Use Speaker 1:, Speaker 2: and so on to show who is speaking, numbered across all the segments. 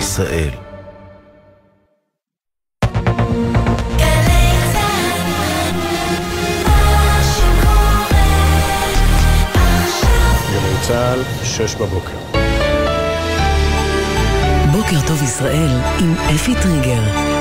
Speaker 1: ישראל.
Speaker 2: גלי צה"ל, 6 בבוקר.
Speaker 3: בוקר טוב ישראל עם אפי טריגר.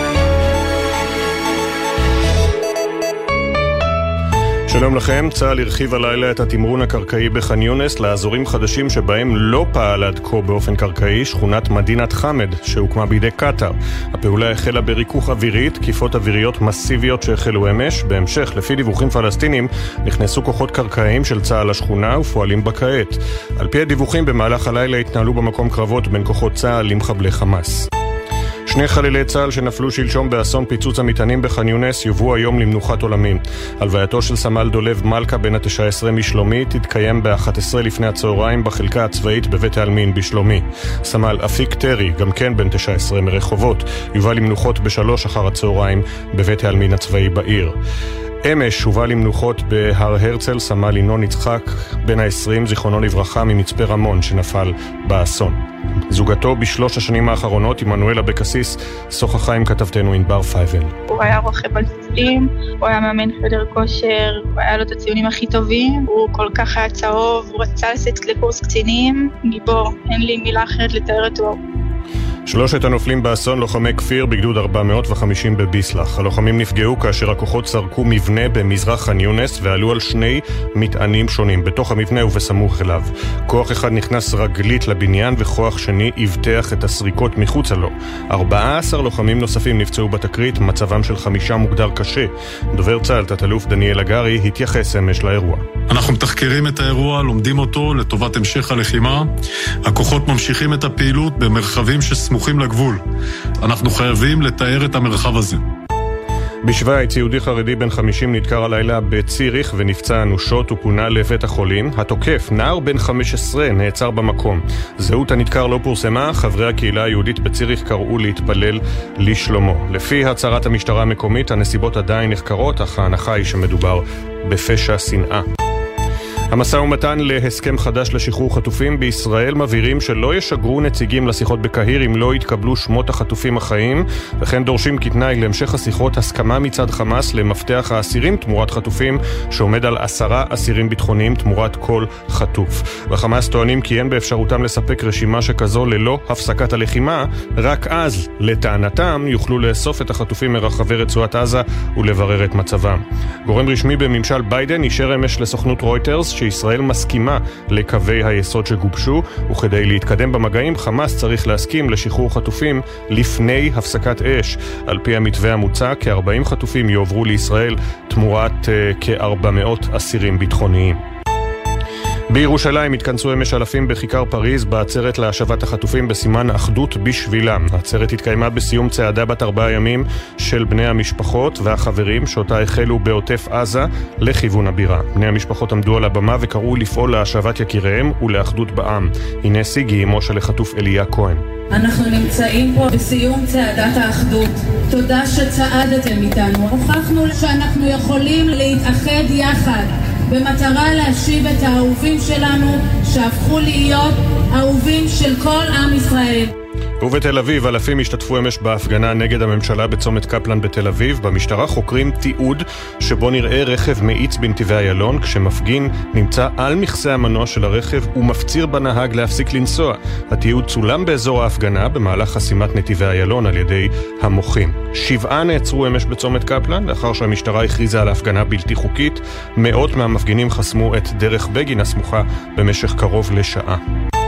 Speaker 2: שלום לכם, צה"ל הרחיב הלילה את התמרון הקרקעי בח'אן יונס לאזורים חדשים שבהם לא פעל עד כה באופן קרקעי, שכונת מדינת חמד שהוקמה בידי קטר. הפעולה החלה בריכוך אווירי, תקיפות אוויריות מסיביות שהחלו אמש. בהמשך, לפי דיווחים פלסטינים, נכנסו כוחות קרקעיים של צה"ל לשכונה ופועלים בה כעת. על פי הדיווחים, במהלך הלילה התנהלו במקום קרבות בין כוחות צה"ל למחבלי חמאס. 2 חללי צה"ל שנפלו שלשום באסון פיצוץ המטענים בח'אן יונס יובאו היום למנוחת עולמים. הלווייתו של סמל דולב מלכה בן ה-19 משלומי תתקיים ב-11 לפני הצהריים בחלקה הצבאית בבית העלמין בשלומי. סמל אפיק טרי, גם כן בן 19 מרחובות, יובא למנוחות ב-3 אחר הצהריים בבית העלמין הצבאי בעיר. אמש הובא למנוחות בהר הרצל סמל ינון יצחק בן ה-20 זיכרונו לברכה ממצפה רמון שנפל באסון. זוגתו בשלוש השנים האחרונות, עמנואל אבקסיס, שוחחה עם כתבתנו ענבר פייבל.
Speaker 4: הוא היה רוכב על סוסים, הוא היה מאמן חדר כושר, הוא היה לו את הציונים הכי טובים, הוא כל כך היה צהוב, הוא רצה לצאת לקורס קצינים, גיבור, אין לי מילה אחרת לתאר אותו.
Speaker 2: 3 הנופלים באסון לוחמי כפיר בגדוד 450 בביסלח. הלוחמים נפגעו כאשר הכוחות סרקו מבנה במזרח ח'אן יונס ועלו על 2 מטענים שונים בתוך המבנה ובסמוך אליו. כוח אחד נכנס רגלית לבניין וכוח שני הבטח את הסריקות מחוצה לו. 14 לוחמים נוספים נפצעו בתקרית, מצבם של 5 מוגדר קשה. דובר צה"ל תת-אלוף דניאל הגרי התייחס אמש לאירוע.
Speaker 5: אנחנו מתחקרים את האירוע, לומדים אותו לטובת המשך הלחימה. הכוחות ממשיכים את הפעילות במרחבים שסמוכים לגבול. אנחנו חייבים לתאר את המרחב הזה.
Speaker 2: בשוויץ, יהודי חרדי בן 50 נדקר הלילה בציריך ונפצע אנושות ופונה לבית החולים. התוקף, נער בן 15, נעצר במקום. זהות הנדקר לא פורסמה, חברי הקהילה היהודית בציריך קראו להתפלל לשלומו. לפי הצהרת המשטרה המקומית, הנסיבות עדיין נחקרות, אך ההנחה היא שמדובר בפשע שנאה. המשא ומתן להסכם חדש לשחרור חטופים בישראל מבהירים שלא ישגרו נציגים לשיחות בקהיר אם לא יתקבלו שמות החטופים החיים, וכן דורשים כתנאי להמשך השיחות הסכמה מצד חמאס למפתח האסירים תמורת חטופים שעומד על 10 אסירים ביטחוניים תמורת כל חטוף. וחמאס טוענים כי אין באפשרותם לספק רשימה שכזו ללא הפסקת הלחימה, רק אז לטענתם יוכלו לאסוף את החטופים מרחבי רצועת עזה ולברר את מצבם. גורם רשמי בממשל ביידן אישר אמש לסוכנות רויטרס שישראל מסכימה לקווי היסוד שגובשו, וכדי להתקדם במגעים חמאס צריך להסכים לשחרור חטופים לפני הפסקת אש. על פי המתווה המוצע, כ-40 חטופים יועברו לישראל תמורת כ-400 אסירים ביטחוניים. בירושלים התכנסו אמש אלפים בכיכר פריז בעצרת להשבת החטופים בסימן אחדות בשבילם. העצרת התקיימה בסיום צעדה בת 4 ימים של בני המשפחות והחברים שאותה החלו בעוטף עזה לכיוון הבירה. בני המשפחות עמדו על הבמה וקראו לפעול להשבת יקיריהם ולאחדות בעם. הנה סיגי, אמו של החטוף אליה כהן.
Speaker 6: אנחנו נמצאים פה בסיום צעדת האחדות. תודה שצעדתם איתנו. הוכחנו שאנחנו יכולים להתאחד יחד במטרה להשיב את האהובים שלנו שהפכו להיות אהובים של כל עם ישראל.
Speaker 2: ובתל אביב אלפים השתתפו אמש בהפגנה נגד הממשלה בצומת קפלן בתל אביב. במשטרה חוקרים תיעוד שבו נראה רכב מאיץ בנתיבי איילון כשמפגין נמצא על מכסה המנוע של הרכב ומפציר בנהג להפסיק לנסוע. התיעוד צולם באזור ההפגנה במהלך חסימת נתיבי איילון על ידי המוחים. 7 נעצרו אמש בצומת קפלן לאחר שהמשטרה הכריזה על ההפגנה בלתי חוקית. מאות מהמפגינים חסמו את דרך בגין הסמוכה במשך קרוב לשעה.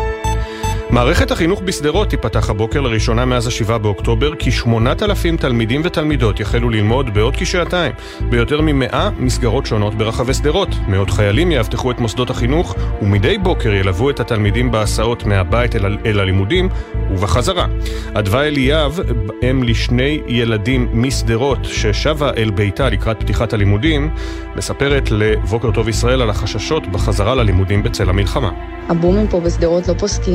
Speaker 2: מערכת החינוך בשדרות תיפתח הבוקר לראשונה מאז 7 באוקטובר, כי 8,000 תלמידים ותלמידות יחלו ללמוד בעוד כשעתיים ביותר מ100 מסגרות שונות ברחבי שדרות. מאות חיילים יאבטחו את מוסדות החינוך ומדי בוקר ילוו את התלמידים בהסעות מהבית אל הלימודים ובחזרה. אדווה אליאב, אם לשני ילדים משדרות ששבה אל ביתה לקראת פתיחת הלימודים, מספרת לבוקר טוב ישראל על החששות בחזרה ללימודים בצל המלחמה.
Speaker 7: הבומים פה בשדרות לא פוסקים.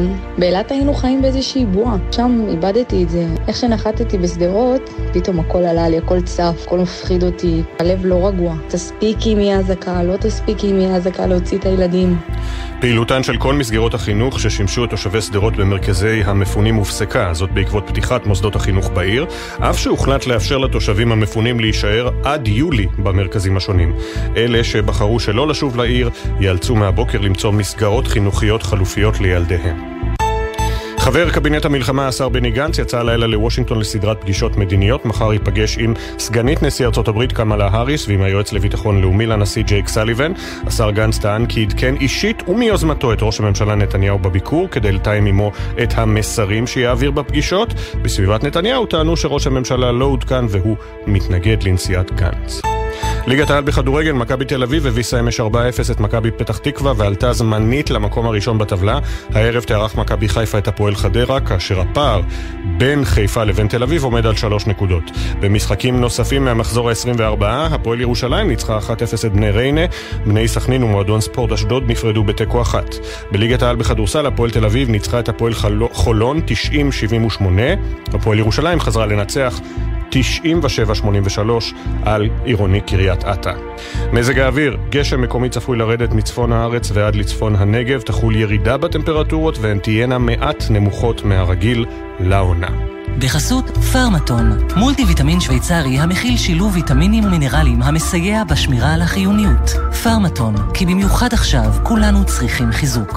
Speaker 1: באילת היינו חיים באיזושהי בועה, שם איבדתי את זה. איך שנחתתי בסדרות, פתאום הכל עלה לי, הכל צף, הכל מפחיד אותי, הלב לא רגוע. תספיקי מהזקה, לא תספיקי מהזקה להוציא את הילדים.
Speaker 2: פעילותן של כל מסגרות החינוך ששימשו את תושבי סדרות במרכזי המפונים הופסקה, זאת בעקבות פתיחת מוסדות החינוך בעיר, אף שהוחלט לאפשר לתושבים המפונים להישאר עד יולי במרכזים השונים. אלה שבחרו שלא לשוב לעיר ייאלצו מהבוקר למצוא מסגרות חינוכיות חלופיות לילדיהם. חבר קבינט המלחמה השר בני גנץ יצא הלילה לוושינגטון לסדרת פגישות מדיניות. מחר ייפגש עם סגנית נשיא ארצות הברית קמלה האריס ועם היועץ לביטחון לאומי לנשיא ג'ייק סליבן. השר גנץ טען כי עדכן אישית ומיוזמתו את ראש הממשלה נתניהו בביקור כדי לתאם עמו את המסרים שיעביר בפגישות. בסביבת נתניהו טענו שראש הממשלה לא עודכן והוא מתנגד לנסיעת גנץ. ליגת העל בכדורגל, מכבי תל אביב הביסה אמש 4-0 את מכבי פתח תקווה ועלתה זמנית למקום הראשון בטבלה. הערב תארח מכבי חיפה את הפועל חדרה, כאשר הפער בין חיפה לבין תל אביב עומד על 3 נקודות. במשחקים נוספים מהמחזור ה-24, הפועל ירושלים ניצחה 1-0 את בני ריינה, בני סכנין ומועדון ספורט אשדוד נפרדו בתיקו 1. בליגת העל בכדורסל, הפועל תל אביב ניצחה את הפועל חולון 90-78. הפועל ירושלים חזרה לנצח 97-83 על עירוני קריית אתא. מזג האוויר, גשם מקומי צפוי לרדת מצפון הארץ ועד לצפון הנגב, תחול ירידה בטמפרטורות והן תהיינה מעט נמוכות מהרגיל לעונה.
Speaker 3: בחסות פרמטון, מולטי ויטמין שוויצרי המכיל שילוב ויטמינים ומינרלים המסייע בשמירה על החיוניות. פרמטון, כי במיוחד עכשיו כולנו צריכים חיזוק.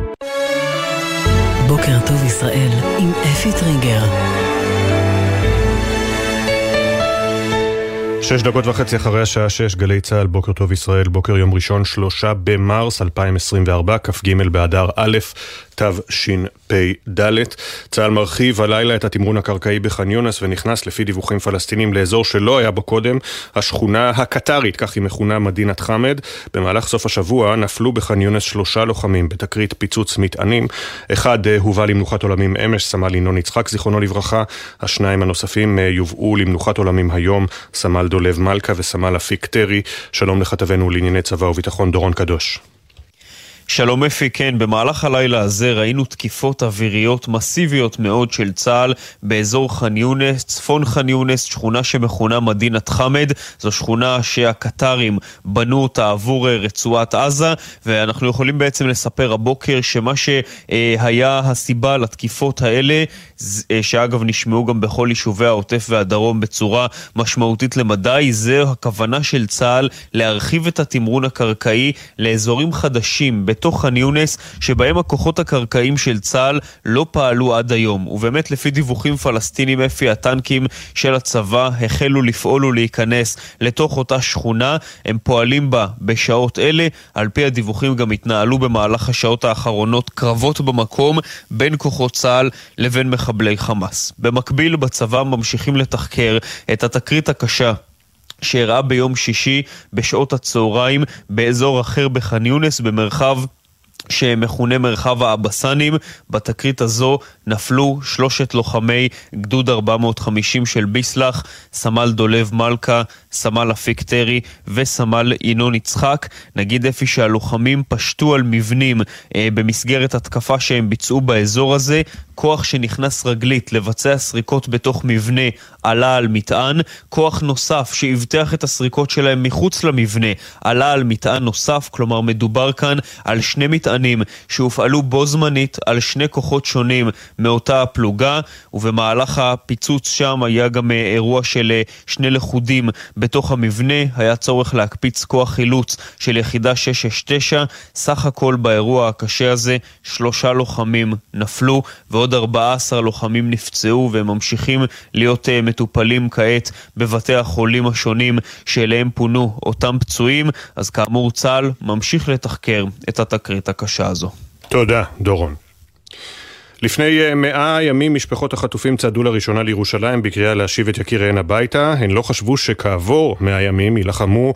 Speaker 7: בוקר טוב ישראל עם אפי טריגר.
Speaker 2: 6:30 אחרי השעה 6, גלי צהל, בוקר טוב ישראל, בוקר יום ראשון 3 במרס 2024, כ"ג באדר א' תשפ"ד. צהל מרחיב הלילה את התמרון הקרקעי בח'אן יונס ונכנס לפי דיווחים פלסטינים לאזור שלא היה בו קודם, השכונה הקטרית, כך היא מכונה מדינת חמד. במהלך סוף השבוע נפלו בח'אן יונס 3 לוחמים בתקרית פיצוץ מטענים. אחד הובא למנוחת עולמים אמש, סמל ינון יצחק זיכרונו לברכה. השניים הנוספים יובאו למנוחת עולמים היום, סמל דולב מלכה וסמל אפיק טרי. שלום לכתבנו לענייני צבא וביטחון דורון קדוש.
Speaker 8: שלום אפי, כן, במהלך הלילה הזה ראינו תקיפות אוויריות מסיביות מאוד של צה"ל באזור ח'אן יונס, צפון ח'אן יונס, שכונה שמכונה מדינת חמד. זו שכונה שהקטרים בנו אותה עבור רצועת עזה, ואנחנו יכולים בעצם לספר הבוקר שמה שהיה הסיבה לתקיפות האלה, שאגב נשמעו גם בכל יישובי העוטף והדרום בצורה משמעותית למדי, זה הכוונה של צה"ל להרחיב את התמרון הקרקעי לאזורים חדשים בתוך ח'אן יונס, שבהם הכוחות הקרקעיים של צה"ל לא פעלו עד היום. ובאמת לפי דיווחים פלסטינים, אפי, הטנקים של הצבא החלו לפעול ולהיכנס לתוך אותה שכונה. הם פועלים בה בשעות אלה. על פי הדיווחים גם התנהלו במהלך השעות האחרונות קרבות במקום בין כוחות צה"ל לבין מחבלי חמאס. במקביל בצבא ממשיכים לתחקר את התקרית הקשה שאירעה ביום שישי בשעות הצהריים באזור אחר בח'אן יונס, במרחב שמכונה מרחב האבסנים. בתקרית הזו נפלו 3 לוחמי גדוד 450 של ביסלח, סמל דולב מלכה, סמל אפיק טרי וסמל ינון יצחק. נגיד אפי שהלוחמים פשטו על מבנים במסגרת התקפה שהם ביצעו באזור הזה. כוח שנכנס רגלית לבצע סריקות בתוך מבנה עלה על מטען, כוח נוסף שהבטח את הסריקות שלהם מחוץ למבנה עלה על מטען נוסף. כלומר מדובר כאן על 2 מטענים שהופעלו בו זמנית על 2 כוחות שונים מאותה הפלוגה. ובמהלך הפיצוץ שם היה גם אירוע של 2 לכודים בתוך המבנה. היה צורך להקפיץ כוח חילוץ של יחידה 669. סך הכל באירוע הקשה הזה 3 לוחמים נפלו ועוד 14 לוחמים נפצעו, והם ממשיכים להיות מטופלים כעת בבתי החולים השונים שאליהם פונו אותם פצועים. אז כאמור צה"ל ממשיך לתחקר את התקרית הקשה הזו.
Speaker 2: תודה דורון. לפני 100 ימים משפחות החטופים צעדו לראשונה לירושלים בקריאה להשיב את יקיריהן הביתה. הן לא חשבו שכעבור 100 ימים ילחמו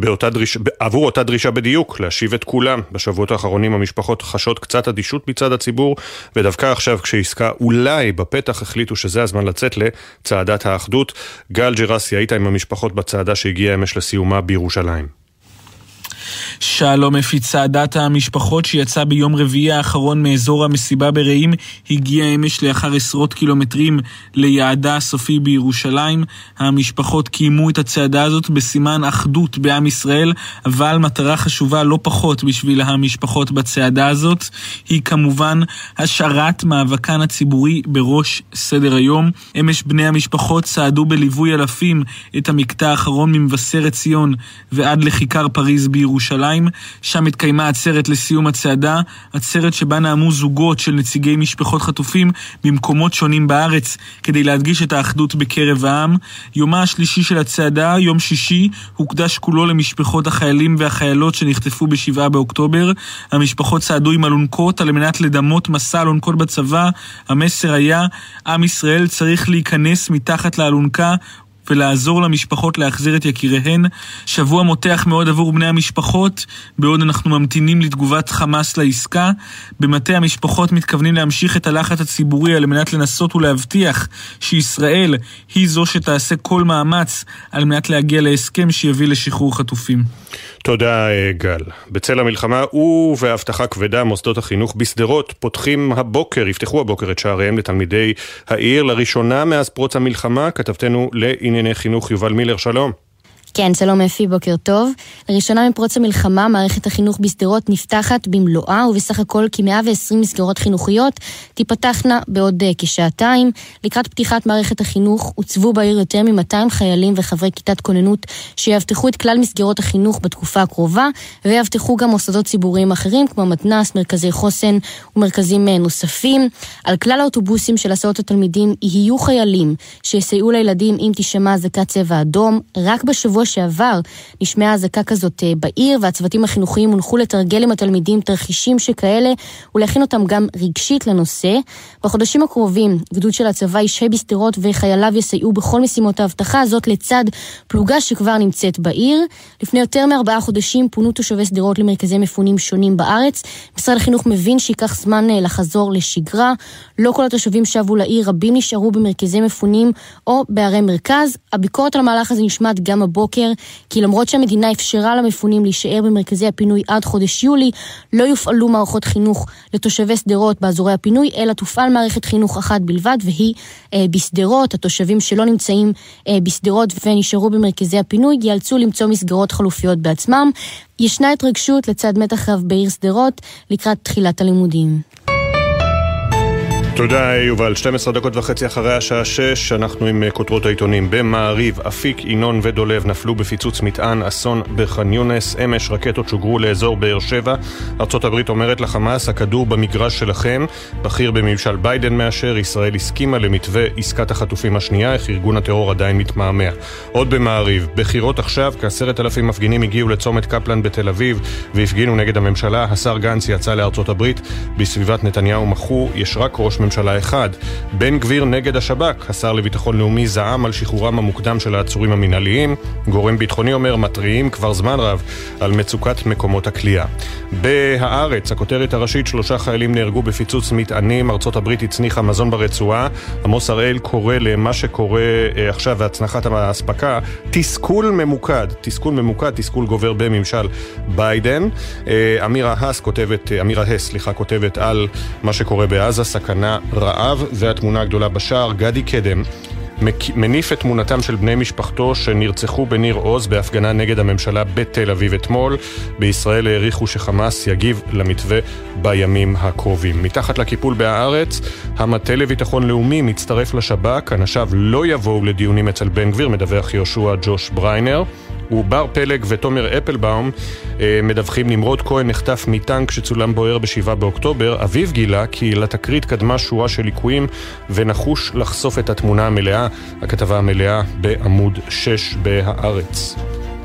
Speaker 2: עבור אותה דרישה בדיוק, להשיב את כולם. בשבועות האחרונים המשפחות חשות קצת אדישות מצד הציבור, ודווקא עכשיו כשעסקה אולי בפתח החליטו שזה הזמן לצאת לצעדת האחדות. גל ג'רסי, היית עם המשפחות בצעדה שהגיעה אמש לסיומה בירושלים.
Speaker 9: שלום אפי, צעדת המשפחות שיצא ביום רביעי האחרון מאזור המסיבה ברעים הגיעה אמש לאחר עשרות קילומטרים ליעדה הסופי בירושלים. המשפחות קיימו את הצעדה הזאת בסימן אחדות בעם ישראל, אבל מטרה חשובה לא פחות בשביל המשפחות בצעדה הזאת היא כמובן השארת מאבקן הציבורי בראש סדר היום. אמש בני המשפחות צעדו בליווי אלפים את המקטע האחרון ממבשרת ציון ועד לכיכר פריז בירושלים. שם התקיימה עצרת לסיום הצעדה, עצרת שבה נעמו זוגות של נציגי משפחות חטופים במקומות שונים בארץ כדי להדגיש את האחדות בקרב העם. יומה השלישי של הצעדה, יום שישי, הוקדש כולו למשפחות החיילים והחיילות שנחטפו ב7 באוקטובר. המשפחות צעדו עם אלונקות על מנת לדמות מסע אלונקות בצבא. המסר היה, עם ישראל צריך להיכנס מתחת לאלונקה ולעזור למשפחות להחזיר את יקיריהן. שבוע מותח מאוד עבור בני המשפחות, בעוד אנחנו ממתינים לתגובת חמאס לעסקה. במטה המשפחות מתכוונים להמשיך את הלחץ הציבורי על מנת לנסות ולהבטיח שישראל היא זו שתעשה כל מאמץ על מנת להגיע להסכם שיביא לשחרור חטופים.
Speaker 2: תודה גל. בצל המלחמה ובהבטחה כבדה, מוסדות החינוך בסדרות יפתחו הבוקר את שעריהם לתלמידי העיר לראשונה מאז פרוץ המלחמה. כתבתנו לענייני חינוך יובל מילר, שלום.
Speaker 10: כן, שלום אפי, בוקר טוב. לראשונה מפרוץ המלחמה, מערכת החינוך בסדרות נפתחת במלואה, ובסך הכל כ120 מסגרות חינוכיות תיפתחנה בעוד כשעתיים. לקראת פתיחת מערכת החינוך הוצבו בעיר יותר מ200 חיילים וחברי כיתת כוננות שיבטחו את כלל מסגרות החינוך בתקופה הקרובה, ויבטחו גם מוסדות ציבוריים אחרים כמו מתנ"ס, מרכזי חוסן ומרכזים נוספים. על כלל האוטובוסים של הסעות התלמידים יהיו חיילים שיסייעו לילדים אם תשמע אזעקת צבע אדום. רק בשבוע שעבר נשמעה אזעקה כזאת בעיר, והצוותים החינוכיים הונחו לתרגל עם התלמידים תרחישים שכאלה ולהכין אותם גם רגשית לנושא. בחודשים הקרובים גדוד של הצבא ישהה בסדרות וחייליו יסייעו בכל משימות ההבטחה הזאת לצד פלוגה שכבר נמצאת בעיר. לפני יותר מ4 חודשים פונו תושבי סדרות למרכזי מפונים שונים בארץ. משרד החינוך מבין שיקח זמן לחזור לשגרה. לא כל התושבים שבו לעיר, רבים נשארו במרכזי מפונים או בערי מרכז. הביקורת על המהלך הזה נשמעת גם הבוקר, כי למרות שהמדינה אפשרה למפונים להישאר במרכזי הפינוי עד חודש יולי, לא יופעלו מערכות חינוך לתושבי סדרות באזורי הפינוי, אלא תופעל מערכת חינוך אחת בלבד, והיא בסדרות. התושבים שלא נמצאים בסדרות ונשארו במרכזי הפינוי ייאלצו למצוא מסגרות חלופיות בעצמם. ישנה התרגשות לצד מתח רב בעיר סדרות לקראת תחילת הלימודים.
Speaker 2: תודה יובל. 12:30 אחרי השעה 6, אנחנו עם כותרות העיתונים. במעריב, אפיק, ינון ודולב נפלו בפיצוץ מטען, אסון בח'אן יונס. אמש רקטות שוגרו לאזור באר שבע. ארצות הברית אומרת לחמאס, הכדור במגרש שלכם. בכיר בממשל ביידן מאשר, ישראל הסכימה למתווה עסקת החטופים השנייה, איך ארגון הטרור עדיין מתמהמה. עוד במעריב, בחירות עכשיו, כ10,000 מפגינים הגיעו לצומת קפלן בתל אביב והפגינו נגד הממשלה. השר גנץ יצא לארצות הברית. בסביבת נתניהו מחו, יש רק ראש ממשלה אחד. בן גביר נגד השב"כ. השר לביטחון לאומי זעם על שחרורם המוקדם של העצורים המנהליים. גורם ביטחוני אומר, מטריעים כבר זמן רב על מצוקת מקומות הכלייה. בהארץ, הכותרת הראשית, 3 חיילים נהרגו בפיצוץ מטענים. ארצות הברית הצניחה מזון ברצועה. עמוס הראל קורא למה שקורה עכשיו והצנחת ההספקה תסכול ממוקד, תסכול גובר בממשל ביידן. אמירה הס כותבת על מה שקורה בעזה, סכנה רעב. והתמונה הגדולה בשער, גדי קדם מניף את תמונתם של בני משפחתו שנרצחו בניר עוז בהפגנה נגד הממשלה בתל אביב אתמול. בישראל העריכו שחמאס יגיב למתווה בימים הקרובים. מתחת לקיפול בהארץ, המטה לביטחון לאומי מצטרף לשב"כ. אנשיו לא יבואו לדיונים אצל בן גביר, מדווח יהושע ג'וש בריינר. ובר פלג ותומר אפלבאום מדווחים, נמרוד כהן נחטף מטנק שצולם בוער ב7 באוקטובר. אביו גילה כי לתקרית קדמה שורה של ליקויים ונחוש לחשוף את התמונה המלאה. הכתבה המלאה בעמוד 6 בהארץ.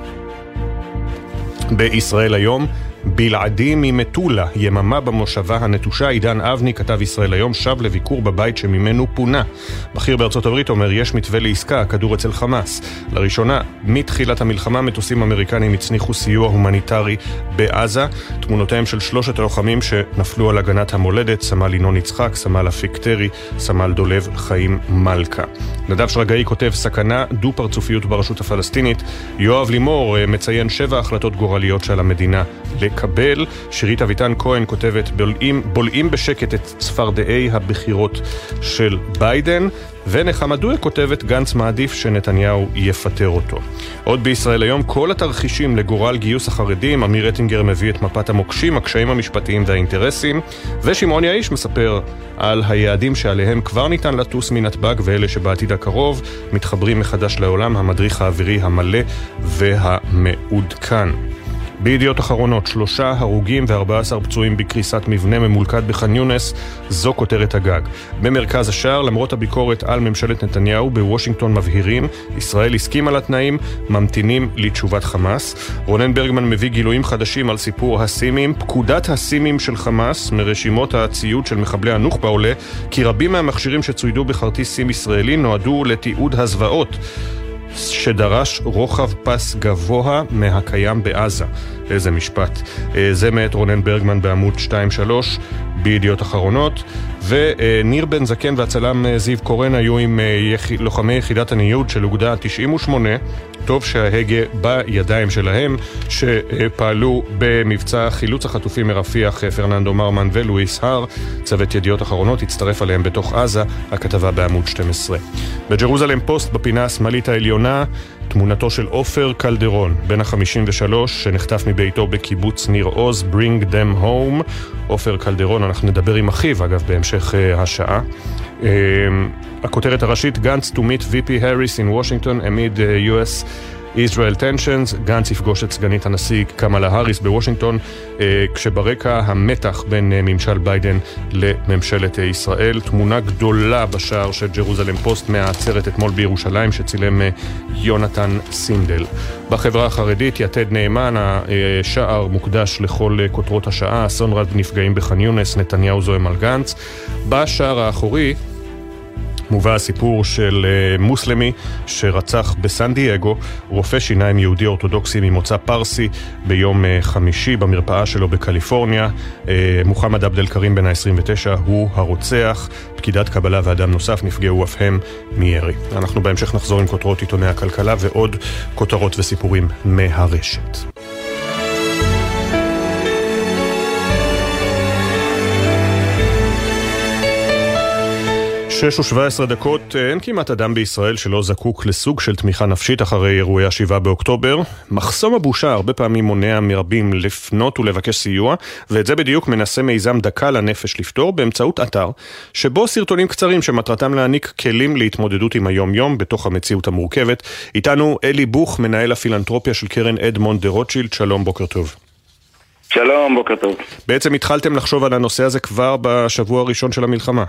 Speaker 2: בישראל היום, בלעדי ממטולה, יממה במושבה הנטושה. עידן אבני, כתב ישראל היום, שב לביקור בבית שממנו פונה. בכיר בארצות הברית אומר, יש מתווה לעסקה, הכדור אצל חמאס. לראשונה, מתחילת המלחמה, מטוסים אמריקנים הצניחו סיוע הומניטרי בעזה. תמונותיהם של 3 הלוחמים שנפלו על הגנת המולדת, סמל ינון יצחק, סמל אפיק טרי, סמל דולב חיים מלכה. נדב שרגאי כותב סכנה דו-פרצופיות ברשות הפלסטינית. יואב לימור מציין 7 החלטות גורליות שעל המדינה לקבל. שירית אביטן כהן כותבת בולעים בשקט את צפרדעי הבחירות של ביידן. ונחמה דויה כותבת גנץ מעדיף שנתניהו יפטר אותו. עוד בישראל היום כל התרחישים לגורל גיוס החרדים. אמיר אטינגר מביא את מפת המוקשים, הקשיים המשפטיים והאינטרסים, ושמעון יעיש מספר על היעדים שעליהם כבר ניתן לטוס מנתב"ג ואלה שבעתיד הקרוב מתחברים מחדש לעולם, המדריך האווירי המלא והמעודכן. בידיעות אחרונות 3 הרוגים ו14 פצועים בקריסת מבנה ממולכד בח'אן יונס, זו כותרת הגג. במרכז השער, למרות הביקורת על ממשלת נתניהו, בוושינגטון מבהירים, ישראל הסכים על התנאים, ממתינים לתשובת חמאס. רונן ברגמן מביא גילויים חדשים על סיפור הסימים. פקודת הסימים של חמאס מרשימות הציוד של מחבלי הנוח'בה עולה כי רבים מהמכשירים שצוידו בכרטיס סים ישראלי נועדו לתיעוד הזוועות שדרש רוחב פס גבוה מהקיים בעזה. איזה משפט. זה מאת רונן ברגמן בעמוד 2-3 בידיעות אחרונות. וניר בן זקן והצלם זיו קורן היו עם לוחמי יחידת הניוד של אוגדה 98. טוב שההגה בידיים שלהם, שפעלו במבצע חילוץ החטופים מרפיח פרננדו מרמן ולואיס הר. צוות ידיעות אחרונות הצטרף עליהם בתוך עזה, הכתבה בעמוד 12. בג'רוזלם פוסט בפינה השמאלית העליונה תמונתו של עופר קלדרון, בן ה-53, שנחטף מביתו בקיבוץ ניר עוז, Bring them home. עופר קלדרון, אנחנו נדבר עם אחיו, אגב, בהמשך השעה. הכותרת הראשית, גנץ to meet VP Harris in Washington amid US Israel tensions. גנץ יפגוש את סגנית הנשיא קמאלה האריס בוושינגטון, כשברקע המתח בין ממשל ביידן לממשלת ישראל. תמונה גדולה בשער של ג'רוזלם פוסט מהעצרת אתמול בירושלים שצילם יונתן סינדל. בחברה החרדית יתד נאמן, השער מוקדש לכל כותרות השעה, אסון רב נפגעים בח'אן יונס, נתניהו זועם על גנץ. בשער האחורי מובא הסיפור של מוסלמי שרצח בסן דייגו רופא שיניים יהודי אורתודוקסי ממוצא פרסי ביום חמישי במרפאה שלו בקליפורניה. מוחמד עבד אל כרים בן ה-29 הוא הרוצח. פקידת קבלה ואדם נוסף נפגעו אף הם מירי. אנחנו בהמשך נחזור עם כותרות עיתוני הכלכלה ועוד כותרות וסיפורים מהרשת. 6:17, אין כמעט אדם בישראל שלא זקוק לסוג של תמיכה נפשית אחרי אירועי 7 באוקטובר. מחסום הבושה הרבה פעמים מונע מרבים לפנות ולבקש סיוע, ואת זה בדיוק מנסה מיזם דקה לנפש לפתור באמצעות אתר, שבו סרטונים קצרים שמטרתם להעניק כלים להתמודדות עם היום-יום בתוך המציאות המורכבת. איתנו אלי בוך, מנהל הפילנטרופיה של קרן אדמונד דה רוטשילד. שלום, בוקר טוב.
Speaker 11: שלום, בוקר טוב.
Speaker 2: בעצם התחלתם לחשוב על הנושא הזה כבר בשבוע הראשון של המלחמה.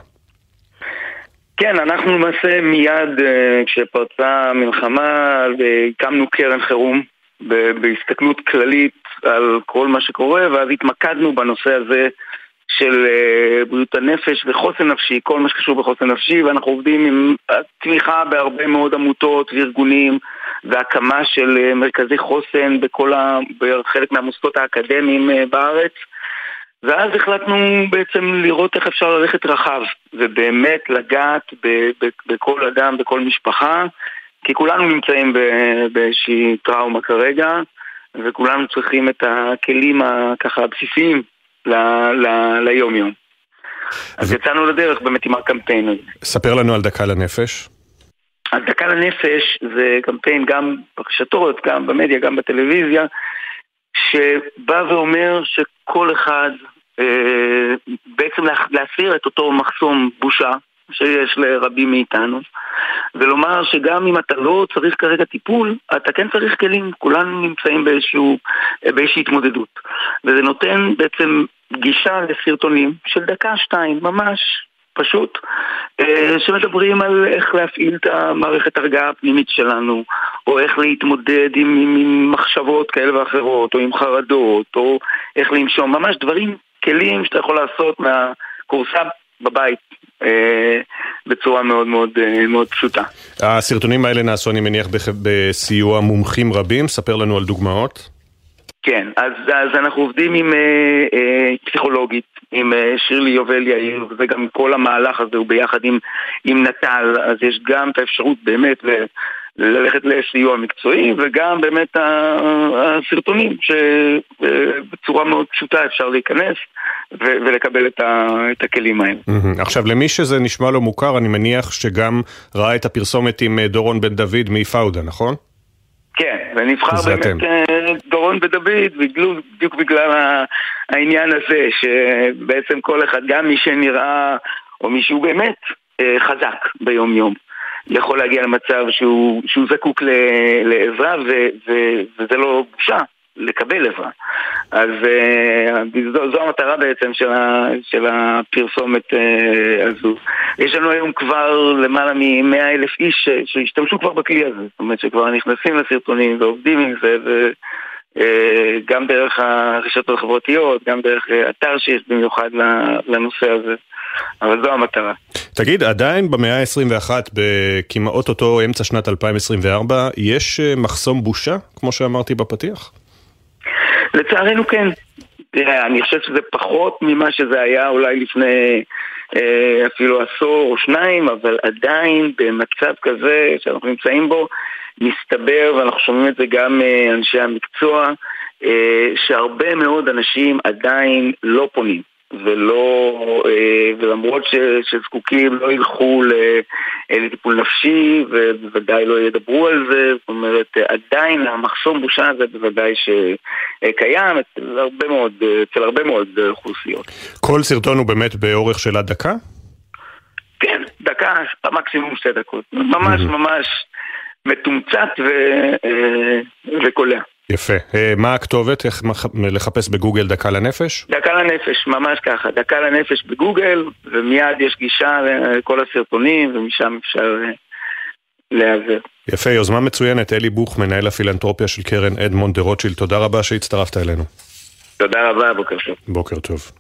Speaker 11: כן, אנחנו למעשה מיד כשפרצה המלחמה והקמנו קרן חירום בהסתכלות כללית על כל מה שקורה, ואז התמקדנו בנושא הזה של בריאות הנפש וחוסן נפשי, כל מה שקשור בחוסן נפשי, ואנחנו עובדים עם תמיכה בהרבה מאוד עמותות וארגונים והקמה של מרכזי חוסן בחלק מהמוסדות האקדמיים בארץ. ואז החלטנו בעצם לראות איך אפשר ללכת רחב ובאמת לגעת בכל אדם, בכל משפחה, כי כולנו נמצאים באיזושהי טראומה כרגע, וכולנו צריכים את הכלים ככה הבסיסיים ליום יום. אז יצאנו לדרך באמת עם הקמפיין הזה.
Speaker 2: ספר לנו על דקה לנפש.
Speaker 11: על דקה לנפש זה קמפיין גם ברשתות, גם במדיה, גם בטלוויזיה, שבא ואומר שכל אחד בעצם להסיר את אותו מחסום בושה שיש לרבים מאיתנו, ולומר שגם אם אתה לא צריך כרגע טיפול, אתה כן צריך כלים. כולנו נמצאים באיזושהי התמודדות, וזה נותן בעצם גישה לסרטונים של דקה-שתיים ממש פשוט, שמדברים על איך להפעיל את המערכת הרגעה הפנימית שלנו, או איך להתמודד עם מחשבות כאלה ואחרות, או עם חרדות, או איך לנשום, ממש דברים, כלים שאתה יכול לעשות מהקורסה בבית בצורה מאוד מאוד מאוד פשוטה.
Speaker 2: הסרטונים האלה נעשו, אני מניח, בסיוע מומחים רבים. ספר לנו על דוגמאות.
Speaker 11: כן, אז אנחנו עובדים עם פסיכולוגית עם שירלי יובל יאיר, וגם כל המהלך הזה הוא ביחד עם נטל, אז יש גם את האפשרות באמת ללכת לסיוע מקצועי, וגם באמת הסרטונים שבצורה מאוד פשוטה אפשר להיכנס ולקבל את הכלים האלה.
Speaker 2: עכשיו, למי שזה נשמע לו מוכר, אני מניח שגם ראה את הפרסומת עם דורון בן דוד מפאודה, נכון?
Speaker 11: כן, ונבחר באמת דורון בן דוד בדיוק בגלל העניין הזה, שבעצם כל אחד, גם מי שנראה או מי שהוא באמת חזק ביום יום, יכול להגיע למצב שהוא זקוק לעזרה, וזה לא בושה לקבל עזרה. אז זו המטרה בעצם של הפרסומת הזו. יש לנו היום כבר למעלה מ100,000 איש שהשתמשו כבר בכלי הזה, זאת אומרת שכבר נכנסים לסרטונים ועובדים עם זה, גם דרך הרשתות החברתיות, גם דרך אתר שיש במיוחד לנושא הזה. אבל זו המטרה.
Speaker 2: תגיד, עדיין במאה ה-21, בכמעט אותו אמצע שנת 2024, יש מחסום בושה, כמו שאמרתי בפתיח?
Speaker 11: לצערנו כן. אני חושב שזה פחות ממה שזה היה אולי לפני אפילו עשור או שניים, אבל עדיין במצב כזה שאנחנו נמצאים בו, מסתבר, ואנחנו שומעים את זה גם אנשי המקצוע, שהרבה מאוד אנשים עדיין לא פונים. ולמרות שזקוקים לא ילכו לטיפול נפשי ובוודאי לא ידברו על זה, זאת אומרת עדיין המחסום בושה הזה בוודאי שקיים אצל הרבה מאוד אוכלוסיות.
Speaker 2: כל סרטון הוא באמת באורך של הדקה?
Speaker 11: כן, דקה, מקסימום 2 דקות, ממש מתומצת וקולע.
Speaker 2: יפה. מה הכתובת? איך לחפש בגוגל דקה לנפש?
Speaker 11: דקה לנפש, ממש ככה. דקה לנפש בגוגל, ומיד יש גישה לכל הסרטונים, ומשם אפשר להעביר.
Speaker 2: יפה, יוזמה מצוינת. אלי בוך, מנהל הפילנתרופיה של קרן אדמונד דה רוטשילד. תודה רבה שהצטרפת אלינו.
Speaker 11: תודה רבה, בוקר טוב.
Speaker 2: בוקר טוב.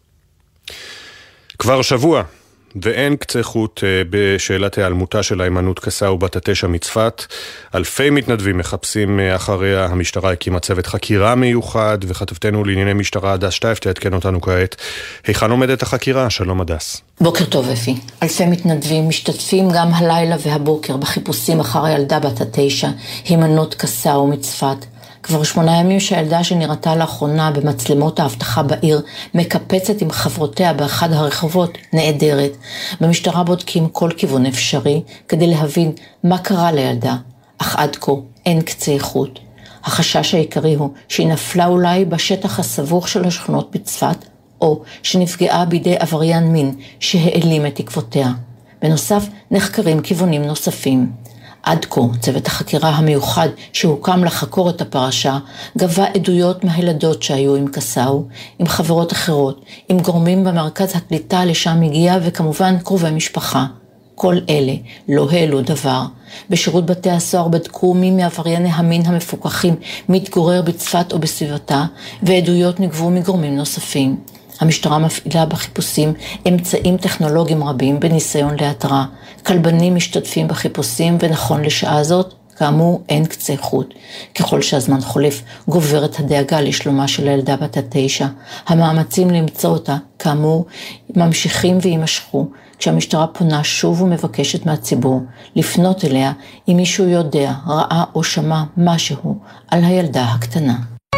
Speaker 2: כבר שבוע. ואין קצה חוט בשאלת העלמותה של היימנוט קסאו בת 9 מצפת. אלפי מתנדבים מחפשים אחריה. המשטרה הקימה צוות חקירה מיוחד, וכתבתנו לענייני משטרה הדס שטייף תעדכן אותנו כעת. היכן עומדת החקירה? שלום הדס.
Speaker 12: בוקר טוב אפי. אלפי מתנדבים משתתפים גם הלילה והבוקר בחיפושים אחר הילדה בת 9, היימנוט קסאו מצפת. כבר 8 ימים שהילדה שנראתה לאחרונה במצלמות האבטחה בעיר מקפצת עם חברותיה באחד הרחובות נעדרת. במשטרה בודקים כל כיוון אפשרי כדי להבין מה קרה לילדה, אך עד כה אין קצה חוט. החשש העיקרי הוא שהיא נפלה אולי בשטח הסבוך של השכונות בצפת, או שנפגעה בידי עבריין מין שהעלים את תקוותיה. בנוסף נחקרים כיוונים נוספים. עד כה, צוות החקירה המיוחד שהוקם לחקור את הפרשה, גבה עדויות מהילדות שהיו עם קסאו, עם חברות אחרות, עם גורמים במרכז הקליטה לשם הגיע וכמובן קרובי משפחה. כל אלה לא העלו דבר. בשירות בתי הסוהר בדקו מי מעברייני המין המפוקחים מתגורר בצפת או בסביבתה, ועדויות נגבו מגורמים נוספים. המשטרה מפעילה בחיפושים אמצעים טכנולוגיים רבים בניסיון להתרה. כלבנים משתתפים בחיפושים, ונכון לשעה זאת, כאמור, אין קצה חוט. ככל שהזמן חולף, גוברת הדאגה לשלומה של הילדה בת 9. המאמצים למצוא אותה, כאמור, ממשיכים ויימשכו, כשהמשטרה פונה שוב ומבקשת מהציבור לפנות אליה אם מישהו יודע, ראה או שמע משהו על הילדה הקטנה.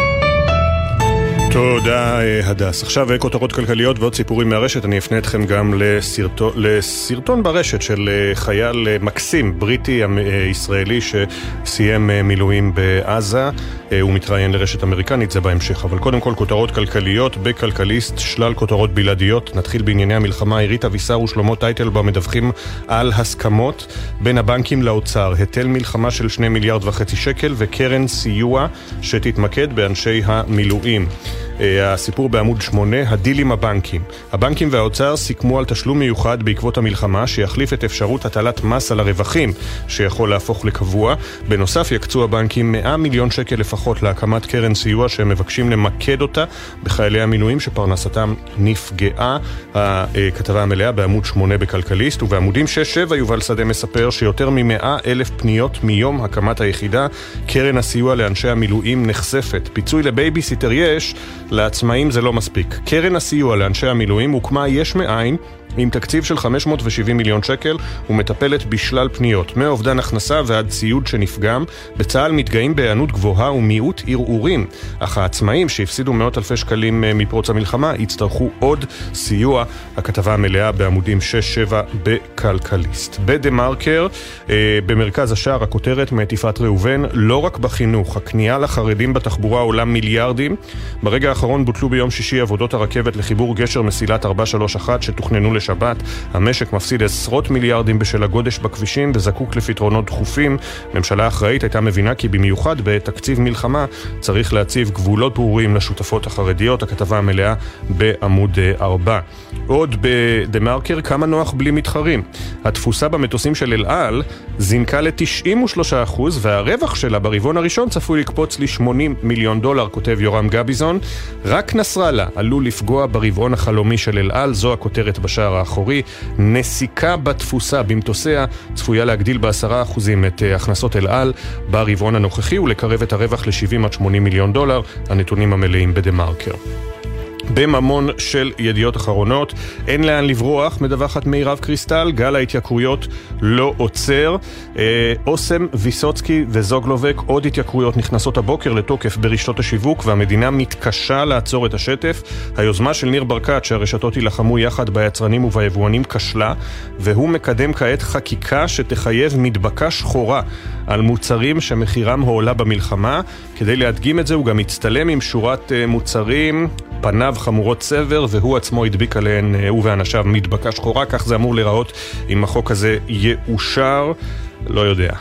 Speaker 2: תודה הדס. עכשיו כותרות כלכליות ועוד סיפורים מהרשת. אני אפנה אתכם גם לסרטון ברשת של חייל מקסים בריטי ישראלי שסיים מילואים בעזה. הוא מתראיין לרשת אמריקנית, זה בהמשך. אבל קודם כל כותרות כלכליות בכלכליסט, שלל כותרות בלעדיות. נתחיל בענייני המלחמה. עירית אבישר ושלמה טייטל מדווחים על הסכמות בין הבנקים לאוצר. היטל מלחמה של 2.5 מיליארד שקל וקרן סיוע שתתמקד באנשי המילואים. הסיפור בעמוד 8, הדיל עם הבנקים. הבנקים והאוצר סיכמו על תשלום מיוחד בעקבות המלחמה שיחליף את אפשרות הטלת מס על הרווחים שיכול להפוך לקבוע. בנוסף יקצו הבנקים 100 מיליון שקל לפחות להקמת קרן סיוע שהם מבקשים למקד אותה בחיילי המילואים שפרנסתם נפגעה. הכתבה המלאה בעמוד 8 בכלכליסט, ובעמודים 6-7 יובל שדה מספר שיותר מ100,000 פניות מיום הקמת היחידה. קרן הסיוע לאנשי המילואים נחשפת. פיצוי לבייביסיטר יש, לעצמאים זה לא מספיק. קרן הסיוע לאנשי המילואים הוקמה יש מאין עם תקציב של 570 מיליון שקל ומטפלת בשלל פניות, מאובדן הכנסה ועד ציוד שנפגם. בצה"ל מתגאים בהיענות גבוהה ומיעוט ערעורים, אך העצמאים שהפסידו מאות אלפי שקלים מפרוץ המלחמה יצטרכו עוד סיוע. הכתבה המלאה בעמודים 6-7 בכלכליסט. בדה-מרקר, במרכז השער, הכותרת מעטיפת ראובן, לא רק בחינוך, הכניעה לחרדים בתחבורה עולה מיליארדים. ברגע האחרון בוטלו ביום שישי עבודות הרכבת לחיבור גשר מסילת 431 שתוכננו לשבת. המשק מפסיד עשרות מיליארדים בשל הגודש בכבישים וזקוק לפתרונות דחופים. ממשלה אחראית הייתה מבינה כי במיוחד בתקציב מלחמה צריך להציב גבולות ברורים לשותפות החרדיות. הכתבה המלאה בעמוד 4. עוד בדה-מרקר, כמה נוח בלי מתחרים. התפוסה במטוסים של אל על זינקה ל-93% והרווח שלה ברבעון הראשון צפוי לקפוץ ל$80 מיליון, כותב יורם גביזון. רק נסראללה עלול לפגוע ברבעון החלומי של אל על, זו הכותרת בשער האחורי. נסיקה בתפוסה במטוסיה צפויה להגדיל ב10% את הכנסות אל על ברבעון הנוכחי ולקרב את הרווח ל$70-80 מיליון. הנתונים המלאים בדה-מרקר. בממון של ידיעות אחרונות, אין לאן לברוח, מדווחת מירב קריסטל, גל ההתייקרויות לא עוצר. אוסם, ויסוצקי וזוגלובק, עוד התייקרויות נכנסות הבוקר לתוקף ברשתות השיווק והמדינה מתקשה לעצור את השטף. היוזמה של ניר ברקת שהרשתות ילחמו יחד ביצרנים וביבואנים כשלה, והוא מקדם כעת חקיקה שתחייב מדבקה שחורה על מוצרים שמחירם הועלה במלחמה. כדי להדגים את זה הוא גם הצטלם עם שורת מוצרים, פניו חמורות סבר, והוא עצמו הדביק עליהן, הוא ואנשיו, מדבקה שחורה. כך זה אמור להיראות אם החוק הזה יאושר. לא יודע.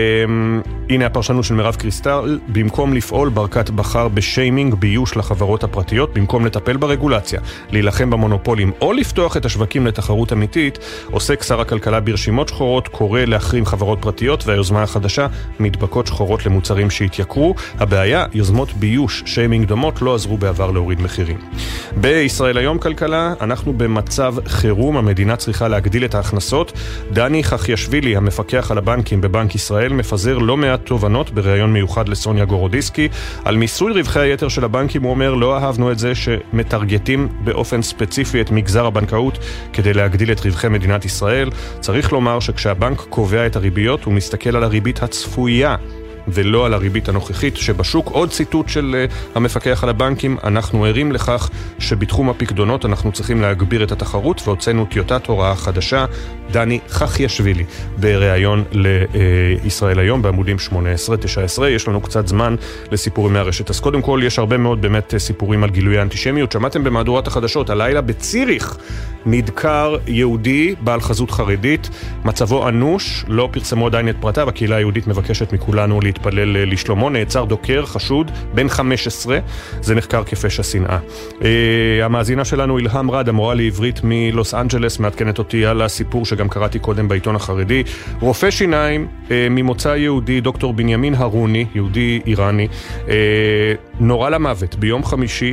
Speaker 2: הנה הפרשנות של מירב קריסטל. במקום לפעול, ברקת בחר בשיימינג, ביוש לחברות הפרטיות, במקום לטפל ברגולציה, להילחם במונופולים או לפתוח את השווקים לתחרות אמיתית. עוסק שר הכלכלה ברשימות שחורות, קורא להחרים חברות פרטיות, והיוזמה החדשה, מדבקות שחורות למוצרים שהתייקרו. הבעיה, יוזמות ביוש, שיימינג דומות לא עזרו בעבר להוריד מחירים. בישראל היום כלכלה, אנחנו במצב חירום, המדינה צריכה להגדיל את ההכנסות. דני חכיאשווילי, המפקח על הבנקים בבנק ישראל, מפזר לא מעט תובנות בראיון מיוחד לסוניה גורודיסקי. על מיסוי רווחי היתר של הבנקים הוא אומר, לא אהבנו את זה שמתרגטים באופן ספציפי את מגזר הבנקאות כדי להגדיל את רווחי מדינת ישראל. צריך לומר שכשהבנק קובע את הריביות הוא מסתכל על הריבית הצפויה ולא על הריבית הנוכחית שבשוק. עוד ציטוט של המפקח על הבנקים, אנחנו ערים לכך שבתחום הפקדונות אנחנו צריכים להגביר את התחרות והוצאנו טיוטת הוראה חדשה. דני חכיאשווילי בראיון לישראל היום בעמודים 18-19. יש לנו קצת זמן לסיפורים מהרשת. אז קודם כל יש הרבה מאוד באמת סיפורים על גילוי האנטישמיות. שמעתם במהדורת החדשות, הלילה בציריך נדקר יהודי בעל חזות חרדית, מצבו אנוש, לא פרסמו עדיין את פרטיו, הקהילה היהודית מבקשת מכולנו להתפלל לשלומו. נעצר דוקר חשוד בן 15, זה נחקר כפשע שנאה. המאזינה שלנו אילהם רד, המורה לעברית מלוס אנג'לס, מעדכנת אותי על הסיפור שגם קראתי קודם בעיתון החרדי. רופא שיניים ממוצא יהודי, דוקטור בנימין הרוני, יהודי איראני, נורה למוות ביום חמישי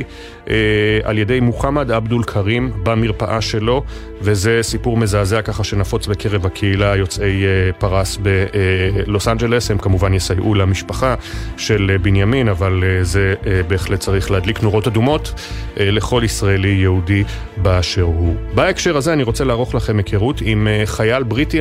Speaker 2: על ידי מוחמד אבדול קרים במרפאה שלו, וזה סיפור מזעזע ככה שנפוץ בקרב הקהילה יוצאי פרס בלוס אנג'לס. הם כמובן יסייעו למשפחה של בנימין, אבל זה בהחלט צריך להדליק נורות אדומות לכל ישראלי יהודי באשר הוא. בהקשר הזה אני רוצה לערוך לכם היכרות עם חייל בריטי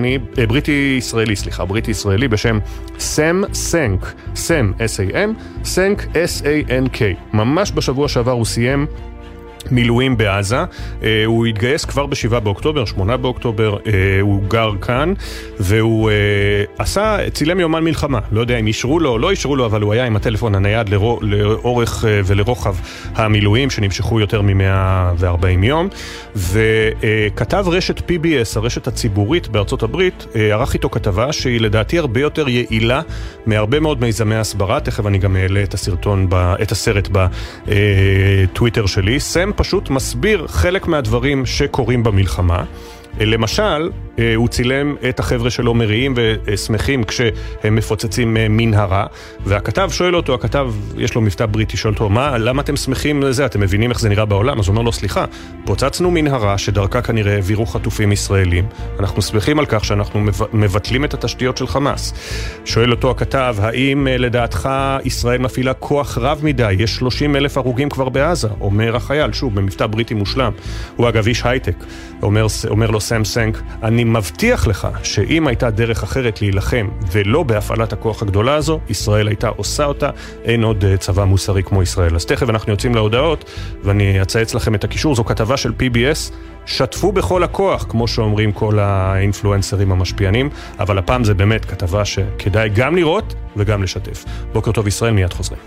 Speaker 2: ישראלי בשם סם סנק, סם S-A-M, סנק S-A-N-K. ממש בשבוע שעבר הוא סיים מילואים בעזה. הוא התגייס כבר ב7 באוקטובר, 8 באוקטובר, הוא גר כאן, והוא צילם יומן מלחמה. לא יודע אם אישרו לו או לא אישרו לו, אבל הוא היה עם הטלפון הנייד לאורך ולרוחב המילואים, שנמשכו יותר מ-140 יום, וכתב רשת PBS, הרשת הציבורית בארצות הברית, ערך איתו כתבה שהיא לדעתי הרבה יותר יעילה מהרבה מאוד מיזמי הסברה. תכף אני גם אעלה את הסרט בטוויטר שלי. סם פשוט מסביר חלק מהדברים שקורים במלחמה, למשל, הוא צילם את החבר'ה שלו מריעים ושמחים כשהם מפוצצים מנהרה, והכתב שואל אותו, הכתב יש לו מבטא בריטי, שואל אותו, למה אתם שמחים לזה? אתם מבינים איך זה נראה בעולם? אז הוא אומר לו, סליחה, פוצצנו מנהרה שדרכה כנראה העבירו חטופים ישראלים, אנחנו שמחים על כך שאנחנו מבטלים את התשתיות של חמאס. שואל אותו הכתב, האם לדעתך ישראל מפעילה כוח רב מדי? יש 30,000 הרוגים כבר בעזה, אומר החייל, שוב, במבטא בריטי מושלם. הוא אגב איש הייטק, אומר לו סם סנק, אני מבטיח לך שאם הייתה דרך אחרת להילחם ולא בהפעלת הכוח הגדולה הזו, ישראל הייתה עושה אותה, אין עוד צבא מוסרי כמו ישראל. אז תכף אנחנו יוצאים להודעות, ואני אצייץ לכם את הקישור, זו כתבה של PBS, שתפו בכל הכוח, כמו שאומרים כל האינפלואנסרים המשפיענים, אבל הפעם זה באמת כתבה שכדאי גם לראות וגם לשתף. בוקר טוב ישראל, מיד חוזרים.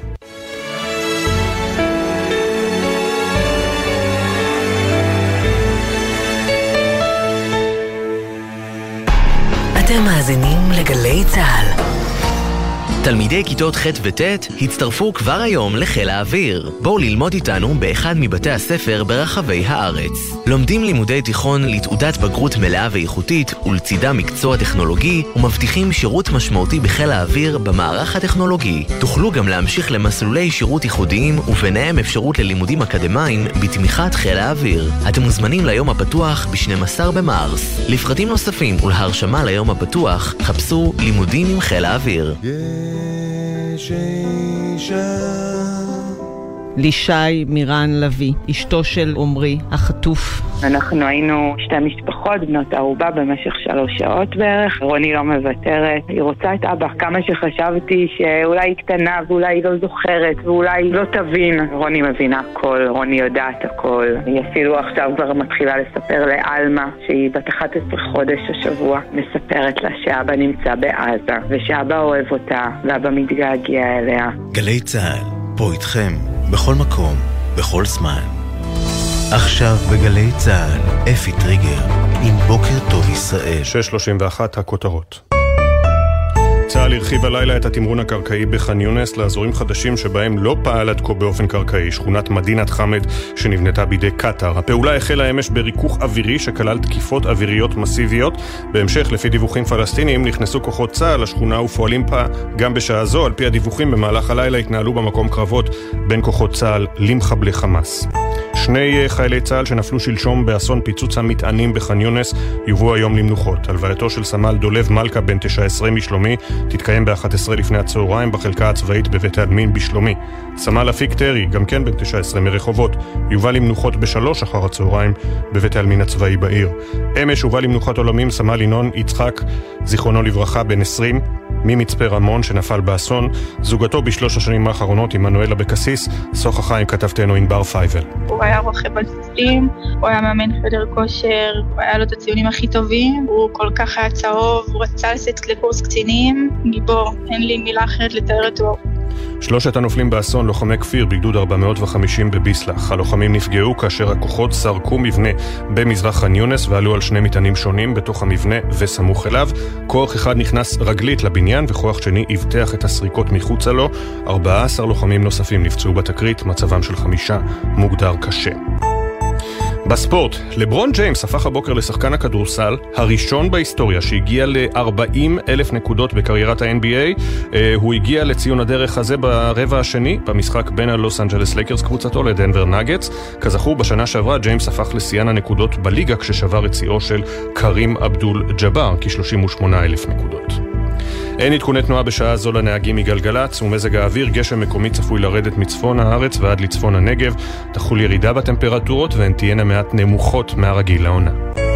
Speaker 7: אתם מאזינים לגלי צהל.
Speaker 13: תלמידי כיתות ח' וט' הצטרפו כבר היום לחיל האוויר. בואו ללמוד איתנו באחד מבתי הספר ברחבי הארץ. לומדים לימודי תיכון לתעודת בגרות מלאה ואיכותית ולצידה מקצוע טכנולוגי ומבטיחים שירות משמעותי בחיל האוויר במערך הטכנולוגי. תוכלו גם להמשיך למסלולי שירות ייחודיים וביניהם אפשרות ללימודים אקדמיים בתמיכת חיל האוויר. אתם מוזמנים ליום הפתוח ב-12 במרס. לפרטים נוספים ולהרשמה ליום הפתוח חפשו לימודים עם חיל האוויר.
Speaker 14: לישי מירן לוי, אשתו של עומרי, החטוף.
Speaker 15: אנחנו היינו שתי משפחות, בנות ערובה במשך 3 שעות בערך. רוני לא מוותרת, היא רוצה את אבא. כמה שחשבתי שאולי היא קטנה ואולי היא לא זוכרת ואולי היא לא תבין. רוני מבינה הכל, רוני יודעת הכל. היא אפילו עכשיו כבר מתחילה לספר לאלמה, שהיא בת 11 חודש השבוע, מספרת לה שאבא נמצא בעזה ושאבא אוהב אותה ואבא מתגעגע אליה.
Speaker 16: גלי צהל, פה איתכם, בכל מקום, בכל זמן. עכשיו בגלי צהל, אפי טריגר, עם בוקר טוב ישראל.
Speaker 2: 6:31 הכותרות. צה"ל הרחיב הלילה את התמרון הקרקעי בח'אן יונס לאזורים חדשים שבהם לא פעל עד כה באופן קרקעי, שכונת מדינת חמד שנבנתה בידי קטר. הפעולה החלה אמש בריכוך אווירי שכלל תקיפות אוויריות מסיביות. בהמשך, לפי דיווחים פלסטיניים, נכנסו כוחות צה"ל לשכונה ופועלים פה גם בשעה זו. על פי הדיווחים, במהלך הלילה התנהלו במקום קרבות בין כוחות צה"ל למחבלי חמאס. 2 חיילי צה"ל שנפלו שלשום באסון פיצוץ המטענים בח'אן יונס יובאו היום למנוחות. הלווייתו של סמל דולב מלכה בן 19 משלומי תתקיים ב-11 לפני הצהריים בחלקה הצבאית בבית העלמין בשלומי. סמל אפיק טרי, גם כן בן 19 מרחובות, יובא למנוחות ב-3 אחר הצהריים בבית העלמין הצבאי בעיר. אמש הובא למנוחת עולמים סמל ינון יצחק, זיכרונו לברכה, בן 20, ממצפה רמון שנפל באסון. זוגתו ב3 השנים האחרונות, עמנואל אבקסיס, שוחחה עם כתבתנו ענבר פייבל.
Speaker 4: הוא היה רוכב על סוסים, הוא היה מאמן חדר כושר, הוא היה לו את הציונים הכי טובים, הוא כל כך היה צהוב, הוא רצה לצאת לקורס קצינים, גיבור, אין לי מילה אחרת לתאר אותו.
Speaker 2: 3 הנופלים באסון, לוחמי כפיר בגדוד 450 בביסלח. הלוחמים נפגעו כאשר הכוחות סרקו מבנה במזרח ח'אן יונס ועלו על 2 מטענים שונים בתוך המבנה וסמוך אליו. כוח אחד נכנס רגלית לבניין וכוח שני הבטח את הסריקות מחוצה לו. 14 לוחמים נוספים נפצעו בתקרית, מצבם של 5 מוגדר קשה. בספורט, לברון ג'יימס הפך הבוקר לשחקן הכדורסל הראשון בהיסטוריה שהגיע ל-40,000 נקודות בקריירת ה-NBA. הוא הגיע לציון הדרך הזה ברבע השני במשחק בין הלוס אנג'לס לייקרס קבוצתו לדנבר נאגטס. כזכור, בשנה שעברה ג'יימס הפך לשיאן הנקודות בליגה כששבר את שיאו של קרים אבדול ג'אבר, כ-38,000 נקודות. אין עדכוני תנועה בשעה זו לנהגים מגלגלץ ומזג האוויר. גשם מקומי צפוי לרדת מצפון הארץ ועד לצפון הנגב. תחול ירידה בטמפרטורות והן תהיינה מעט נמוכות מהרגיל לעונה.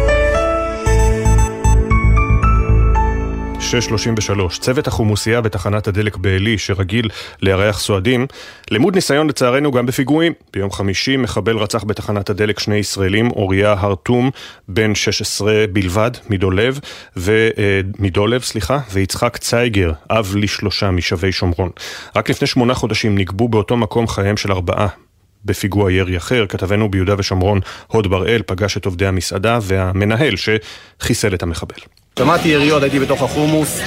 Speaker 2: 6:33. צוות החומוסייה בתחנת הדלק בעלי שרגיל לארח סועדים למוד ניסיון לצערנו גם בפיגועים. ביום חמישי מחבל רצח בתחנת הדלק 2 ישראלים, אוריה הרטום בן 16 בלבד מדולב, ויצחק צייגר אב ל3 משבי שומרון. רק לפני 8 חודשים נגבו באותו מקום חייהם של 4 בפיגוע ירי אחר. כתבנו ביהודה ושומרון הוד בראל פגש את עובדי המסעדה והמנהל שחיסל את המחבל.
Speaker 17: שמעתי יריות, הייתי בתוך החומוס,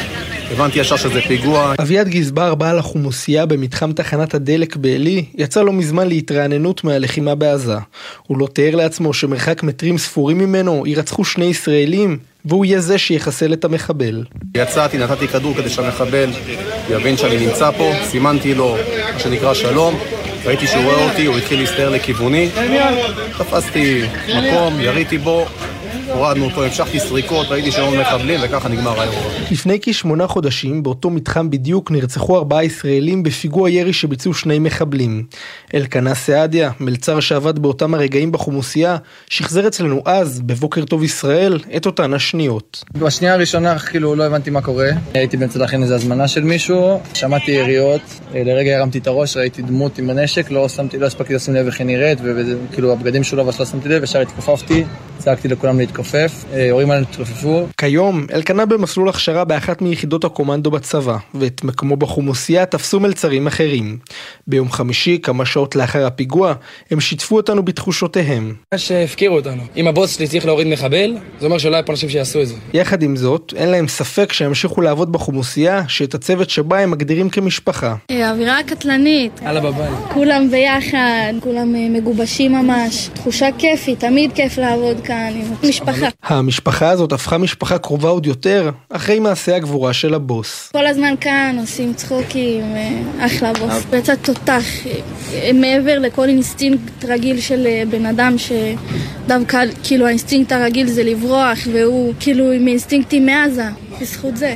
Speaker 17: הבנתי ישר שזה פיגוע.
Speaker 18: אביעד גזבר, בעל החומוסייה במתחם תחנת הדלק בעלי, יצא לו מזמן להתרעננות מהלחימה בעזה. הוא לא תיאר לעצמו שמרחק מטרים ספורים ממנו יירצחו 2 ישראלים, והוא יהיה זה שיחסל את המחבל.
Speaker 17: יצאתי, נתתי כדור כדי שהמחבל יבין שאני נמצא פה, סימנתי לו מה שנקרא שלום, ראיתי שהוא רואה אותי, הוא התחיל להסתער לכיווני, תפסתי מקום, יריתי בו, הורדנו אותו, המשכתי סריקות, ראיתי שלא מחבלים וככה נגמר האירוע.
Speaker 18: לפני כ8 חודשים, באותו מתחם בדיוק נרצחו 4 ישראלים בפיגוע ירי שביצעו 2 מחבלים. אלקנה סעדיה, מלצר שעבד באותם הרגעים בחומוסייה, שחזר אצלנו אז, בבוקר טוב ישראל, את אותן השניות.
Speaker 19: בשנייה הראשונה כאילו לא הבנתי מה קורה. הייתי באמצע להכין איזו הזמנה של מישהו, שמעתי יריות, לרגע הרמתי את הראש, ראיתי דמות עם הנשק, לא הספקתי לשים לב איך היא נראית, וכאילו הבגדים שלו לא שמתי לב, ישר התכופפתי, צעקתי לכולם להתכופף, הורים עלינו התכופפו.
Speaker 18: כיום, אלקנה במסלול הכשרה באחת מיחידות הקומנדו בצבא, ואת מקומו בחומוסייה תפסו מלצרים אחרים. ביום חמישי, כמה שעות לאחר הפיגוע, הם שיתפו אותנו בתחושותיהם.
Speaker 20: שהפקירו אותנו. אם הבוס שלי צריך להוריד מחבל, זה אומר שלא היה פה אנשים שיעשו את זה.
Speaker 18: יחד עם זאת, אין להם ספק שימשיכו לעבוד בחומוסייה, שאת הצוות שבה הם מגדירים כמשפחה.
Speaker 21: אווירה קטלנית.
Speaker 20: הלאה בבית.
Speaker 21: כולם ביחד, כולם מגובשים ממש. תחושה כיפית, תמיד כיף לעבוד כאן עם משפחה.
Speaker 18: המשפחה הזאת הפכה משפחה קרובה עוד יותר, אחרי מעשה הגבורה של הבוס.
Speaker 21: כל הזמן כאן עושים צחוקים, אחלה בוס. יצא תותח, מעבר לכל אינסטינקט רגיל של בן אדם, שדווקא כאילו האינסטינקט הרגיל זה לברוח, והוא כאילו עם אינסטינקטים מעזה, בזכות זה.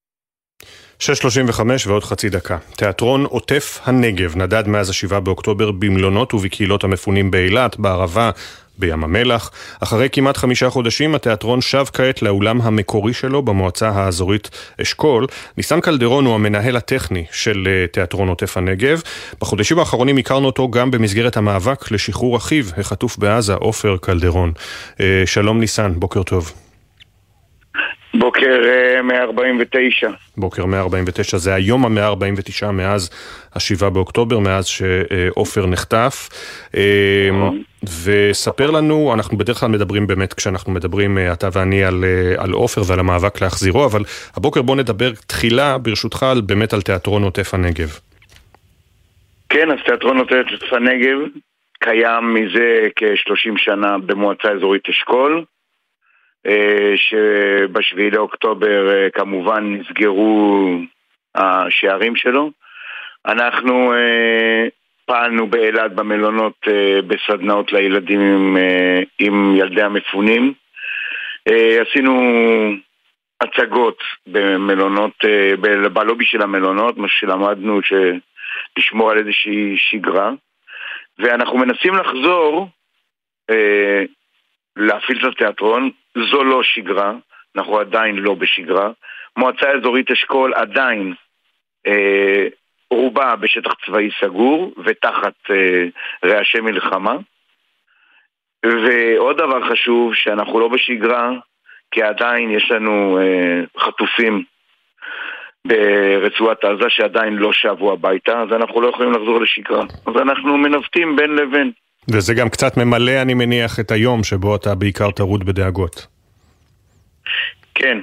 Speaker 2: 6:35 ועוד חצי דקה. תיאטרון עוטף הנגב נדד מאז 7 באוקטובר במלונות ובקהילות המפונים באילת, בערבה, בים המלח. אחרי כמעט 5 חודשים התיאטרון שב כעת לאולם המקורי שלו במועצה האזורית אשכול. ניסן קלדרון הוא המנהל הטכני של תיאטרון עוטף הנגב. בחודשים האחרונים הכרנו אותו גם במסגרת המאבק לשחרור אחיו החטוף בעזה, עופר קלדרון. שלום ניסן, בוקר טוב.
Speaker 11: בוקר 149.
Speaker 2: בוקר 149, זה היום ה-149 מאז 7 באוקטובר, מאז שעופר נחטף. וספר לנו, אנחנו בדרך כלל מדברים באמת, כשאנחנו מדברים אתה ואני על עופר ועל המאבק להחזירו, אבל הבוקר בוא נדבר תחילה ברשותך באמת על תיאטרון עוטף הנגב. כן, אז תיאטרון עוטף הנגב קיים מזה כ-30 שנה במועצה אזורית אשכול, שבשביעי לאוקטובר כמובן נסגרו השערים שלו. אנחנו פעלנו באילת במלונות בסדנאות לילדים עם ילדי המפונים. עשינו הצגות במלונות, בלובי של המלונות, מה שלמדנו לשמור על איזושהי שגרה, ואנחנו מנסים לחזור להפעיל את התיאטרון. זו לא שגרה, אנחנו עדיין לא בשגרה. מועצה אזורית אשכול עדיין רובה בשטח צבאי סגור ותחת רעשי מלחמה. ועוד דבר חשוב, שאנחנו לא בשגרה, כי עדיין יש לנו חטופים ברצועת עזה שעדיין לא שבו הביתה, אז אנחנו לא יכולים לחזור לשגרה. אז אנחנו מנווטים בין לבין. וזה גם קצת ממלא, אני מניח, את היום שבו אתה בעיקר תרוד בדאגות. כן,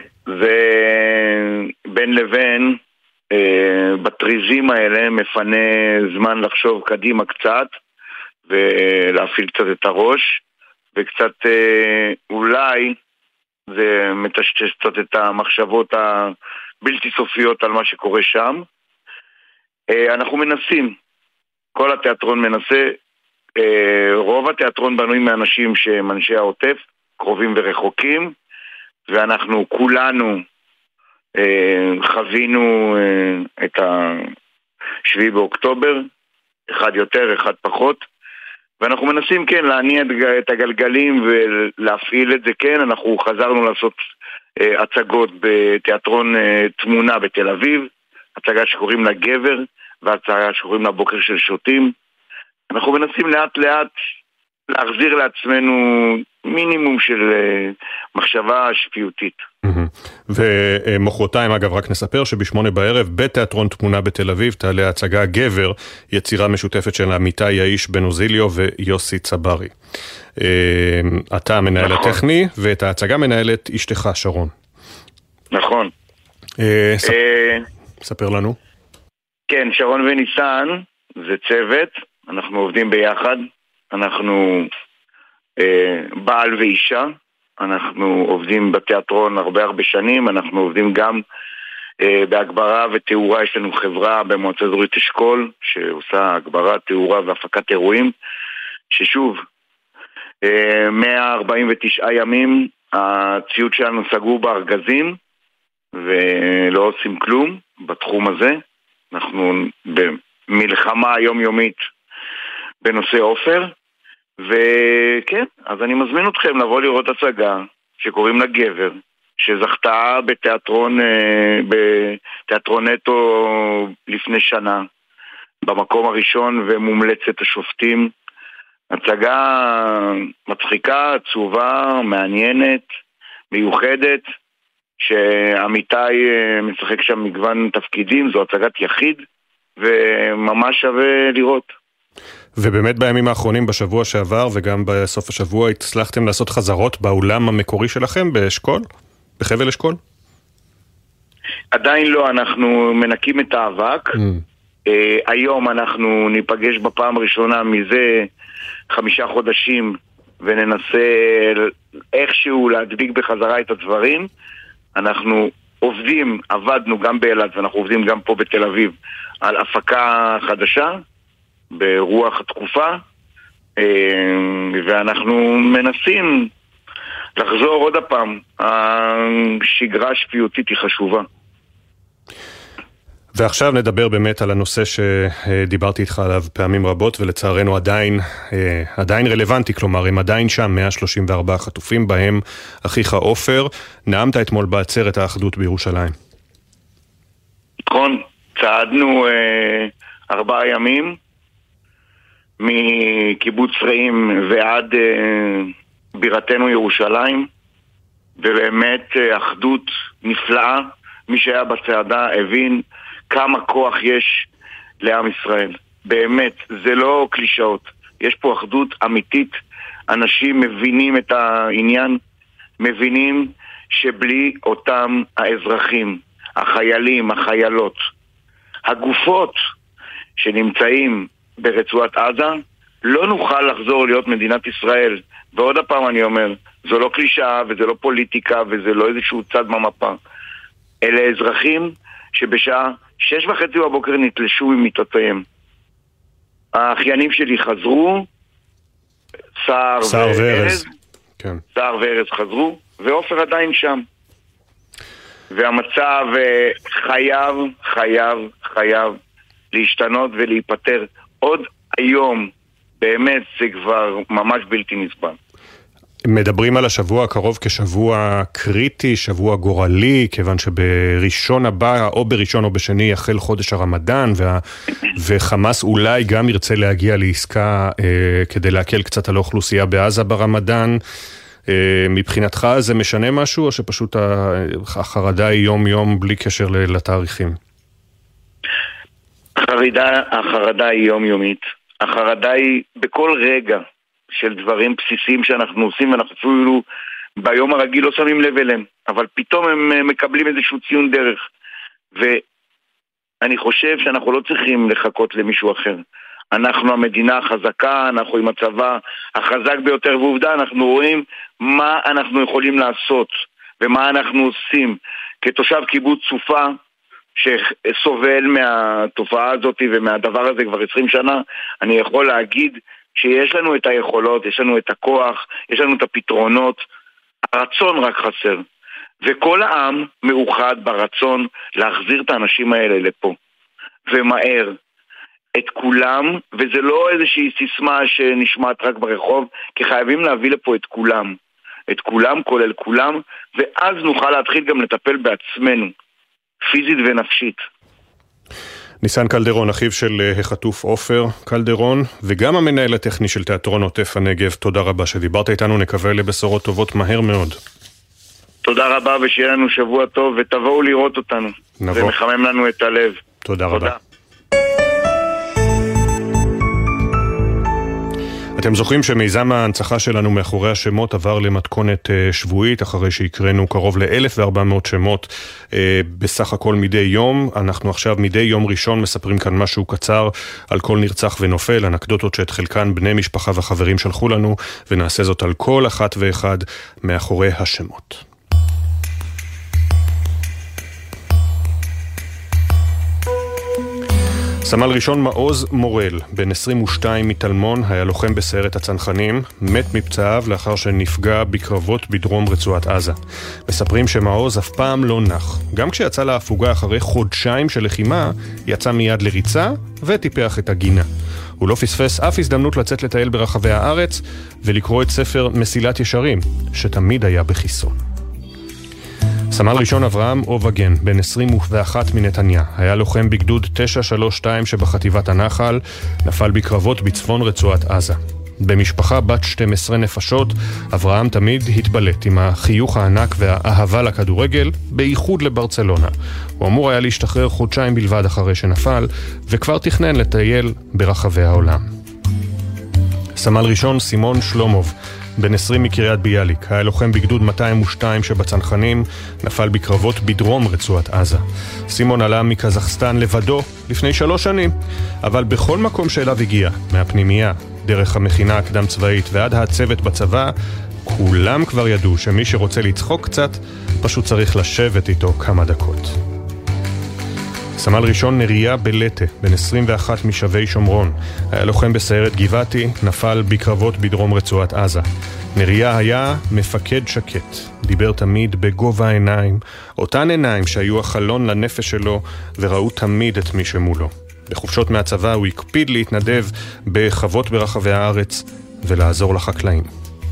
Speaker 2: ובין לבין בטריזים האלה מפנה זמן לחשוב קדימה קצת ולהפעיל קצת את הראש, וקצת אולי זה מטשטש קצת את המחשבות הבלתי סופיות על מה שקורה שם. אנחנו מנסים, כל התיאטרון מנסה. רוב התיאטרון בנוי מאנשים שהם אנשי העוטף, קרובים ורחוקים, ואנחנו כולנו חווינו את 7 באוקטובר, אחד יותר, אחד פחות, ואנחנו מנסים כן להניע את הגלגלים ולהפעיל את זה. כן, אנחנו חזרנו לעשות הצגות בתיאטרון תמונה בתל אביב, הצגה שקוראים לה גבר, והצגה שקוראים לה בוקר של שוטים. אנחנו מנסים לאט לאט להחזיר לעצמנו מינימום של מחשבה שפיותית. ומחרתיים, אגב, רק נספר שב8 בערב בתיאטרון תמונה בתל אביב תעלה ההצגה גבר, יצירה משותפת של עמיתי יאיש בן אוזיליו ויוסי צברי. אתה המנהל הטכני, ואת ההצגה מנהלת אשתך שרון. נכון. ספר לנו.
Speaker 11: כן, שרון וניסן זה צוות, אנחנו עובדים ביחד, אנחנו בעל ואישה, אנחנו עובדים בתיאטרון הרבה שנים, אנחנו עובדים גם בהגברה ותאורה. יש לנו חברה במועצה אזורית אשכול שעושה הגברה, תאורה והפקת אירועים, ששוב 149 ימים הציוד שלנו סגור בארגזים ולא עושים כלום בתחום הזה. אנחנו במלחמה יומיומית בנושא עופר, וכן, אז אני מזמין אתכם לבוא לראות הצגה שקוראים לה גבר, שזכתה בתיאטרון נטו לפני שנה במקום הראשון ומומלצת השופטים. הצגה מצחיקה, עצובה, מעניינת, מיוחדת, שעמיתי משחק שם מגוון תפקידים. זו הצגת יחיד וממש שווה לראות.
Speaker 2: ובאמת בימים האחרונים, בשבוע שעבר וגם בסוף השבוע, הצלחתם לעשות חזרות באולם המקורי שלכם באשכול? בחבל אשכול?
Speaker 11: עדיין לא, אנחנו מנקים את האבק. היום אנחנו ניפגש בפעם הראשונה מזה 5 חודשים וננסה איכשהו להדביק בחזרה את הדברים. אנחנו עבדנו גם באילת ואנחנו עובדים גם פה בתל אביב על הפקה חדשה ברוח התקופה, ואנחנו מנסים לחזור עוד הפעם. השגרה השפיותית היא חשובה.
Speaker 2: ועכשיו נדבר באמת על הנושא שדיברתי איתך עליו פעמים רבות, ולצערנו עדיין רלוונטי, כלומר הם עדיין שם, 134 חטופים בהם אחיך עופר. נעמת אתמול בעצרת האחדות בירושלים.
Speaker 11: נכון, צעדנו 4 ימים מקיבוץ רעים ועד בירתנו ירושלים, ובאמת אחדות נפלאה. מי שהיה בצעדה הבין כמה כוח יש לעם ישראל. באמת, זה לא קלישאות. יש פה אחדות אמיתית. אנשים מבינים את העניין, מבינים שבלי אותם האזרחים, החיילים, החיילות, הגופות שנמצאים ברצועת עזה, לא נוכל לחזור להיות מדינת ישראל. ועוד הפעם אני אומר, זו לא קלישאה וזה לא פוליטיקה וזה לא איזשהו צד במפה. אלה אזרחים שבשעה 6:30 בבוקר נתלשו ממיטותיהם. האחיינים שלי חזרו, סער וארז,
Speaker 2: כן.
Speaker 11: סער וארז חזרו, ועופר עדיין שם. והמצב חייב להשתנות ולהיפטר עוד היום. באמת זה כבר ממש בלתי נסבל.
Speaker 2: מדברים על השבוע הקרוב כשבוע קריטי, שבוע גורלי, כיוון שבראשון הבא, או בראשון או בשני, יחל חודש הרמדאן, וחמאס אולי גם ירצה להגיע לעסקה כדי להקל קצת על האוכלוסייה בעזה ברמדאן. מבחינתך זה משנה משהו, או שפשוט החרדה היא יום-יום בלי קשר לתאריכים?
Speaker 11: החרדה היא יומיומית. החרדה היא בכל רגע של דברים בסיסיים שאנחנו עושים, ואנחנו אפילו ביום הרגיל לא שמים לב אליהם, אבל פתאום הם מקבלים איזשהו ציון דרך. ואני חושב שאנחנו לא צריכים לחכות למישהו אחר. אנחנו המדינה החזקה, אנחנו עם הצבא החזק ביותר, ועובדה, אנחנו רואים מה אנחנו יכולים לעשות, ומה אנחנו עושים. כתושב קיבוץ סופה, שסובל מהתופעה הזאת ומהדבר הזה כבר 20 שנה, אני יכול להגיד שיש לנו את היכולות, יש לנו את הכוח, יש לנו את הפתרונות, הרצון רק חסר. וכל העם מאוחד ברצון להחזיר את האנשים האלה לפה. ומהר. את כולם, וזה לא איזושהי סיסמה שנשמעת רק ברחוב, כי חייבים להביא לפה את כולם. את כולם, כולל כולם, ואז נוכל להתחיל גם לטפל בעצמנו, פיזית ונפשית.
Speaker 2: ניסן קלדרון, אחיו של החטוף עופר קלדרון, וגם המנהל הטכני של תיאטרון עוטף הנגב, תודה רבה שדיברת איתנו, נקווה לבשורות טובות מהר מאוד.
Speaker 11: תודה רבה, ושיהיה לנו שבוע טוב, ותבואו לראות אותנו.
Speaker 2: נבוא.
Speaker 11: זה מחמם לנו את הלב.
Speaker 2: תודה רבה. אתם זוכרים שמיזם ההנצחה שלנו מאחורי השמות עבר למתכונת שבועית, אחרי שהקראנו קרוב ל-1,400 שמות בסך הכל מדי יום. אנחנו עכשיו מדי יום ראשון מספרים כאן משהו קצר על כל נרצח ונופל, אנקדוטות שאת חלקן בני משפחה וחברים שלחו לנו, ונעשה זאת על כל אחת ואחד מאחורי השמות. סמל ראשון מעוז מורל, בן 22 מתלמון, היה לוחם בסיירת הצנחנים, מת מפצעיו לאחר שנפגע בקרבות בדרום רצועת עזה. מספרים שמעוז אף פעם לא נח. גם כשיצא להפוגה אחרי חודשיים של לחימה, יצא מיד לריצה וטיפח את הגינה. הוא לא פספס אף הזדמנות לצאת לטייל ברחבי הארץ ולקרוא את ספר מסילת ישרים, שתמיד היה בכיסו. סמל ראשון אברהם אובגן, בן 21 מנתניה, היה לוחם בגדוד 932 שבחטיבת הנחל, נפל בקרבות בצפון רצועת עזה. במשפחה בת 12 נפשות, אברהם תמיד התבלט עם החיוך הענק והאהבה לכדורגל, בייחוד לברצלונה. הוא אמור היה להשתחרר חודשיים בלבד אחרי שנפל, וכבר תכנן לטייל ברחבי העולם. סמל ראשון סימון שלומוב, בן 20 מקריית ביאליק, היה לוחם בגדוד 202 שבצנחנים, נפל בקרבות בדרום רצועת עזה. סימון עלה מקזחסטן לבדו לפני 3 שנים, אבל בכל מקום שאליו הגיע, מהפנימייה, דרך המכינה הקדם צבאית ועד הצוות בצבא, כולם כבר ידעו שמי שרוצה לצחוק קצת, פשוט צריך לשבת איתו כמה דקות. סמל ראשון נריה בלטה, בן 21 משבי שומרון, היה לוחם בסיירת גבעתי, נפל בקרבות בדרום רצועת עזה. נריה היה מפקד שקט, דיבר תמיד בגובה העיניים, אותן עיניים שהיו החלון לנפש שלו וראו תמיד את מי שמולו. בחופשות מהצבא הוא הקפיד להתנדב בחוות ברחבי הארץ ולעזור לחקלאים.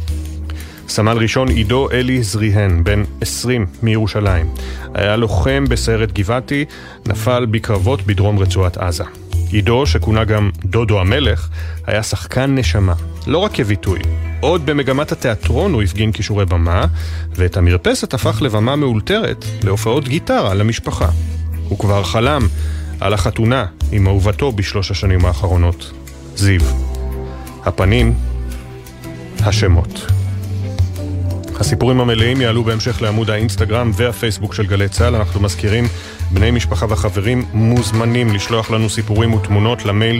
Speaker 2: סמל ראשון עידו אלי זריהן, בן 20 מירושלים, היה לוחם בסיירת גבעתי, נפל בקרבות בדרום רצועת עזה. עידו, שכונה גם דודו המלך, היה שחקן נשמה, לא רק כביטוי. עוד במגמת התיאטרון הוא הפגין כישורי במה, ואת המרפסת הפך לבמה מאולתרת להופעות גיטרה למשפחה. הוא כבר חלם על החתונה עם אהובתו ב3 השנים האחרונות, זיו. הפנים, השמות. הסיפורים המלאים יעלו בהמשך לעמוד האינסטגרם והפייסבוק של גלי צהל. אנחנו מזכירים, בני משפחה וחברים מוזמנים לשלוח לנו סיפורים ותמונות למייל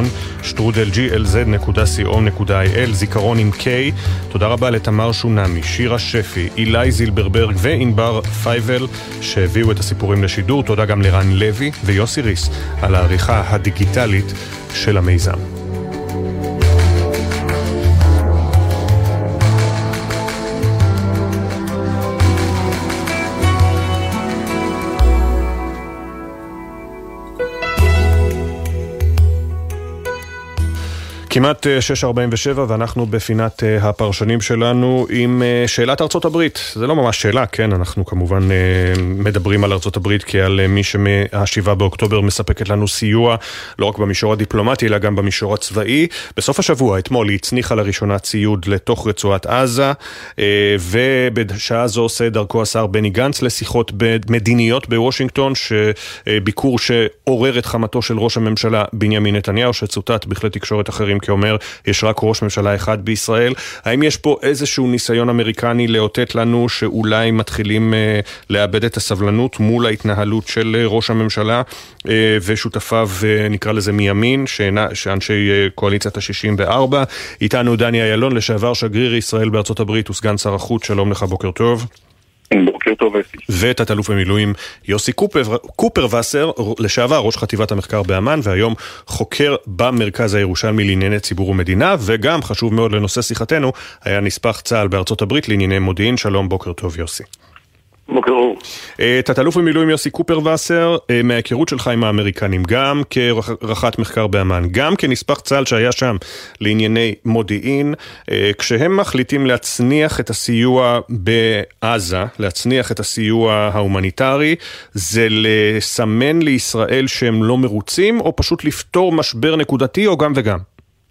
Speaker 2: zikaron@glz.co.il, זיכרון עם K. תודה רבה לתמר שונמי, שירה שפי, אילי זילברברג ואינבר פייבל שהביאו את הסיפורים לשידור. תודה גם לרן לוי ויוסי ריס על העריכה הדיגיטלית של המיזם. כמעט 6:47 ואנחנו בפינת הפרשנים שלנו עם שאלת ארצות הברית. זה לא ממש שאלה, כן, אנחנו כמובן מדברים על ארצות הברית כעל מי שמה7 באוקטובר מספקת לנו סיוע, לא רק במישור הדיפלומטי אלא גם במישור הצבאי. בסוף השבוע, אתמול, היא הצניחה לראשונה ציוד לתוך רצועת עזה, ובשעה זו עושה דרכו השר בני גנץ לשיחות מדיניות בוושינגטון, שביקור שעורר את חמתו של ראש הממשלה בנימין נתניהו, שצוטט בכלי תקשורת אחרים כאומר, יש רק ראש ממשלה אחד בישראל. האם יש פה איזשהו ניסיון אמריקני לאותת לנו שאולי מתחילים לאבד את הסבלנות מול ההתנהלות של ראש הממשלה ושותפיו, נקרא לזה מימין, שאנשי קואליציית ה-64? איתנו דני איילון, לשעבר שגריר ישראל בארצות הברית וסגן שר החוץ. שלום לך, בוקר טוב.
Speaker 5: בוקר טוב.
Speaker 2: ואת אלוף במילואים יוסי קופר וסר, לשעבר ראש חטיבת המחקר באמן והיום חוקר במרכז הירושלמי לענייני ציבור ומדינה, וגם חשוב מאוד לנושא שיחתנו, היה נספח צה"ל בארצות הברית לענייני מודיעין. שלום, בוקר טוב יוסי.
Speaker 5: בוקר טוב.
Speaker 2: תת-אלוף במילואים יוסי קופר וסר, מההיכרות שלך עם האמריקנים, גם כרח"ט מחקר באמן, גם כנספח צה"ל שהיה שם לענייני מודיעין, כשהם מחליטים להצניח את הסיוע בעזה, להצניח את הסיוע ההומניטרי, זה לסמן לישראל שהם לא מרוצים, או פשוט לפתור משבר נקודתי, או גם וגם?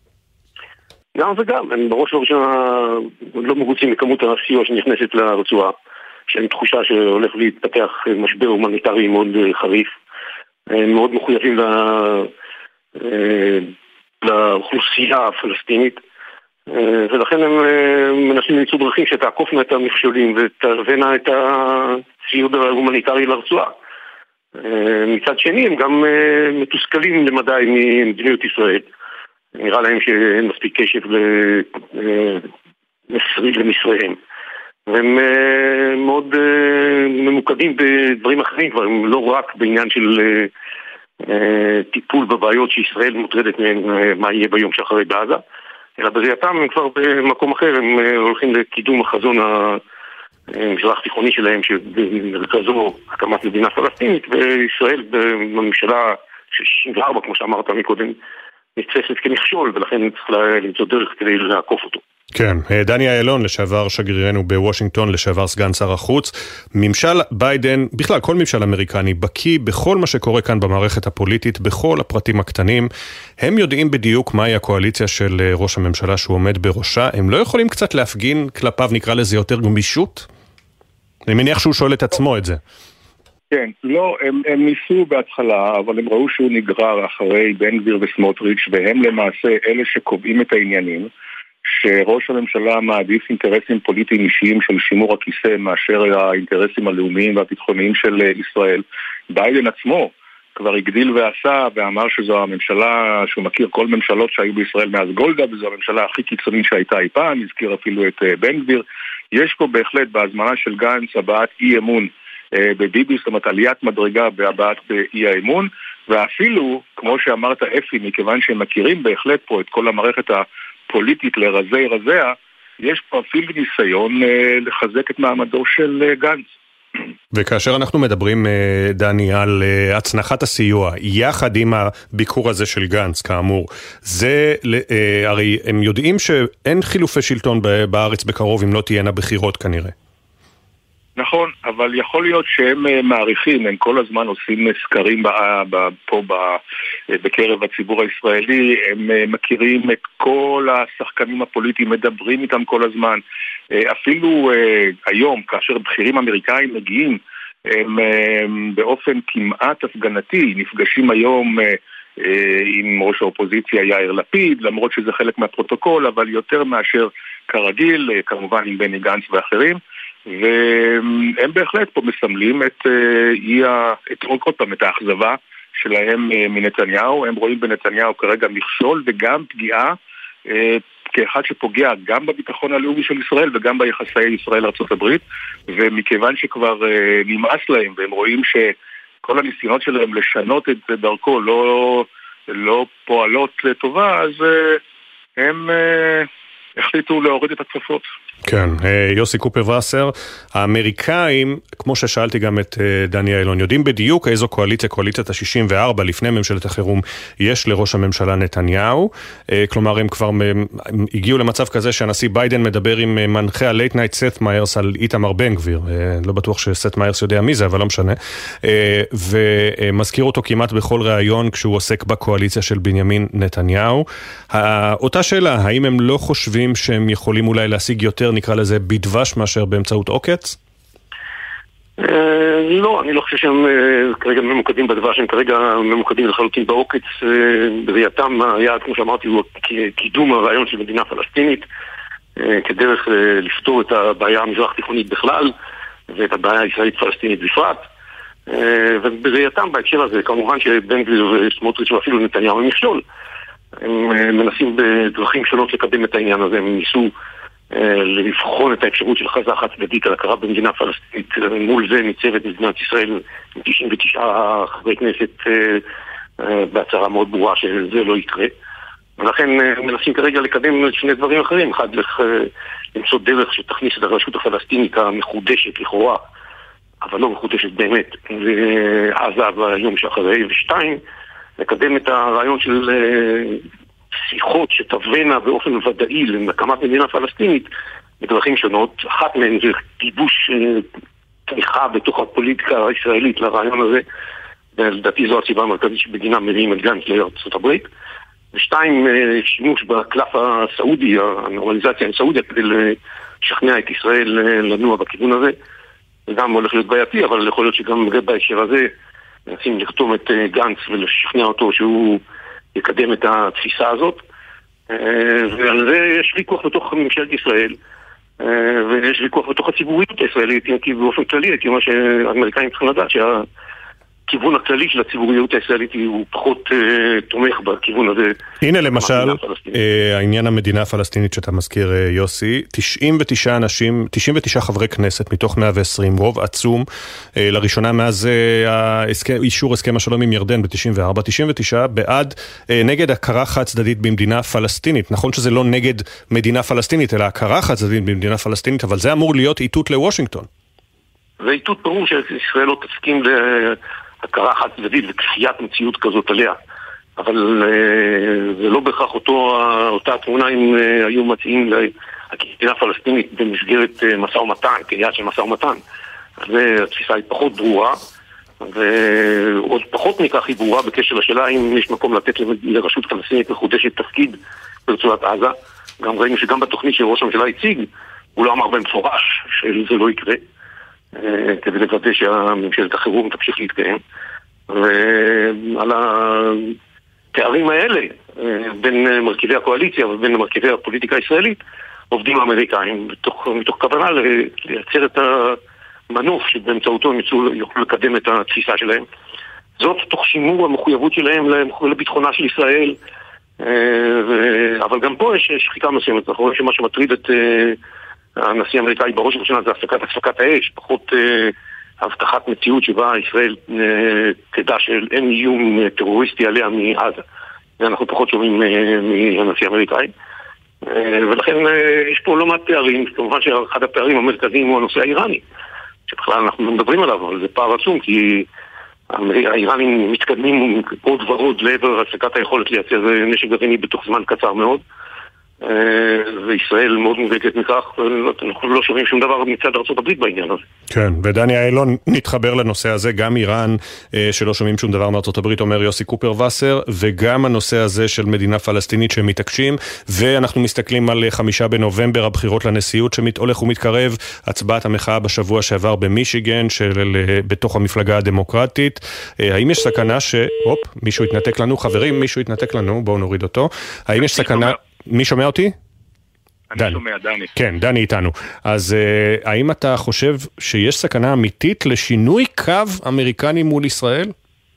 Speaker 5: גם וגם. הם בראש ובראשונה לא מרוצים מכמות הסיוע שנכנסת לרצועה. שהם תחושה שהולך להתפתח משבר הומניטרי מאוד חריף. הם מאוד מחויבים לאוכלוסייה הפלסטינית, ולכן הם מנסים למצוא דרכים שתעקופנה את המכשולים ותבנה את הציוד ההומניטרי לרצועה. מצד שני הם גם מתוסכלים למדי ממדיניות ישראל. נראה להם שאין מספיק קשב למשריהם. והם מאוד ממוקדים בדברים אחרים, כבר הם לא רק בעניין של טיפול בבעיות שישראל מוטרדת מהן מה יהיה ביום שאחרי בעזה, אלא בראייתם הם כבר במקום אחר, הם הולכים לקידום החזון המזרח תיכוני שלהם, שבמרכזו הקמת מדינה פלסטינית, וישראל בממשלה של 64, כמו שאמרת מקודם, נתפסת כמכשול, ולכן צריך למצוא דרך כדי לעקוף אותו.
Speaker 2: כן, דני אילון, לשעבר שגרירנו בוושינגטון, לשעבר סגן שר החוץ. ממשל ביידן, בכלל כל ממשל אמריקני, בקיא בכל מה שקורה כאן במערכת הפוליטית, בכל הפרטים הקטנים. הם יודעים בדיוק מהי הקואליציה של ראש הממשלה שהוא עומד בראשה. הם לא יכולים קצת להפגין כלפיו, נקרא לזה יותר גמישות? אני מניח שהוא שואל את עצמו את זה.
Speaker 6: כן, לא, הם ניסו בהתחלה, אבל הם ראו שהוא נגרר אחרי בן גביר וסמוטריץ', והם למעשה אלה שקובעים את העניינים, שראש הממשלה מעדיף אינטרסים פוליטיים אישיים של שימור הכיסא מאשר האינטרסים הלאומיים והביטחוניים של ישראל. ביידן עצמו כבר הגדיל ועשה ואמר שזו הממשלה, שהוא מכיר כל ממשלות שהיו בישראל מאז גולדה, וזו הממשלה הכי קיצונית שהייתה אי פעם, הזכיר אפילו את בן גביר. יש פה בהחלט בהזמנה של גנץ הבעת אי אמון בביבי, זאת אומרת עליית מדרגה בהבעת אי האמון, ואפילו, כמו שאמרת אפי, מכיוון שהם מכירים בהחלט פה את כל המערכת הפוליטית לרזי רזיה, יש פה אפילו ניסיון לחזק את מעמדו של גנץ.
Speaker 2: וכאשר אנחנו מדברים, דני, על הצנחת הסיוע, יחד עם הביקור הזה של גנץ, כאמור, זה, הרי הם יודעים שאין חילופי שלטון בארץ בקרוב אם לא תהיינה בחירות כנראה.
Speaker 6: נכון, אבל יכול להיות שהם מעריכים, הם כל הזמן עושים סקרים פה בקרב הציבור הישראלי, הם מכירים את כל השחקנים הפוליטיים, מדברים איתם כל הזמן, אפילו היום, כאשר בכירים אמריקאים מגיעים, הם באופן כמעט הפגנתי, נפגשים היום עם ראש האופוזיציה יאיר לפיד, למרות שזה חלק מהפרוטוקול, אבל יותר מאשר כרגיל, כמובן עם בני גנץ ואחרים, והם בהחלט פה מסמלים את האכזבה שלהם מנתניהו. הם רואים בנתניהו כרגע מכשול וגם פגיעה כאחד שפוגע גם בביטחון הלאומי של ישראל וגם ביחסי ישראל-ארצות הברית, ומכיוון שכבר נמאס להם והם רואים שכל הניסיונות שלהם לשנות את דרכו לא פועלות לטובה, אז הם החליטו להוריד את הכפפות.
Speaker 2: כן, יוסי קופר וסר, האמריקאים, כמו ששאלתי גם את דני אילון, יודעים בדיוק איזו קואליציית ה-64 לפני ממשלת החירום יש לראש הממשלה נתניהו, כלומר הם כבר הגיעו למצב כזה שהנשיא ביידן מדבר עם מנחה הלייט נייט סט מיירס על איתמר בן גביר, לא בטוח שסט מיירס יודע מי זה, אבל לא משנה, ומזכיר אותו כמעט בכל ראיון כשהוא עוסק בקואליציה של בנימין נתניהו. אותה שאלה, האם הם לא חושבים שהם יכולים אולי להשיג יותר, נקרא לזה, בדבש מאשר באמצעות עוקץ?
Speaker 5: לא, אני לא חושב שהם כרגע ממוקדים בדבש, הם כרגע ממוקדים לחלוטין בעוקץ. בראייתם היעד, כמו שאמרתי, הוא קידום הרעיון של מדינה פלסטינית, כדרך לפתור את הבעיה המזרח תיכונית בכלל, ואת הבעיה הישראלית פלסטינית בפרט. ובראייתם בהקשר הזה, כמובן שבן גביר וסמוטריץ' ואפילו נתניהו הם מכשול. הם מנסים בדרכים שונות לקדם את העניין הזה, הם ניסו לבחון את האפשרות של הכרזה חד צדדית על הכרה במדינה פלסטינית. מול זה ניצבת מדינת ישראל עם 99 חברי כנסת בהצהרה מאוד ברורה שזה לא יקרה, ולכן מנסים כרגע לקדם שני דברים אחרים. אחד, למצוא דרך שתכניס את הרשות הפלסטינית המחודשת לכאורה, אבל לא מחודשת באמת, לעזה ביום שאחרי, ושתיים, לקדם את הרעיון של שיחות שתבנה באופן ודאי להקמת מדינה פלסטינית בדרכים שונות. אחת מהן זה גיבוש תמיכה בתוך הפוליטיקה הישראלית לרעיון הזה, ולדעתי זו הסיבה המרכזית שבגינה מביאים את גנץ לארצות הברית. ושתיים, שימוש בקלף הסעודי, הנורמליזציה עם סעודיה, כדי לשכנע את ישראל לנוע בכיוון הזה. זה גם הולך להיות בעייתי, אבל יכול להיות שגם בהקשר הזה מנסים לכתום את גנץ ולשכנע אותו שהוא יקדם את התפיסה הזאת. ועל זה יש ויכוח בתוך ממשלת ישראל, ויש ויכוח בתוך הציבוריות הישראלית, כי באופן כללי, הייתי אומר שהאמריקאים צריכים לדעת הכיוון הכללי של הציבוריות הישראלית הוא פחות תומך בכיוון הזה.
Speaker 2: הנה למשל, העניין המדינה הפלסטינית שאתה מזכיר, יוסי, 99 חברי כנסת מתוך 120, רוב עצום, לראשונה מאז אישור הסכם השלום עם ירדן ב-94, 99 בעד, נגד הכרה חד צדדית במדינה פלסטינית. נכון שזה לא נגד מדינה פלסטינית, אלא הכרה חד צדדית במדינה פלסטינית, אבל זה אמור להיות איתות לוושינגטון.
Speaker 5: זה איתות ברור שישראל לא תסכים הכרה חד צדדית וכפיית מציאות כזאת עליה, אבל זה לא בהכרח אותה התמונה אם היו מציעים להקהילה הפלסטינית במסגרת משא ומתן, כיעד של משא ומתן. אז התפיסה היא פחות ברורה, ועוד פחות מכך היא ברורה בקשר לשאלה אם יש מקום לתת לרשות פלסטינית מחודשת תפקיד ברצועת עזה. גם ראינו שגם בתוכנית שראש הממשלה הציג, הוא לא אמר במפורש שזה לא יקרה, כדי לוודא שהממשלת החירום תמשיך להתקיים. ועל התארים האלה בין מרכיבי הקואליציה ובין מרכיבי הפוליטיקה הישראלית עובדים האמריקאים מתוך כוונה לייצר את המנוף שבאמצעותו הם יוכלו לקדם את התפיסה שלהם. זאת תוך שימור המחויבות שלהם לביטחונה של ישראל, אבל גם פה יש שחיקה מסוימת. אנחנו רואים שמה שמטריד את הנשיא האמריקאי בראש ובראשונה זה הפסקת האש, פחות הבטחת מציאות שבה ישראל תדע שאין איום טרוריסטי עליה מעזה. ואנחנו פחות שומעים מהנשיא האמריקאי. ולכן יש פה לא מעט פערים. כמובן שאחד הפערים המרכזיים הוא הנושא האיראני, שבכלל אנחנו מדברים עליו, אבל זה פער עצום, כי האיראנים מתקדמים עוד ועוד לעבר הפסקת היכולת לייצר נשק גרעיני בתוך זמן קצר מאוד. וישראל מאוד מובהקת מכך, אנחנו לא שומעים שום דבר מצד ארצות הברית בעניין הזה.
Speaker 2: כן, ודני אילון נתחבר לנושא הזה, גם איראן שלא שומעים שום דבר מארצות הברית, אומר יוסי קופר וסר, וגם הנושא הזה של מדינה פלסטינית שמתעקשים, ואנחנו מסתכלים על 5 בנובמבר, הבחירות לנשיאות שהולך ומתקרב, הצבעת המחאה בשבוע שעבר במישיגן, בתוך המפלגה הדמוקרטית. האם יש סכנה מישהו יתנתק לנו? חברים, מישהו יתנתק לנו, בואו נוריד אותו. האם יש סכנה... מי שומע אותי?
Speaker 6: אני שומע, דני.
Speaker 2: כן, דני איתנו. אז האם אתה חושב שיש סכנה אמיתית לשינוי קו אמריקני מול ישראל?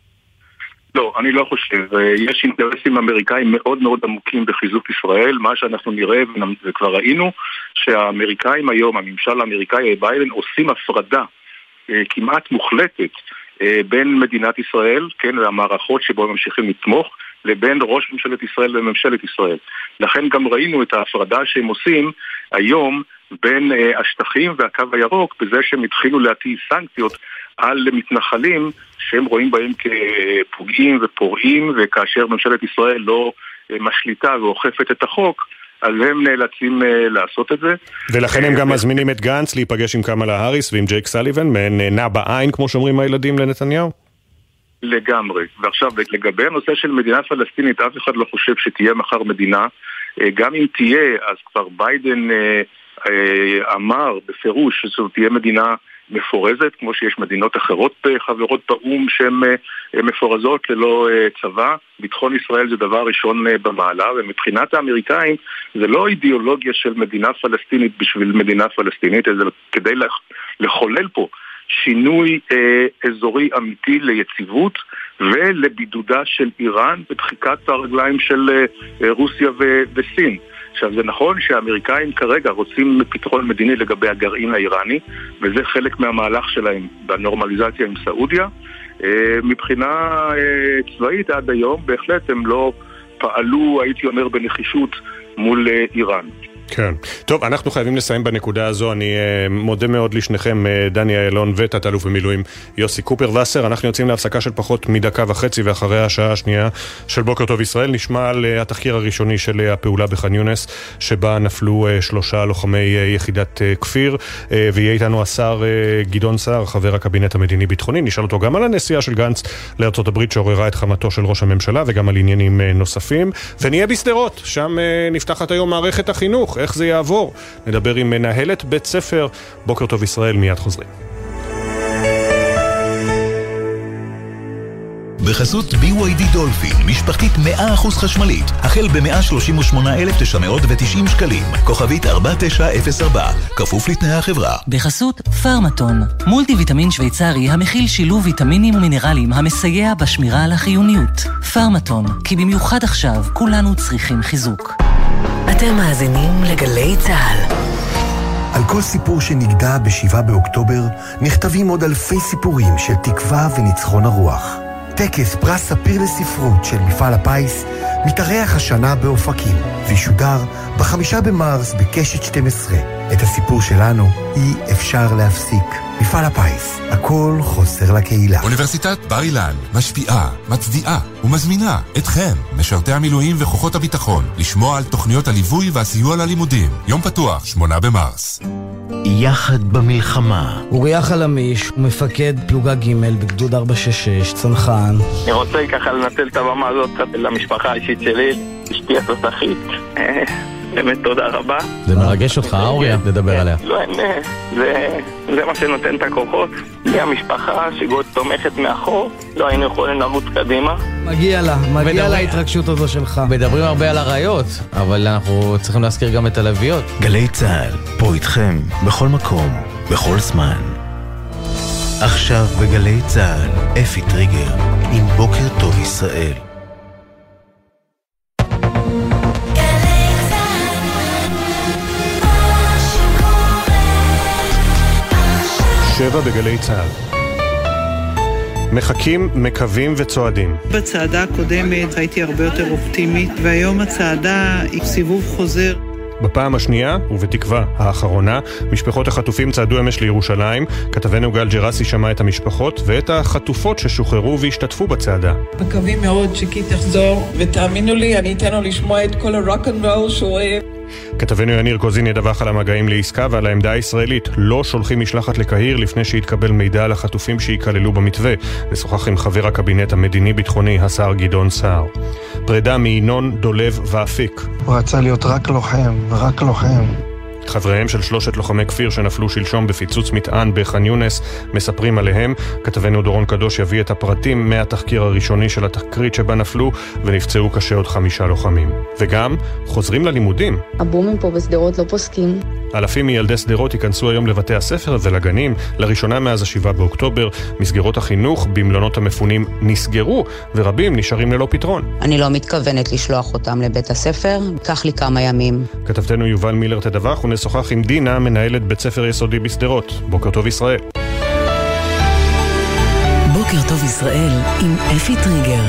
Speaker 6: לא, אני לא חושב. יש אינטרסים אמריקאים מאוד מאוד עמוקים בחיזוק ישראל. מה שאנחנו נראה, וכבר ראינו, שהאמריקאים היום, הממשל האמריקאי ביידן, עושים הפרדה כמעט מוחלטת בין מדינת ישראל, כן, והמערכות שבו הם ממשיכים לתמוך, לבין ראש ממשלת ישראל וממשלת ישראל. לכן גם ראינו את ההפרדה שהם עושים היום בין השטחים והקו הירוק, בזה שהם התחילו להטיל סנקציות על מתנחלים שהם רואים בהם כפוגעים ופורעים, וכאשר ממשלת ישראל לא משליטה ואוכפת את החוק, אז הם נאלצים לעשות את זה.
Speaker 2: ולכן הם גם מזמינים את גנץ להיפגש עם קמאלה האריס ועם ג'ייק סליבן, נענה בעין, כמו שאומרים הילדים לנתניהו?
Speaker 6: לגמרי. ועכשיו, לגבי הנושא של מדינה פלסטינית, אף אחד לא חושב שתהיה מחר מדינה. גם אם תהיה, אז כבר ביידן אמר בפירוש שזו תהיה מדינה מפורזת, כמו שיש מדינות אחרות חברות באום שהן מפורזות ללא צבא. ביטחון ישראל זה דבר ראשון במעלה, ומבחינת האמריקאים זה לא אידיאולוגיה של מדינה פלסטינית בשביל מדינה פלסטינית, זה כדי לחולל פה שינוי אזורי אמיתי ליציבות ולבידודה של איראן ודחיקת הרגליים של רוסיה וסין. עכשיו זה נכון שהאמריקאים כרגע רוצים פתרון מדיני לגבי הגרעין האיראני, וזה חלק מהמהלך שלהם בנורמליזציה עם סעודיה. מבחינה צבאית עד היום בהחלט הם לא פעלו, הייתי אומר, בנחישות מול איראן.
Speaker 2: כן. טוב, אנחנו חייבים לסיים בנקודה הזו. אני מודה מאוד לשניכם, דני אילון ותת-אלוף במילואים יוסי קופר וסר. אנחנו יוצאים להפסקה של פחות מדקה וחצי, ואחרי השעה השנייה של בוקר טוב ישראל נשמע על התחקיר הראשוני של הפעולה בח'אן יונס, שבה נפלו 3 לוחמי יחידת כפיר, ויהיה איתנו השר גדעון סער, חבר הקבינט המדיני-ביטחוני. נשאל אותו גם על הנסיעה של גנץ לארצות הברית שעוררה את חמתו של ראש הממשלה, וגם על עניינים נוספים. ונהיה בסדרות, שם נפתחת היום מערכת החינוך. איך זה יעבור? נדבר עם מנהלת בית ספר. בוקר טוב ישראל, מיד חוזרים.
Speaker 1: בחסות BYD דולפין, משפחתית 100% חשמלית, החל ב-138,990 שקלים, כוכבית 4904, כפוף לתנאי החברה.
Speaker 3: בחסות פרמטון, מולטי ויטמין שוויצרי המכיל שילוב ויטמינים ומינרלים המסייע בשמירה על החיוניות. פרמטון, כי במיוחד עכשיו כולנו צריכים חיזוק.
Speaker 7: אתם מאזינים לגלי צהל.
Speaker 22: על כל סיפור שנגדע ב7 באוקטובר נכתבים עוד אלפי סיפורים של תקווה וניצחון הרוח. טקס פרס ספיר לספרות של מפעל הפיס מתארח השנה באופקים וישודר ב5 במרס בקשת 12. את הסיפור שלנו אי אפשר להפסיק. מפעל הפיס, הכל חוסר לקהילה.
Speaker 23: אוניברסיטת בר אילן משפיעה, מצדיעה ומזמינה אתכם, משרתי המילואים וכוחות הביטחון, לשמוע על תוכניות הליווי והסיוע ללימודים. יום פתוח, 8 במרס.
Speaker 16: יחד במלחמה.
Speaker 24: אוריה חלמיש, מפקד פלוגה ג' בגדוד 466, צנחן.
Speaker 11: אני רוצה ככה לנצל את הבמה הזאת קצת למשפחה האישית שלי, אשתי התותחית. באמת תודה רבה.
Speaker 25: זה מרגש אותך, אוריה, לדבר עליה.
Speaker 11: לא, זה מה שנותן את הכוחות. היא המשפחה שגוד תומכת מאחור, לא היינו יכולים לרוץ קדימה.
Speaker 24: מגיע לה ההתרגשות הזו שלך.
Speaker 25: מדברים הרבה על הרעיות, אבל אנחנו צריכים להזכיר גם את הלוויות.
Speaker 16: גלי צהל, פה איתכם, בכל מקום, בכל זמן. עכשיו בגלי צהל, אפי טריגר, עם בוקר טוב ישראל.
Speaker 2: שבע בגלי צהל. מחכים, מקווים וצועדים.
Speaker 26: בצעדה הקודמת הייתי הרבה יותר אופטימית, והיום הצעדה היא סיבוב חוזר.
Speaker 2: בפעם השנייה, ובתקווה האחרונה, משפחות החטופים צעדו אמש לירושלים. כתבנו גל ג'רסי שמע את המשפחות ואת החטופות ששוחררו והשתתפו בצעדה.
Speaker 26: מקווים מאוד שקי תחזור, ותאמינו לי, אני אתן לו לשמוע את כל הרוק אנד רול שהוא אוהב.
Speaker 2: כתבנו יניר קוזין ידווח על המגעים לעסקה ועל העמדה הישראלית. לא שולחים משלחת לקהיר לפני שהתקבל מידע על החטופים שייכללו במתווה. נשוחח עם חבר הקבינט המדיני-ביטחוני, השר גדעון סער. פרידה מינון, דולב ואפיק.
Speaker 27: הוא רצה להיות רק לוחם, ורק לוחם.
Speaker 2: חבריהם של 3 לוחמי כפיר שנפלו שלשום בפיצוץ מטען בח'אן יונס מספרים עליהם. כתבנו דורון קדוש יביא את הפרטים מהתחקיר הראשוני של התקרית שבה נפלו ונפצעו קשה עוד 5 לוחמים. וגם חוזרים ללימודים.
Speaker 28: הבומים פה בסדרות לא פוסקים.
Speaker 2: אלפים מילדי סדרות ייכנסו היום לבתי הספר ולגנים. לראשונה מאז 7 באוקטובר מסגרות החינוך במלונות המפונים נסגרו ורבים נשארים ללא פתרון.
Speaker 29: אני לא מתכוונת לשלוח אותם לבית הספר, קח לי כמה ימים.
Speaker 2: כתבתנו יובל מילר תדווח ונשוחח עם דינה, מנהלת בית ספר יסודי בסדרות. בוקר טוב ישראל.
Speaker 7: בוקר טוב ישראל עם אפי טריגר.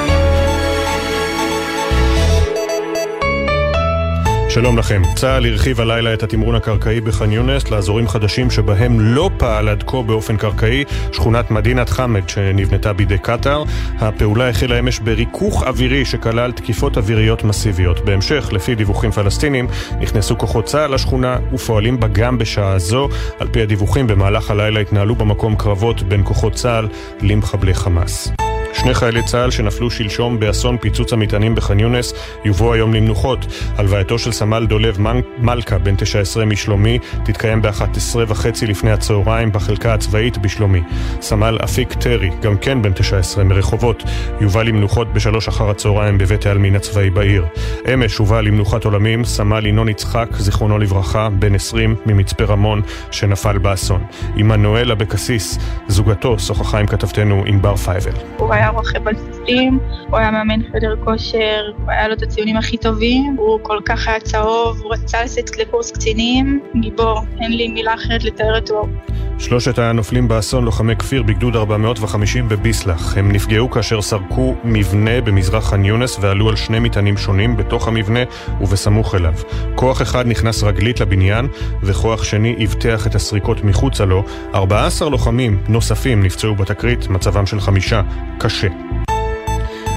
Speaker 2: שלום לכם. צה"ל הרחיב הלילה את התמרון הקרקעי בח'אן יונס לאזורים חדשים שבהם לא פעל עד כה באופן קרקעי, שכונת מדינת חמד שנבנתה בידי קטר. הפעולה החלה אמש בריכוך אווירי שכלל תקיפות אוויריות מסיביות. בהמשך, לפי דיווחים פלסטינים, נכנסו כוחות צה"ל לשכונה ופועלים בה גם בשעה זו. על פי הדיווחים, במהלך הלילה התנהלו במקום קרבות בין כוחות צה"ל למחבלי חמאס. 2 חיילי צה"ל שנפלו שלשום באסון פיצוץ המטענים בח'אן יונס יובאו היום למנוחות. הלווייתו של סמל דולב מלכה בן 19 משלומי תתקיים ב11:30 לפני הצהריים בחלקה הצבאית בשלומי. סמל אפיק טרי, גם כן בן 19 מרחובות, יובא למנוחות ב3 אחר הצהריים בבית העלמין הצבאי בעיר. אמש הובא למנוחת עולמים סמל ינון יצחק, זיכרונו לברכה, בן 20 ממצפה רמון שנפל באסון. עמנואל אבקסיס, זוגתו, שוחחה עם כתבתנו ענבר פייבל.
Speaker 4: הוא היה רוכב על סוסים, הוא היה מאמן חדר כושר, הוא היה לו את הציונים הכי טובים, הוא כל כך היה צהוב, הוא רצה לצאת לקורס קצינים, גיבור, אין לי מילה אחרת לתאר אותו.
Speaker 2: 3 הנופלים באסון לוחמי כפיר בגדוד 450 בביסלח. הם נפגעו כאשר סרקו מבנה במזרח ח'אן יונס ועלו על 2 מטענים שונים בתוך המבנה ובסמוך אליו. כוח אחד נכנס רגלית לבניין וכוח שני הבטח את הסריקות מחוצה לו. 14 לוחמים נוספים נפצעו בתקרית, מצבם של 5 קשה.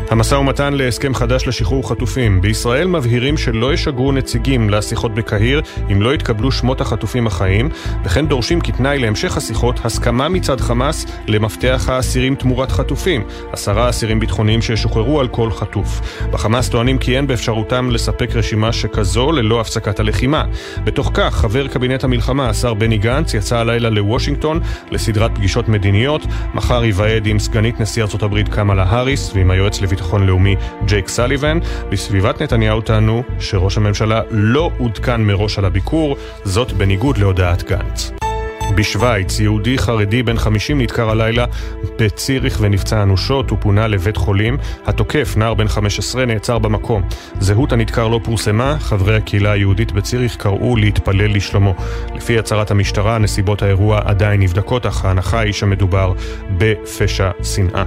Speaker 2: המשא ומתן להסכם חדש לשחרור חטופים. בישראל מבהירים שלא ישגרו נציגים לשיחות בקהיר אם לא יתקבלו שמות החטופים החיים, וכן דורשים כתנאי להמשך השיחות הסכמה מצד חמאס למפתח האסירים תמורת חטופים, 10 אסירים ביטחוניים ששוחררו על כל חטוף. בחמאס טוענים כי אין באפשרותם לספק רשימה שכזו ללא הפסקת הלחימה. בתוך כך, חבר קבינט המלחמה, השר בני גנץ, יצא הלילה לוושינגטון לסדרת פגישות מדיניות. מחר ייוועד עם סגנית נשיא ארצות הברית קמאלה האריס ועם היועץ לביטחון לאומי ג'ייק סליבן. בסביבת נתניהו טענו שראש הממשלה לא עודכן מראש על הביקור, זאת בניגוד להודעת גנץ. בשוויץ, יהודי חרדי בן 50 נדקר הלילה בציריך ונפצע אנושות, הוא פונה לבית חולים. התוקף, נער בן 15, נעצר במקום. זהות הנדקר לא פורסמה, חברי הקהילה היהודית בציריך קראו להתפלל לשלומו. לפי הצהרת המשטרה, נסיבות האירוע עדיין נבדקות, אך ההנחה היא שמדובר בפשע שנאה.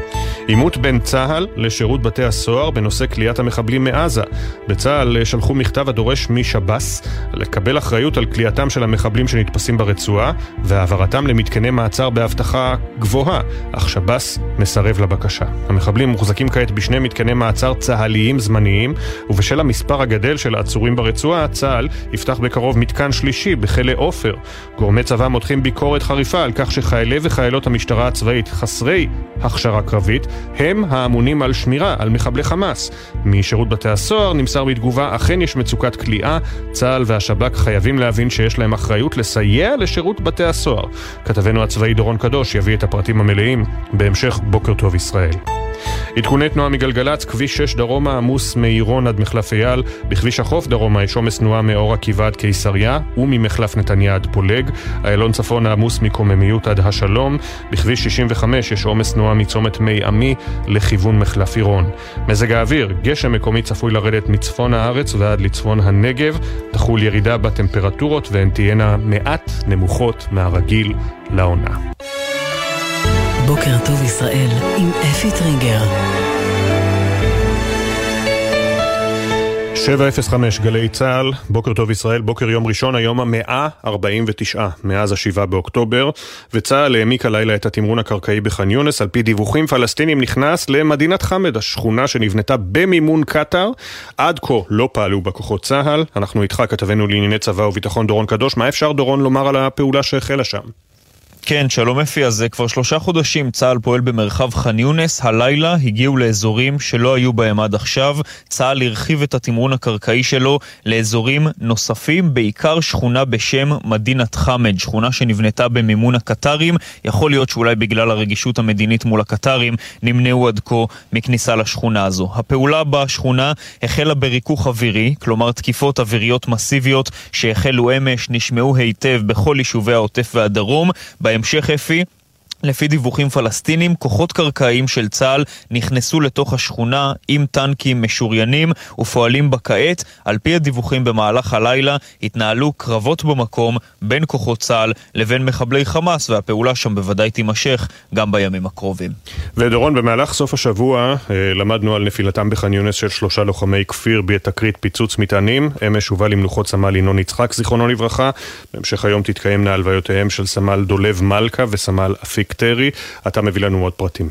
Speaker 2: עימות בין צה"ל לשירות בתי הסוהר בנושא כליאת המחבלים מעזה. בצה"ל שלחו מכתב הדורש משב"ס לקבל אחריות על כליאתם של המחבלים שנתפסים ברצועה והעברתם למתקני מעצר בהבטחה גבוהה, אך שב"ס מסרב לבקשה. המחבלים מוחזקים כעת בשני מתקני מעצר צה"ליים זמניים, ובשל המספר הגדל של העצורים ברצועה, צה"ל יפתח בקרוב מתקן שלישי בכלא עופר. גורמי צבא מותחים ביקורת חריפה על כך שחיילי וחיילות המשטרה הצבאית חסרי הכשרה קרבית הם האמונים על שמירה על מחבלי חמאס. משירות בתי הסוהר נמסר בתגובה, אכן יש מצוקת כליאה, צה"ל והשב"כ חייבים להבין שיש להם אחריות לסייע לשירות בתי הסוהר. כתבנו הצבאי דורון קדוש יביא את הפרטים המלאים בהמשך בוקר טוב ישראל. עדכוני תנועה מגלגלץ, כביש 6 דרומה עמוס מעירון עד מחלף אייל, בכביש החוף דרומה יש עומס תנועה מאור עקיבא עד קיסריה וממחלף נתניה עד פולג, איילון צפון עמוס מקוממיות עד השלום, בכביש 65 יש עומס תנועה מצומת מי עמי לכיוון מחלף עירון. מזג האוויר, גשם מקומי צפוי לרדת מצפון הארץ ועד לצפון הנגב, תחול ירידה בטמפרטורות והן תהיינה מעט נמוכות מהרגיל לעונה.
Speaker 7: בוקר טוב ישראל עם אפי טריגר.
Speaker 2: 7:05 גלי צהל, בוקר טוב ישראל, בוקר יום ראשון, היום ה-149 מאז ה-7 באוקטובר, וצהל העמיק הלילה את התמרון הקרקעי בח'אן יונס. על פי דיווחים פלסטינים נכנס למדינת חמד, השכונה שנבנתה במימון קטר. עד כה לא פעלו בכוחות צהל. אנחנו איתך, כתבנו לענייני צבא וביטחון דורון קדוש. מה אפשר דורון לומר על הפעולה שהחלה שם?
Speaker 8: כן, שלום אפי, אז כבר 3 חודשים צה"ל פועל במרחב ח'אן יונס. הלילה הגיעו לאזורים שלא היו בהם עד עכשיו. צה"ל הרחיב את התמרון הקרקעי שלו לאזורים נוספים, בעיקר שכונה בשם מדינת חמד, שכונה שנבנתה במימון הקטרים. יכול להיות שאולי בגלל הרגישות המדינית מול הקטרים נמנעו עד כה מכניסה לשכונה הזו. הפעולה בשכונה החלה בריכוך אווירי, כלומר תקיפות אוויריות מסיביות שהחלו אמש, נשמעו היטב בכל יישובי העוטף והדרום. בהמשך אפי, לפי דיווחים פלסטינים, כוחות קרקעיים של צה"ל נכנסו לתוך השכונה עם טנקים משוריינים ופועלים בכעת. על פי הדיווחים במהלך הלילה התנהלו קרבות במקום בין כוחות צה"ל לבין מחבלי חמאס, והפעולה שם בוודאי תימשך גם בימים הקרובים.
Speaker 2: ודורון, במהלך סוף השבוע למדנו על נפילתם בח'אן יונס של 3 לוחמי כפיר בתקרית פיצוץ מטענים. אמש הובא למנוחות סמל ינון יצחק, זיכרונו לברכה. בהמשך היום תתקיימנה הלוויותיהם של סמל דולב מלכה וסמל אפיק טרי. אתה מביא לנו עוד פרטים.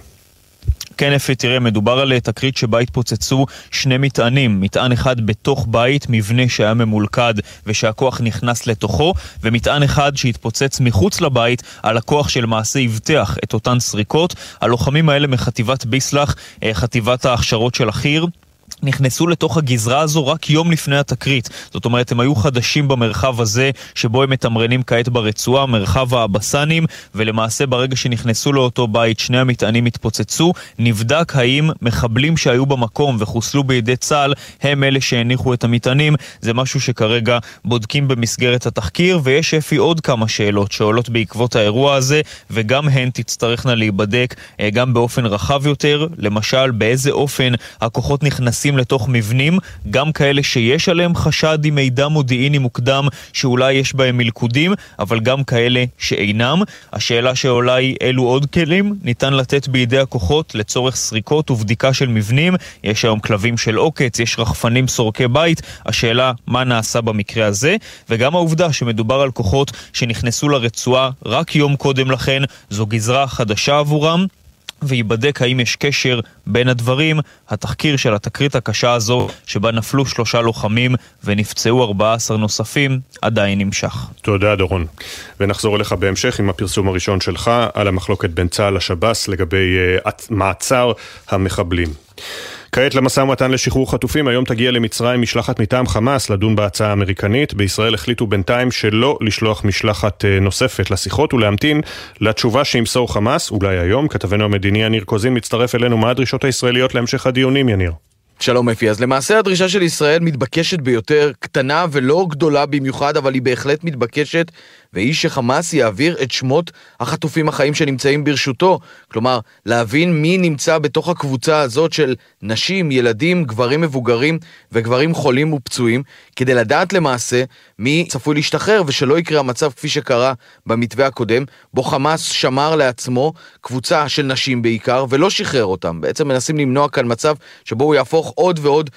Speaker 8: כן אפי, תראה, מדובר על תקרית שבה התפוצצו 2 מטענים, מטען אחד בתוך בית, מבנה שהיה ממולכד ושהכוח נכנס לתוכו, ומטען אחד שהתפוצץ מחוץ לבית, על הכוח שלמעשה הבטח את אותן סריקות. הלוחמים האלה מחטיבת ביסלח, חטיבת ההכשרות של החי"ר, נכנסו לתוך הגזרה הזו רק יום לפני התקרית. זאת אומרת, הם היו חדשים במרחב הזה שבו הם מתמרנים כעת ברצועה, מרחב האבסנים, ולמעשה ברגע שנכנסו לאותו בית 2 המטענים התפוצצו. נבדק האם מחבלים שהיו במקום וחוסלו בידי צה"ל הם אלה שהניחו את המטענים. זה משהו שכרגע בודקים במסגרת התחקיר, ויש אפי עוד כמה שאלות שעולות בעקבות האירוע הזה, וגם הן תצטרכנה להיבדק גם באופן רחב יותר. למשל, באיזה אופן הכוחות נכנסים לתוך מבנים, גם כאלה שיש עליהם חשד עם מידע מודיעיני מוקדם שאולי יש בהם מלכודים, אבל גם כאלה שאינם. השאלה שעולה היא אילו עוד כלים ניתן לתת בידי הכוחות לצורך סריקות ובדיקה של מבנים. יש היום כלבים של עוקץ, יש רחפנים סורקי בית. השאלה מה נעשה במקרה הזה, וגם העובדה שמדובר על כוחות שנכנסו לרצועה רק יום קודם לכן, זו גזרה חדשה עבורם. ויבדק האם יש קשר בין הדברים. התחקיר של התקרית הקשה הזו, שבה נפלו 3 לוחמים ונפצעו 14 נוספים, עדיין נמשך.
Speaker 2: תודה דורון. ונחזור אליך בהמשך עם הפרסום הראשון שלך על המחלוקת בין צה"ל לשב"ס לגבי מעצר המחבלים. כעת למשא ומתן לשחרור חטופים, היום תגיע למצרים משלחת מטעם חמאס לדון בהצעה האמריקנית. בישראל החליטו בינתיים שלא לשלוח משלחת נוספת לשיחות ולהמתין לתשובה שימסור חמאס, אולי היום. כתבנו המדיני יניר קוזין מצטרף אלינו. מה הדרישות הישראליות להמשך הדיונים, יניר?
Speaker 9: שלום אפי, אז למעשה הדרישה של ישראל מתבקשת ביותר, קטנה ולא גדולה במיוחד, אבל היא בהחלט מתבקשת, והיא שחמאס יעביר את שמות החטופים החיים שנמצאים ברשותו. כלומר, להבין מי נמצא בתוך הקבוצה הזאת של נשים, ילדים, גברים מבוגרים וגברים חולים ופצועים, כדי לדעת למעשה מי צפוי להשתחרר, ושלא יקרה המצב כפי שקרה במתווה הקודם, בו חמאס שמר לעצמו קבוצה של נשים בעיקר, ולא שחרר אותם. בעצם מנסים למנוע כאן מצב שבו הוא יהפוך עוד ועוד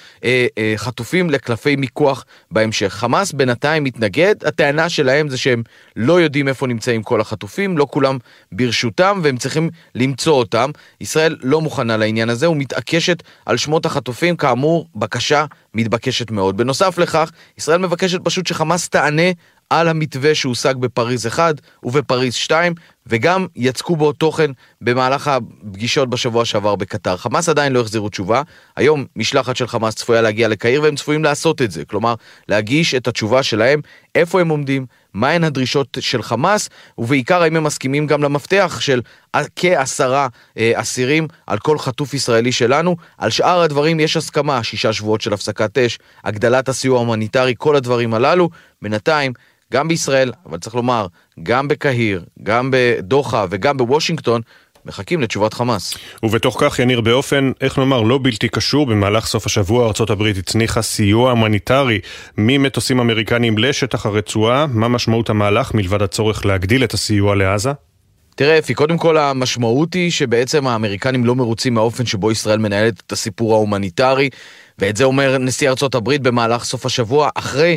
Speaker 9: חטופים לקלפי מיקוח בהמשך. חמאס בינתיים מתנגד, הטענה שלהם זה שהם לא יודעים איפה נמצאים כל החטופים, לא כולם ברשותם, והם צריכים למצוא אותם. ישראל לא מוכנה לעניין הזה, ומתעקשת על שמות החטופים, כאמור, בקשה מתבקשת מאוד. בנוסף לכך, ישראל מבקשת פשוט שחמאס תענה על המתווה שהושג בפריז 1 ובפריז 2, וגם יצקו בו תוכן במהלך הפגישות בשבוע שעבר בקטר. חמאס עדיין לא החזירו תשובה. היום משלחת של חמאס צפויה להגיע לקהיר, והם צפויים לעשות את זה. כלומר, להגיש את התשובה שלהם, איפה הם עומדים, מהן הדרישות של חמאס, ובעיקר האם הם מסכימים גם למפתח של כ10 אסירים על כל חטוף ישראלי שלנו. על שאר הדברים יש הסכמה, 6 שבועות של הפסקת אש, הגדלת הסיוע ההומניטרי, כל הדברים הללו. בינתיים, גם בישראל, אבל צריך לומר, גם בקהיר, גם בדוחה וגם בוושינגטון, מחכים לתשובת חמאס.
Speaker 2: ובתוך כך, יניר, באופן, איך נאמר, לא בלתי קשור, במהלך סוף השבוע ארצות הברית הצניחה סיוע הומניטרי ממטוסים אמריקנים לשטח הרצועה. מה משמעות המהלך מלבד הצורך להגדיל את הסיוע לעזה?
Speaker 9: תראה אפי, קודם כל המשמעות היא שבעצם האמריקנים לא מרוצים מהאופן שבו ישראל מנהלת את הסיפור ההומניטרי, ואת זה אומר נשיא ארצות הברית במהלך סוף השבוע, אחרי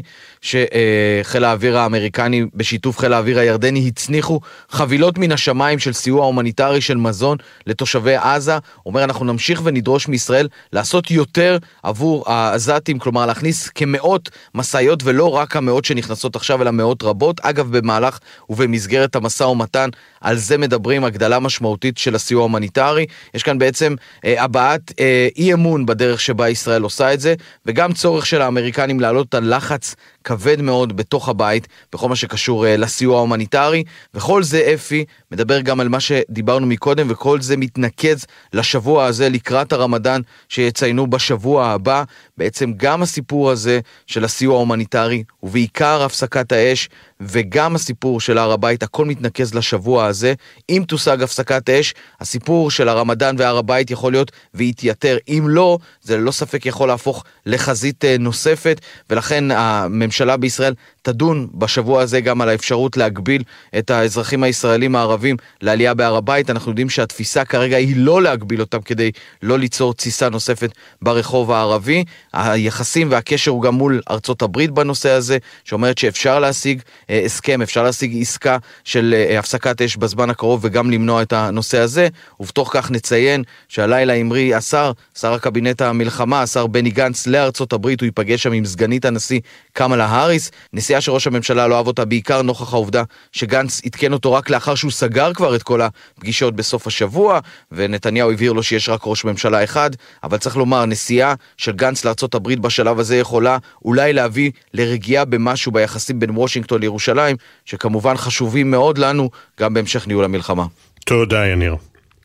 Speaker 9: שחיל האוויר האמריקני בשיתוף חיל האוויר הירדני הצניחו חבילות מן השמיים של סיוע הומניטרי של מזון לתושבי עזה. אומר, אנחנו נמשיך ונדרוש מישראל לעשות יותר עבור העזתים, כלומר להכניס כמאות מסעיות, ולא רק המאות שנכנסות עכשיו, אלא מאות רבות. אגב, במהלך ובמסגרת המשא ומתן על זה מדברים, הגדלה משמעותית של הסיוע ההומניטרי. יש כאן בעצם הבעת אי אמון בדרך שבה ישראל עושה את זה, וגם צורך של האמריקנים לעלות על לחץ כבד מאוד בתוך הבית בכל מה שקשור לסיוע ההומניטרי. וכל זה אפי מדבר גם על מה שדיברנו מקודם, וכל זה מתנקז לשבוע הזה לקראת הרמדאן שיציינו בשבוע הבא. בעצם גם הסיפור הזה של הסיוע ההומניטרי ובעיקר הפסקת האש וגם הסיפור של הר הבית, הכל מתנקז לשבוע הזה. אם תושג הפסקת האש, הסיפור של הרמדאן והר הבית יכול להיות ויתייתר. אם לא, זה ללא ספק יכול להפוך לחזית נוספת, ולכן הממשלה בישראל תדון בשבוע הזה גם על האפשרות להגביל את האזרחים הישראלים הערבים לעלייה בהר הבית. אנחנו יודעים שהתפיסה כרגע היא לא להגביל אותם כדי לא ליצור תסיסה נוספת ברחוב הערבי. היחסים והקשר הוא גם מול ארצות הברית בנושא הזה, שאומרת שאפשר להשיג הסכם, אפשר להשיג עסקה של הפסקת אש בזמן הקרוב וגם למנוע את הנושא הזה. ובתוך כך נציין שהלילה אמרי שר הקבינט המלחמה, השר בני גנץ, לארצות הברית. הוא ייפגש שם עם סגנית הנשיא קמלה האריס, נסיעה שראש הממשלה לא אהב אותה, בעיקר נוכח העובדה שגנץ התקן אותו רק לאחר שהוא סגר כבר את כל הפגישות בסוף השבוע, ונתניהו הבהיר לו שיש רק ראש ממשלה אחד. אבל צריך לומר, נסיעה של גנץ לארצות הברית בשלב הזה יכולה אולי להביא לרגיעה במשהו ביחסים בין וושינגטון לירושלים, שכמובן חשובים מאוד לנו גם בהמשך ניהול המלחמה.
Speaker 2: תודה יניר.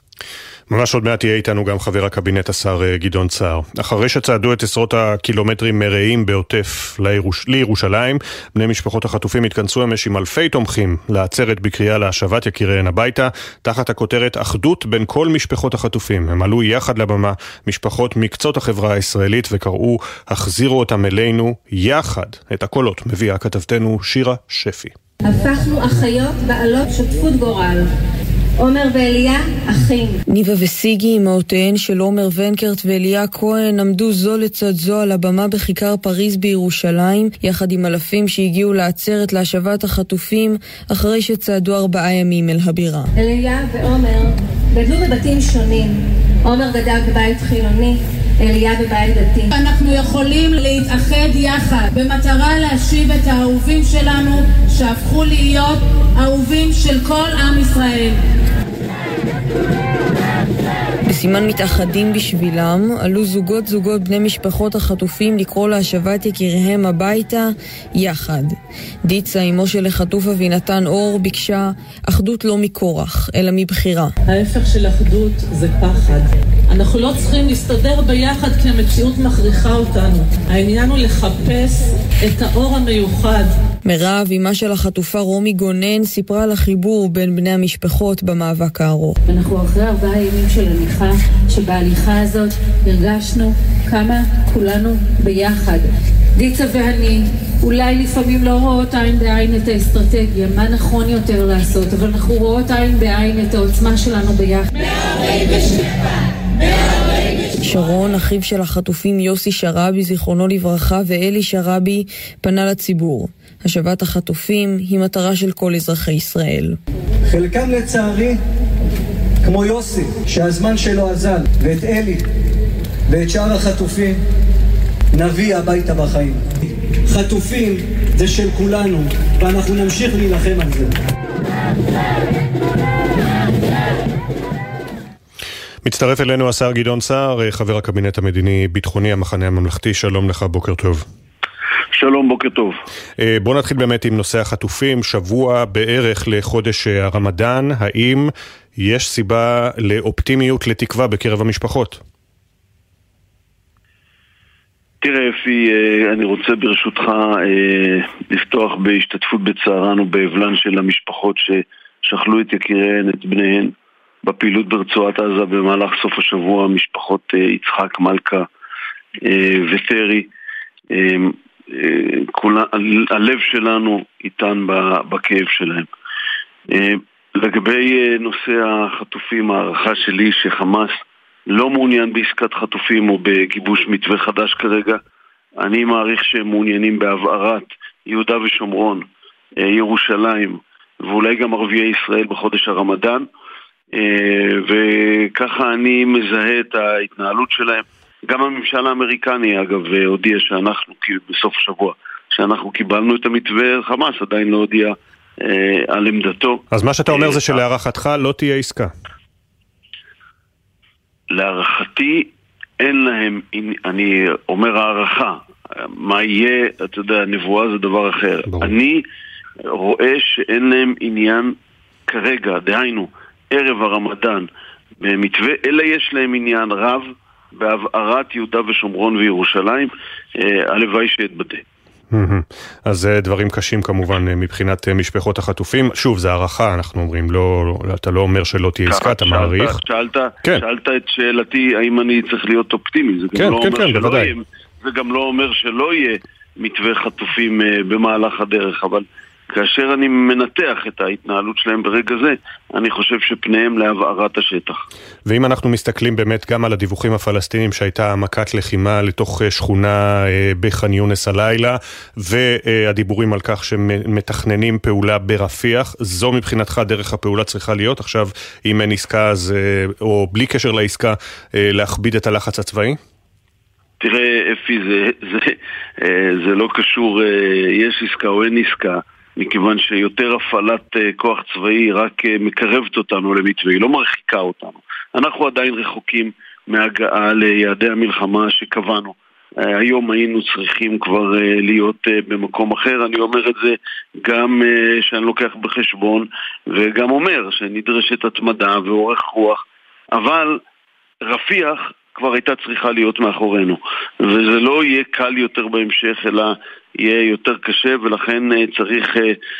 Speaker 2: ממש עוד מעט יהיה איתנו גם חבר הקבינט השר גדעון סער. אחרי שצעדו את עשרות הקילומטרים מרעים בעוטף לירושלים, בני משפחות החטופים התכנסו אמש עם אלפי תומכים לעצרת בקריאה להשבת יקיריהן הביתה, תחת הכותרת אחדות בין כל משפחות החטופים. הם עלו יחד לבמה, משפחות מקצות החברה הישראלית, וקראו החזירו אותם אלינו יחד. את הקולות מביאה כתבתנו שירה שפי.
Speaker 10: הפכנו אחיות בעלות שותפות גורל. עומר ואליה, אחים.
Speaker 12: ניבה וסיגי, אמהותיהן של עומר ונקרט ואליה כהן, עמדו זו לצד זו על הבמה בכיכר פריז בירושלים, יחד עם אלפים שהגיעו לעצרת להשבת החטופים, אחרי שצעדו 4 ימים אל הבירה.
Speaker 10: אליה ועומר גדלו בבתים שונים. עומר גדל בבית חילוני, אליה בבית דתי.
Speaker 5: אנחנו יכולים להתאחד יחד במטרה להשיב את האהובים שלנו שהפכו להיות אהובים של כל עם ישראל.
Speaker 12: בסימן מתאחדים בשבילם, עלו זוגות בני משפחות החטופים לקרוא להשבת יקיריהם הביתה יחד. דיצה, אמו של החטוף אבינתן אור, ביקשה אחדות לא מכורח, אלא מבחירה.
Speaker 5: ההפך של אחדות זה פחד. אנחנו לא צריכים להסתדר ביחד כי המציאות מכריחה אותנו. העניין הוא לחפש את האור המיוחד.
Speaker 12: מירב, אמה של החטופה רומי גונן, סיפרה על החיבור בין בני המשפחות במאבק הארוך.
Speaker 10: אנחנו אחרי 4 ימים של הליכה, שבהליכה הזאת הרגשנו כמה כולנו ביחד. דיצה ואני אולי לפעמים לא רואות עין בעין את האסטרטגיה, מה נכון יותר לעשות, אבל אנחנו רואות עין בעין את העוצמה שלנו ביחד. 147
Speaker 12: שרון, אחיו של החטופים יוסי שרבי, זיכרונו לברכה, ואלי שרבי, פנה לציבור. השבת החטופים היא מטרה של כל אזרחי ישראל.
Speaker 13: חלקם לצערי, כמו יוסי, שהזמן שלו אזל, ואת אלי, ואת שאר החטופים, נביא הביתה בחיים. חטופים זה של כולנו, ואנחנו נמשיך להילחם על זה.
Speaker 2: מצטרף אלינו השר גדעון סער, חבר הקבינט המדיני-ביטחוני, המחנה הממלכתי. שלום לך, בוקר טוב.
Speaker 14: שלום, בוקר טוב.
Speaker 2: בוא נתחיל באמת עם נושא החטופים. שבוע בערך לחודש הרמדאן, האם יש סיבה לאופטימיות, לתקווה בקרב המשפחות?
Speaker 14: תראה אפי, אני רוצה ברשותך לפתוח בהשתתפות בצערן ובאבלן של המשפחות ששכלו את יקיריהן, את בניהן, בפעילות ברצועת עזה במהלך סוף השבוע, משפחות יצחק, מלכה וטרי. הלב שלנו איתן בכאב שלהם. לגבי נושא החטופים, הערכה שלי שחמאס לא מעוניין בעסקת חטופים או בגיבוש מתווה חדש כרגע. אני מעריך שהם מעוניינים בהבערת יהודה ושומרון, ירושלים ואולי גם ערביי ישראל בחודש הרמדאן, וככה אני מזהה את ההתנהלות שלהם. גם הממשל האמריקני אגב הודיע שאנחנו בסוף השבוע שאנחנו קיבלנו את המתווה, חמאס עדיין לא הודיע על עמדתו.
Speaker 2: אז מה שאתה אומר זה שלהערכתך לא תהיה עסקה?
Speaker 14: להערכתי אין להם, אני אומר הערכה, מה יהיה, אתה יודע, נבואה זה דבר אחר. אני רואה שאין להם עניין כרגע, דהיינו, ערב הרמדאן במתווה, אלא יש להם עניין רב בהבערת יהודה ושומרון וירושלים, הלוואי שיתבדה.
Speaker 2: אז זה דברים קשים כמובן מבחינת משפחות החטופים. שוב, זה הערכה, אנחנו אומרים, אתה לא אומר שלא תהיה עסקה, אתה מעריך.
Speaker 14: שאלת את שאלתי האם אני צריך להיות אופטימי, זה גם לא אומר שלא יהיה מתווה חטופים במהלך הדרך, אבל כאשר אני מנתח את ההתנהלות שלהם ברגע זה, אני חושב שפניהם להבערת השטח.
Speaker 2: ואם אנחנו מסתכלים באמת גם על הדיווחים הפלסטינים שהייתה מכת לחימה לתוך שכונה בח'אן יונס הלילה, והדיבורים על כך שמתכננים פעולה ברפיח, זו מבחינתך דרך הפעולה צריכה להיות? עכשיו, אם אין עסקה, או בלי קשר לעסקה, להכביד את הלחץ הצבאי?
Speaker 14: תראה, אפי, זה לא קשור, יש עסקה או אין עסקה, מכיוון שיותר הפעלת כוח צבאי רק מקרבת אותנו למתווה, היא לא מרחיקה אותנו. אנחנו עדיין רחוקים מהגעה ליעדי המלחמה שקבענו. היום היינו צריכים כבר להיות במקום אחר. אני אומר את זה גם שאני לוקח בחשבון, וגם אומר שנדרשת התמדה ואורך רוח, אבל רפיח כבר הייתה צריכה להיות מאחורינו, וזה לא יהיה קל יותר בהמשך, אלא יהיה יותר קשה, ולכן צריך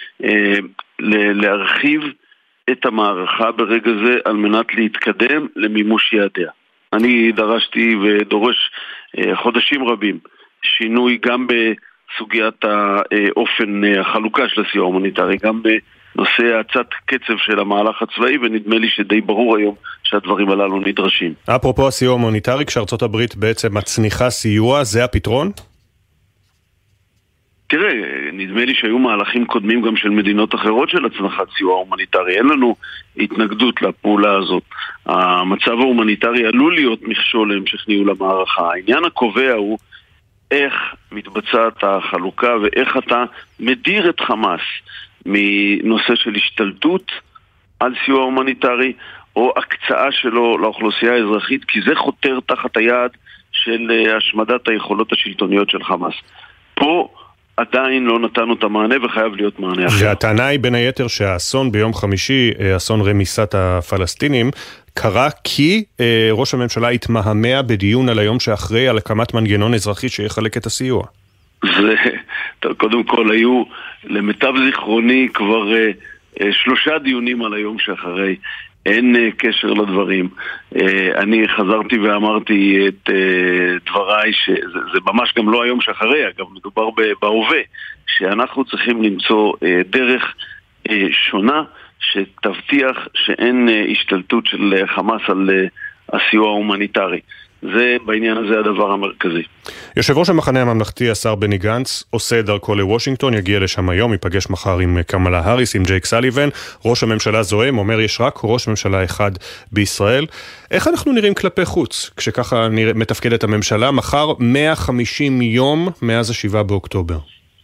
Speaker 14: להרחיב את המערכה ברגע זה על מנת להתקדם למימוש יעדיה. אני דרשתי ודורש חודשים רבים שינוי גם בסוגיית האופן החלוקה של הסיוע ההומניטרי, גם בנושא הצעת קצב של המהלך הצבאי, ונדמה לי שדי ברור היום שהדברים הללו נדרשים.
Speaker 2: אפרופו הסיוע ההומניטרי, כשארצות הברית בעצם מצניחה סיוע, זה הפתרון?
Speaker 14: תראה, נדמה לי שהיו מהלכים קודמים גם של מדינות אחרות של הצנחת סיוע הומניטרי. אין לנו התנגדות לפעולה הזאת. המצב ההומניטרי עלול להיות מכשול להמשך ניהול המערכה. העניין הקובע הוא איך מתבצעת החלוקה ואיך אתה מדיר את חמאס מנושא של השתלטות על סיוע הומניטרי או הקצאה שלו לאוכלוסייה האזרחית, כי זה חותר תחת היעד של השמדת היכולות השלטוניות של חמאס. פה עדיין לא נתנו את המענה וחייב להיות מענה אחר.
Speaker 2: והטענה היא בין היתר שהאסון ביום חמישי, אסון רמיסת הפלסטינים, קרה כי ראש הממשלה התמהמה בדיון על היום שאחרי על הקמת מנגנון אזרחי שיחלק את הסיוע.
Speaker 14: קודם כל היו למיטב זיכרוני כבר 3 דיונים על היום שאחרי. אין קשר לדברים. אני חזרתי ואמרתי את דבריי שזה ממש גם לא היום שאחרי, אגב מדובר בהווה, שאנחנו צריכים למצוא דרך שונה שתבטיח שאין השתלטות של חמאס על הסיוע ההומניטרי. זה בעניין הזה הדבר המרכזי.
Speaker 2: יושב ראש המחנה הממלכתי, השר בני גנץ, עושה דרכו לוושינגטון, יגיע לשם היום, ייפגש מחר עם קמלה האריס, עם ג'ייק סליבן. ראש הממשלה זוהם, אומר יש רק ראש ממשלה אחד בישראל. איך אנחנו נראים כלפי חוץ, כשככה מתפקדת הממשלה? מחר 150 יום מאז 7 באוקטובר.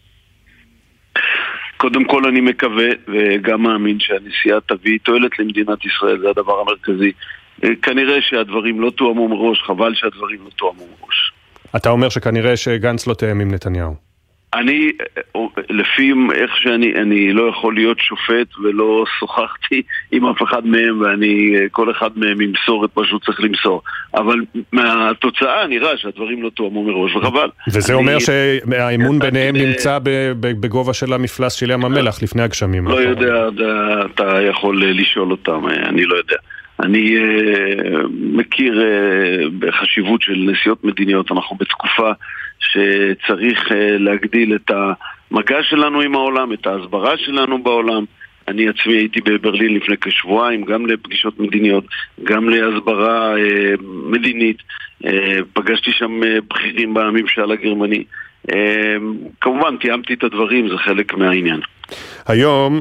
Speaker 14: קודם כל אני מקווה וגם מאמין שהנסיעה תביא תועלת למדינת ישראל, זה הדבר המרכזי. כנראה שהדברים לא תואמו מראש, חבל שהדברים לא תואמו מראש.
Speaker 2: אתה אומר שכנראה שגנץ לא תאם עם נתניהו.
Speaker 14: אני, לפי איך אני לא יכול להיות שופט ולא שוחחתי עם אף אחד מהם, ואני כל אחד מהם ימסור את מה שהוא צריך למסור. אבל מהתוצאה נראה שהדברים לא תואמו מראש, וחבל.
Speaker 2: וזה אומר שהאמון ביניהם נמצא בגובה של המפלס של ים המלח לפני הגשמים.
Speaker 14: לא יודע, אתה יכול לשאול אותם, אני לא יודע. אני מכיר בחשיבות של נסיעות מדיניות. אנחנו בתקופה שצריך להגדיל את המגע שלנו עם העולם, את ההסברה שלנו בעולם. אני עצמי הייתי בברלין לפני כשבועיים, גם לפגישות מדיניות, גם להסברה מדינית. פגשתי שם בכירים בממשל הגרמני. כמובן תיאמתי את הדברים, זה חלק מהעניין.
Speaker 2: היום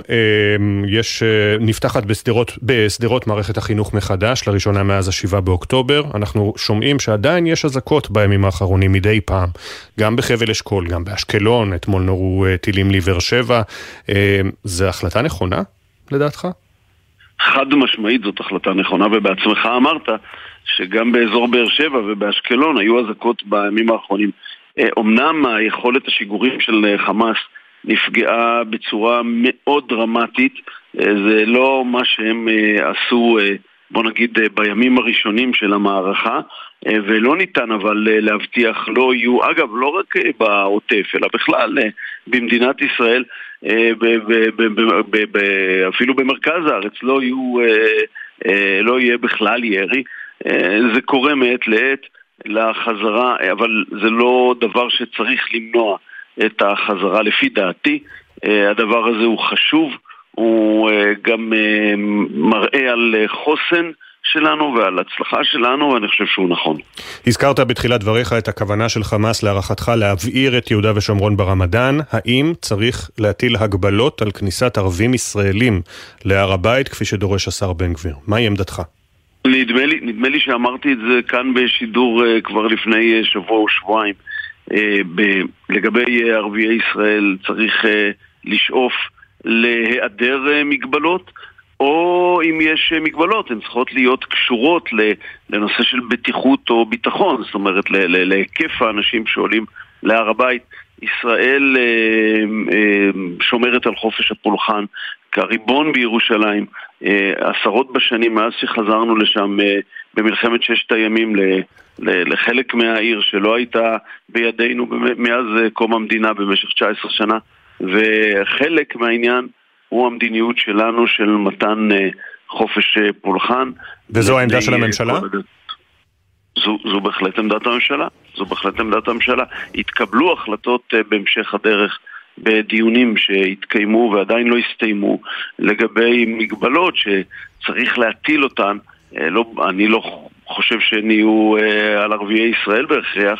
Speaker 2: נפתחת בסדרות מערכת החינוך מחדש, לראשונה מאז 7 באוקטובר. אנחנו שומעים שעדיין יש אזעקות בימים האחרונים מדי פעם, גם בחבל אשכול, גם באשקלון, אתמול נורו טילים לבאר שבע. זו החלטה נכונה, לדעתך?
Speaker 14: חד משמעית זאת החלטה נכונה, ובעצמך אמרת שגם באזור באר שבע ובאשקלון היו אזעקות בימים האחרונים. אמנם היכולת השיגורים של חמאס נפגעה בצורה מאוד דרמטית, זה לא מה שהם עשו, בוא נגיד, בימים הראשונים של המערכה, ולא ניתן אבל להבטיח, לא יהיו, אגב, לא רק בעוטף, אלא בכלל במדינת ישראל, אפילו במרכז הארץ, לא יהיה בכלל ירי. זה קורה מעת לעת לחזרה, אבל זה לא דבר שצריך למנוע את החזרה. לפי דעתי, הדבר הזה הוא חשוב, הוא גם מראה על חוסן שלנו ועל הצלחה שלנו, ואני חושב שהוא נכון.
Speaker 2: הזכרת בתחילת דבריך את הכוונה של חמאס להערכתך להבעיר את יהודה ושומרון ברמדאן. האם צריך להטיל הגבלות על כניסת ערבים ישראלים להר הבית, כפי שדורש השר בן גביר? מהי עמדתך?
Speaker 14: נדמה לי שאמרתי את זה כאן בשידור כבר לפני שבוע או שבועיים. לגבי ערביי ישראל צריך לשאוף להיעדר מגבלות, או אם יש מגבלות הן צריכות להיות קשורות לנושא של בטיחות או ביטחון, זאת אומרת להיקף האנשים שעולים להר הבית. ישראל שומרת על חופש הפולחן כריבון בירושלים. עשרות בשנים מאז שחזרנו לשם במלחמת 6 הימים לחלק מהעיר שלא הייתה בידינו מאז קום המדינה במשך 19 שנה, וחלק מהעניין הוא המדיניות שלנו של מתן חופש פולחן.
Speaker 2: וזו העמדה של הממשלה?
Speaker 14: זו בהחלט עמדת הממשלה. זו בהחלט עמדת הממשלה. התקבלו החלטות בהמשך הדרך בדיונים שהתקיימו ועדיין לא הסתיימו לגבי מגבלות שצריך להטיל אותן. אני לא חושב שנהיו על ערביי ישראל בהכרח,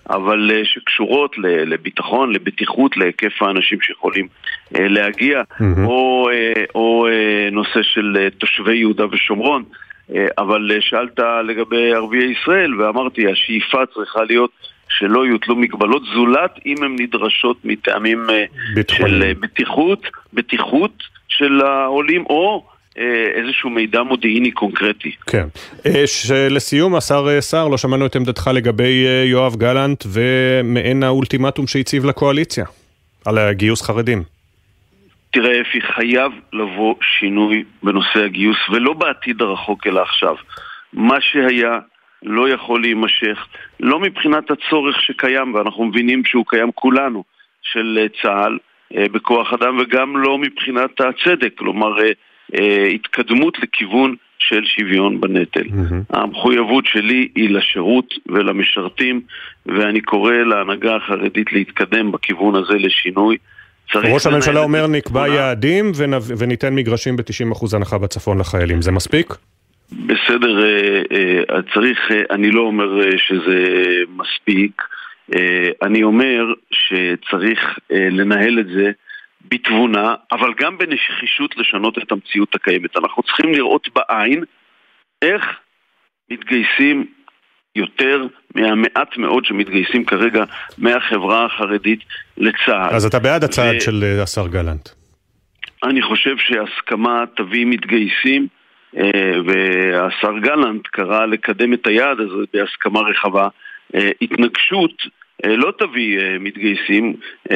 Speaker 14: אבל שקשורות לביטחון, לבטיחות, להיקף האנשים שיכולים להגיע, או נושא של תושבי יהודה ושומרון. אבל שאלת לגבי ערביי ישראל, ואמרתי, השאיפה צריכה להיות שלא יוטלו מגבלות זולת אם הן נדרשות מטעמים של בטיחות של העולים, או איזשהו מידע מודיעיני קונקרטי.
Speaker 2: כן. לסיום, השר סער, לא שמענו את עמדתך לגבי יואב גלנט ומעין האולטימטום שהציב לקואליציה על הגיוס חרדים.
Speaker 14: תראה, אפי, חייב לבוא שינוי בנושא הגיוס, ולא בעתיד הרחוק אלא עכשיו. מה שהיה לא יכול להימשך, לא מבחינת הצורך שקיים, ואנחנו מבינים שהוא קיים כולנו, של צה"ל בכוח אדם, וגם לא מבחינת הצדק, כלומר התקדמות לכיוון של שוויון בנטל. המחויבות שלי היא לשירות ולמשרתים, ואני קורא להנהגה החרדית להתקדם בכיוון הזה לשינוי.
Speaker 2: ראש הממשלה אומר נקבע יעדים וניתן מגרשים ב-90% הנחה בצפון לחיילים, זה מספיק?
Speaker 14: בסדר, אני לא אומר שזה מספיק, אני אומר שצריך לנהל את זה בתבונה, אבל גם בנחישות לשנות את המציאות הקיימת. אנחנו צריכים לראות בעין איך מתגייסים יותר מהמעט מאוד שמתגייסים כרגע מהחברה החרדית לצה"ל.
Speaker 2: אז אתה בעד הצעד של השר גלנט?
Speaker 14: אני חושב שהסכמה תביא מתגייסים, והשר גלנט קרא לקדם את היעד הזה בהסכמה רחבה. התנגשות לא תביא מתגייסים,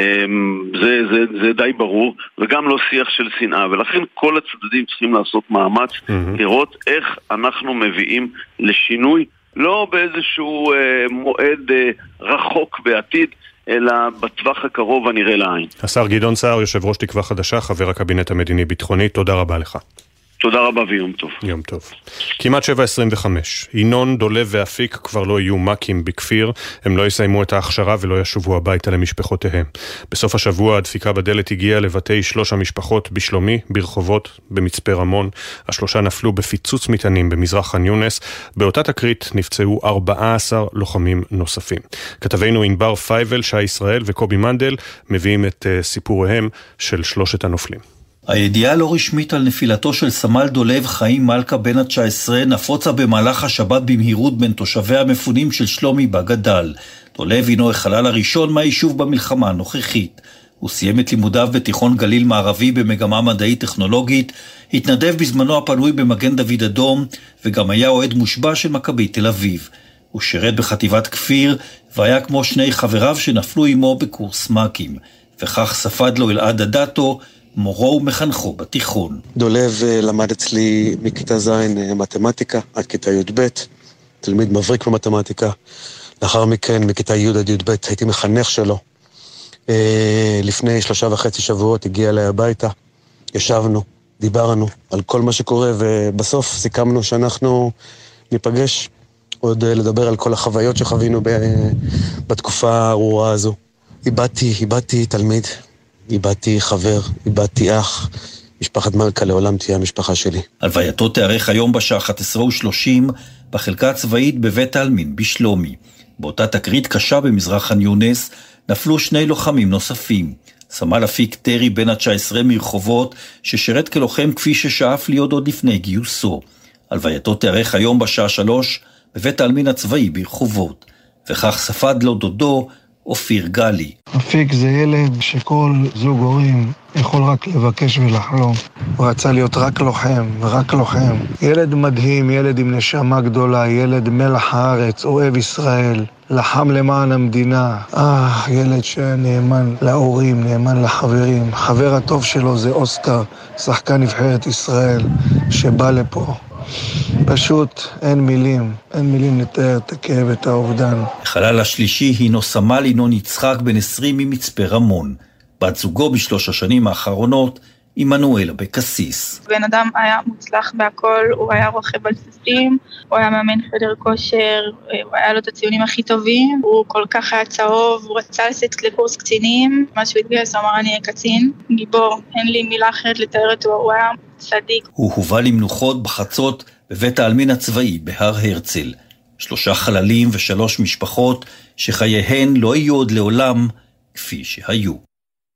Speaker 14: זה די ברור, וגם לא שיח של שנאה, ולכן כל הצדדים צריכים לעשות מאמץ לראות איך אנחנו מביאים לשינוי, לא באיזשהו מועד רחוק בעתיד, אלא בטווח הקרוב הנראה לעין.
Speaker 2: השר גדעון סער, יושב ראש תקווה חדשה, חבר הקבינט המדיני-ביטחוני, תודה רבה לך.
Speaker 14: תודה רבה ויום טוב.
Speaker 2: יום טוב. כמעט 7:25. ינון, דולב ואפיק כבר לא יהיו מקים בכפיר, הם לא יסיימו את ההכשרה ולא ישובו הביתה למשפחותיהם. בסוף השבוע הדפיקה בדלת הגיעה לבתי 3 המשפחות בשלומי, ברחובות, במצפה רמון. 3 נפלו בפיצוץ מטענים במזרח ח'אן יונס. באותה תקרית נפצעו 14 לוחמים נוספים. כתבינו ענבר פייבל, שי ישראל וקובי מנדל מביאים את סיפוריהם של 3 הנופלים.
Speaker 1: הידיעה לא רשמית על נפילתו של סמל דולב חיים מלכה בן ה-19 נפוצה במהלך השבת במהירות בין תושבי המפונים של שלומי בגדל. דולב הינו החלל הראשון מהיישוב במלחמה הנוכחית. הוא סיים את לימודיו בתיכון גליל מערבי במגמה מדעית טכנולוגית, התנדב בזמנו הפנוי במגן דוד אדום, וגם היה אוהד מושבע של מכבי תל אביב. הוא שירת בחטיבת כפיר, והיה כמו 2 חבריו שנפלו עמו בקורס מקים. וכך ספד לו אלעד אדטו, מורו ומחנכו בתיכון.
Speaker 27: דולב למד אצלי מכיתה ז' מתמטיקה עד כיתה י"ב, תלמיד מבריק במתמטיקה. לאחר מכן מכיתה י' עד י"ב הייתי מחנך שלו. לפני 3.5 שבועות הגיע אליי הביתה, ישבנו, דיברנו על כל מה שקורה, ובסוף סיכמנו שאנחנו ניפגש עוד לדבר על כל החוויות שחווינו בתקופה הארורה הזו. איבדתי תלמיד, איבדתי חבר, איבדתי אח. משפחת מלכה לעולם תהיה המשפחה שלי.
Speaker 1: הלווייתו תארך היום בשעה 11:30 בחלקה הצבאית בבית העלמין בשלומי. באותה תקרית קשה במזרח ח'אן יונס נפלו 2 לוחמים נוספים. סמל אפיק טרי בן ה-19 מרחובות ששירת כלוחם כפי ששאף להיות עוד לפני גיוסו. הלווייתו תארך היום בשעה 3 בבית העלמין הצבאי ברחובות. וכך ספד לו דודו אופיר גלי.
Speaker 27: אפיק זה ילד שכל זוג הורים יכול רק לבקש ולחלום. הוא רצה להיות רק לוחם, ורק לוחם. ילד מדהים, ילד עם נשמה גדולה, ילד מלח הארץ, אוהב ישראל, לחם למען המדינה. ילד שנאמן להורים, נאמן לחברים. חבר הטוב שלו זה אוסקר, שחקן נבחרת ישראל, שבא לפה. פשוט אין מילים לתאר את הכאב, את האובדן.
Speaker 1: החלל השלישי הינו סמל ינון יצחק בן 20 ממצפה רמון. בת זוגו ב3 השנים האחרונות, עמנואל בקסיס.
Speaker 4: בן אדם היה מוצלח בהכל, הוא היה רוכב על סוסים, הוא היה מאמן חדר כושר, הוא היה לו את הציונים הכי טובים, הוא כל כך היה צהוב, הוא רצה לצאת לקורס קצינים, מה שהוא התגייס, הוא אמר אני אהיה קצין, גיבור, אין לי מילה אחרת לתאר אותו, הוא היה צדיק.
Speaker 1: הוא הובא למנוחות בחצות בבית העלמין הצבאי בהר הרצל. 3 חללים ו3 משפחות שחייהן לא יהיו עוד לעולם כפי שהיו.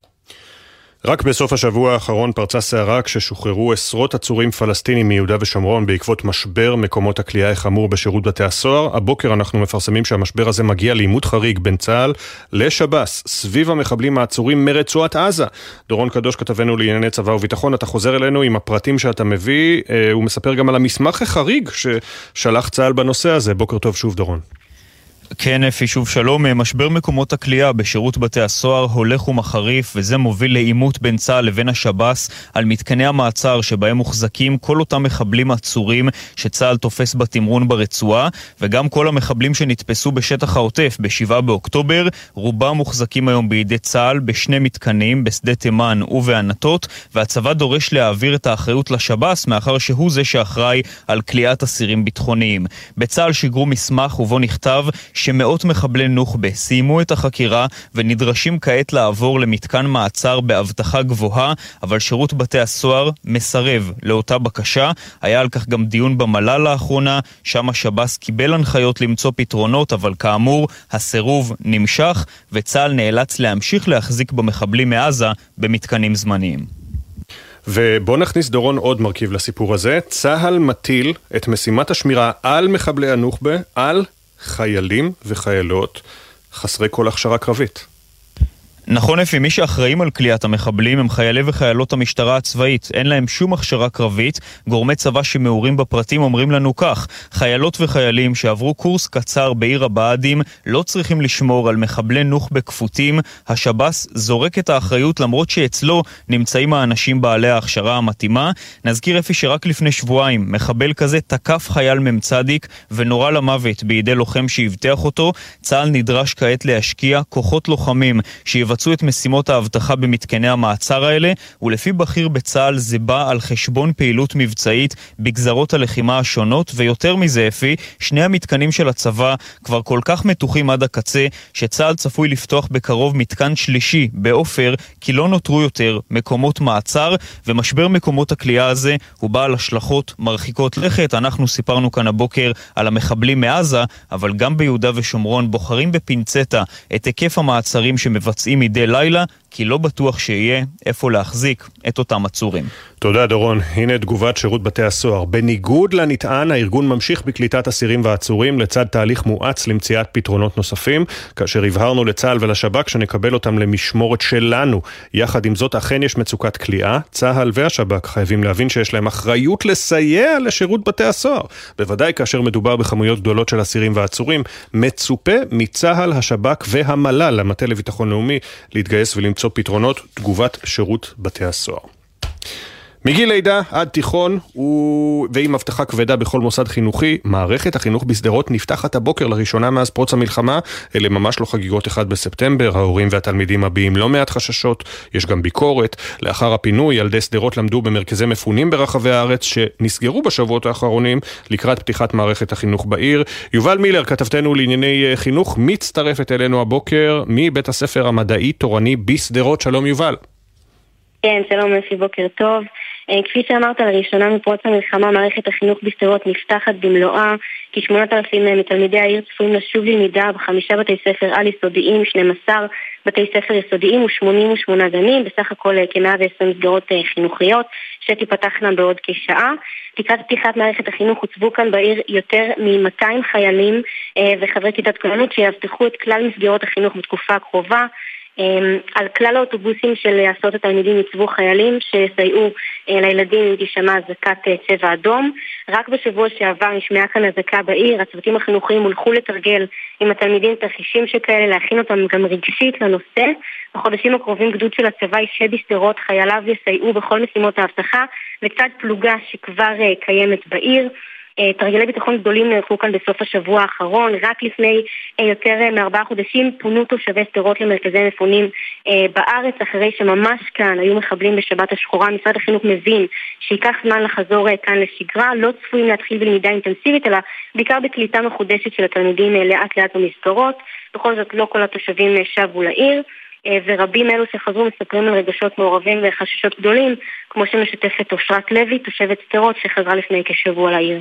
Speaker 2: רק בסוף השבוע האחרון פרצה סערה כששוחררו עשרות עצורים פלסטינים מיהודה ושומרון בעקבות משבר מקומות הכליאה החמור בשירות בתי הסוהר. הבוקר אנחנו מפרסמים שהמשבר הזה מגיע לעימות חריג בין צה"ל לשב"ס סביב המחבלים העצורים מרצועת עזה. דורון קדוש כתבנו לענייני צבא וביטחון, אתה חוזר אלינו עם הפרטים שאתה מביא, הוא מספר גם על המסמך החריג ששלח צה"ל בנושא הזה. בוקר טוב שוב דורון.
Speaker 8: כן, אפי, שוב שלום. משבר מקומות הכליאה בשירות בתי הסוהר הולך ומחריף, וזה מוביל לעימות בין צה"ל לבין השב"ס על מתקני המעצר שבהם מוחזקים כל אותם מחבלים עצורים שצה"ל תופס בתמרון ברצועה, וגם כל המחבלים שנתפסו בשטח העוטף ב7 באוקטובר, רובם מוחזקים היום בידי צה"ל בשני מתקנים, בשדה תימן ובענתות, והצבא דורש להעביר את האחריות לשב"ס מאחר שהוא זה שאחראי על כליאת אסירים ביטחוניים. בצה"ל שיגרו מסמך ובו נכתב שמאות מחבלי נוח'בה סיימו את החקירה ונדרשים כעת לעבור למתקן מעצר באבטחה גבוהה, אבל שירות בתי הסוהר מסרב לאותה בקשה. היה על כך גם דיון במל"ל לאחרונה, שם השב"ס קיבל הנחיות למצוא פתרונות, אבל כאמור הסירוב נמשך וצה"ל נאלץ להמשיך להחזיק במחבלים מעזה במתקנים זמניים.
Speaker 2: ובוא נכניס דורון עוד מרכיב לסיפור הזה. צה"ל מטיל את משימת השמירה על מחבלי הנוח'בה על חיילים וחיילות חסרי כל הכשרה קרבית.
Speaker 8: נכון, אפי, מי שאחראים על כליאת המחבלים הם חיילי וחיילות המשטרה הצבאית. אין להם שום הכשרה קרבית. גורמי צבא שמעורים בפרטים אומרים לנו כך: חיילות וחיילים שעברו קורס קצר בעיר הבה"דים לא צריכים לשמור על מחבלי נוח'בה כפותים. השב"ס זורק את האחריות למרות שאצלו נמצאים האנשים בעלי ההכשרה המתאימה. נזכיר, אפי, שרק לפני שבועיים מחבל כזה תקף חייל ממצדיק ונורה למוות בידי לוחם שהבטח אותו. צה"ל נדרש כעת להשקיע כוחות לוחמים שיבצעו את משימות האבטחה במתקני המעצר האלה, ולפי בכיר בצה"ל זה בא על חשבון פעילות מבצעית בגזרות הלחימה השונות, ויותר מזה, אפי, שני המתקנים של הצבא כבר כל כך מתוחים עד הקצה, שצה"ל צפוי לפתוח בקרוב מתקן שלישי באופר, כי לא נותרו יותר מקומות מעצר, ומשבר מקומות הכליאה הזה הוא בעל השלכות מרחיקות לכת. אנחנו סיפרנו כאן הבוקר על המחבלים מעזה, אבל גם ביהודה ושומרון בוחרים בפינצטה את היקף המעצרים שמבצעים מדי לילה, כי לא בטוח שיהיה איפה להחזיק את אותם עצורים.
Speaker 2: תודה דורון. הנה תגובת שירות בתי הסוהר. בניגוד לנטען, הארגון ממשיך בקליטת אסירים ועצורים לצד תהליך מואץ למציאת פתרונות נוספים, כאשר הבהרנו לצה"ל ולשב"כ שנקבל אותם למשמורת שלנו. יחד עם זאת, אכן יש מצוקת כליאה. צה"ל והשב"כ חייבים להבין שיש להם אחריות לסייע לשירות בתי הסוהר. בוודאי כאשר מדובר בכמויות גדולות של אסירים ועצורים, מצופה מצה"ל, השב"כ והמל"ל, המטה לביטחון לאומי, להתגייס ולמצוא פתרונות. תגובת שירות בתי הסוהר. מגיל לידה עד תיכון ועם הבטחה כבדה בכל מוסד חינוכי, מערכת החינוך בשדרות נפתחת הבוקר לראשונה מאז פרוץ המלחמה. אלה ממש לא חגיגות 1 בספטמבר, ההורים והתלמידים מביעים לא מעט חששות, יש גם ביקורת. לאחר הפינוי, ילדי שדרות למדו במרכזי מפונים ברחבי הארץ שנסגרו בשבועות האחרונים לקראת פתיחת מערכת החינוך בעיר. יובל מילר, כתבתנו לענייני חינוך, מצטרפת אלינו הבוקר מבית הספר המדעי תורני בשדרות. שלום יובל.
Speaker 3: כן, שלום אפי, בוקר טוב. כפי שאמרת, לראשונה מפרוץ המלחמה מערכת החינוך בשדרות נפתחת במלואה, כ8,000 מתלמידי העיר צפויים לשוב ללמידה ב5 בתי ספר על יסודיים, 12 בתי ספר יסודיים ו88 גנים, בסך הכל כ120 מסגרות חינוכיות שתיפתחנה בעוד כשעה. לקראת פתיחת מערכת החינוך הוצבו כאן בעיר יותר מ200 חיילים וחברי כיתת כוננות שיבטחו את כלל מסגרות החינוך בתקופה הקרובה. על כלל האוטובוסים של הסעות התלמידים יצבו חיילים שיסייעו לילדים אם תשמע אזעקת צבע אדום. רק בשבוע שעבר נשמעה כאן אזעקה בעיר, הצוותים החינוכיים הולכו לתרגל עם התלמידים תרחישים שכאלה, להכין אותם גם רגשית לנושא. בחודשים הקרובים גדוד של הצבא ישב בשדרות, חייליו יסייעו בכל משימות האבטחה לצד פלוגה שכבר קיימת בעיר. תרגילי ביטחון גדולים נערכו כאן בסוף השבוע האחרון. רק לפני יותר מ4 חודשים פונו תושבי שדרות למרכזי מפונים בארץ, אחרי שממש כאן היו מחבלים בשבת השחורה. משרד החינוך מבין שיקח זמן לחזור כאן לשגרה, לא צפויים להתחיל בלמידה אינטנסיבית, אלא בעיקר בקליטה מחודשת של התלמידים לאט לאט במסגרות. בכל זאת לא כל התושבים שבו לעיר, ורבים אלו שחזרו מספרים על רגשות מעורבים וחששות גדולים, כמו שמשתפת אושרת לוי, תושבת שדרות שחזרה לפני כשבוע לעיר.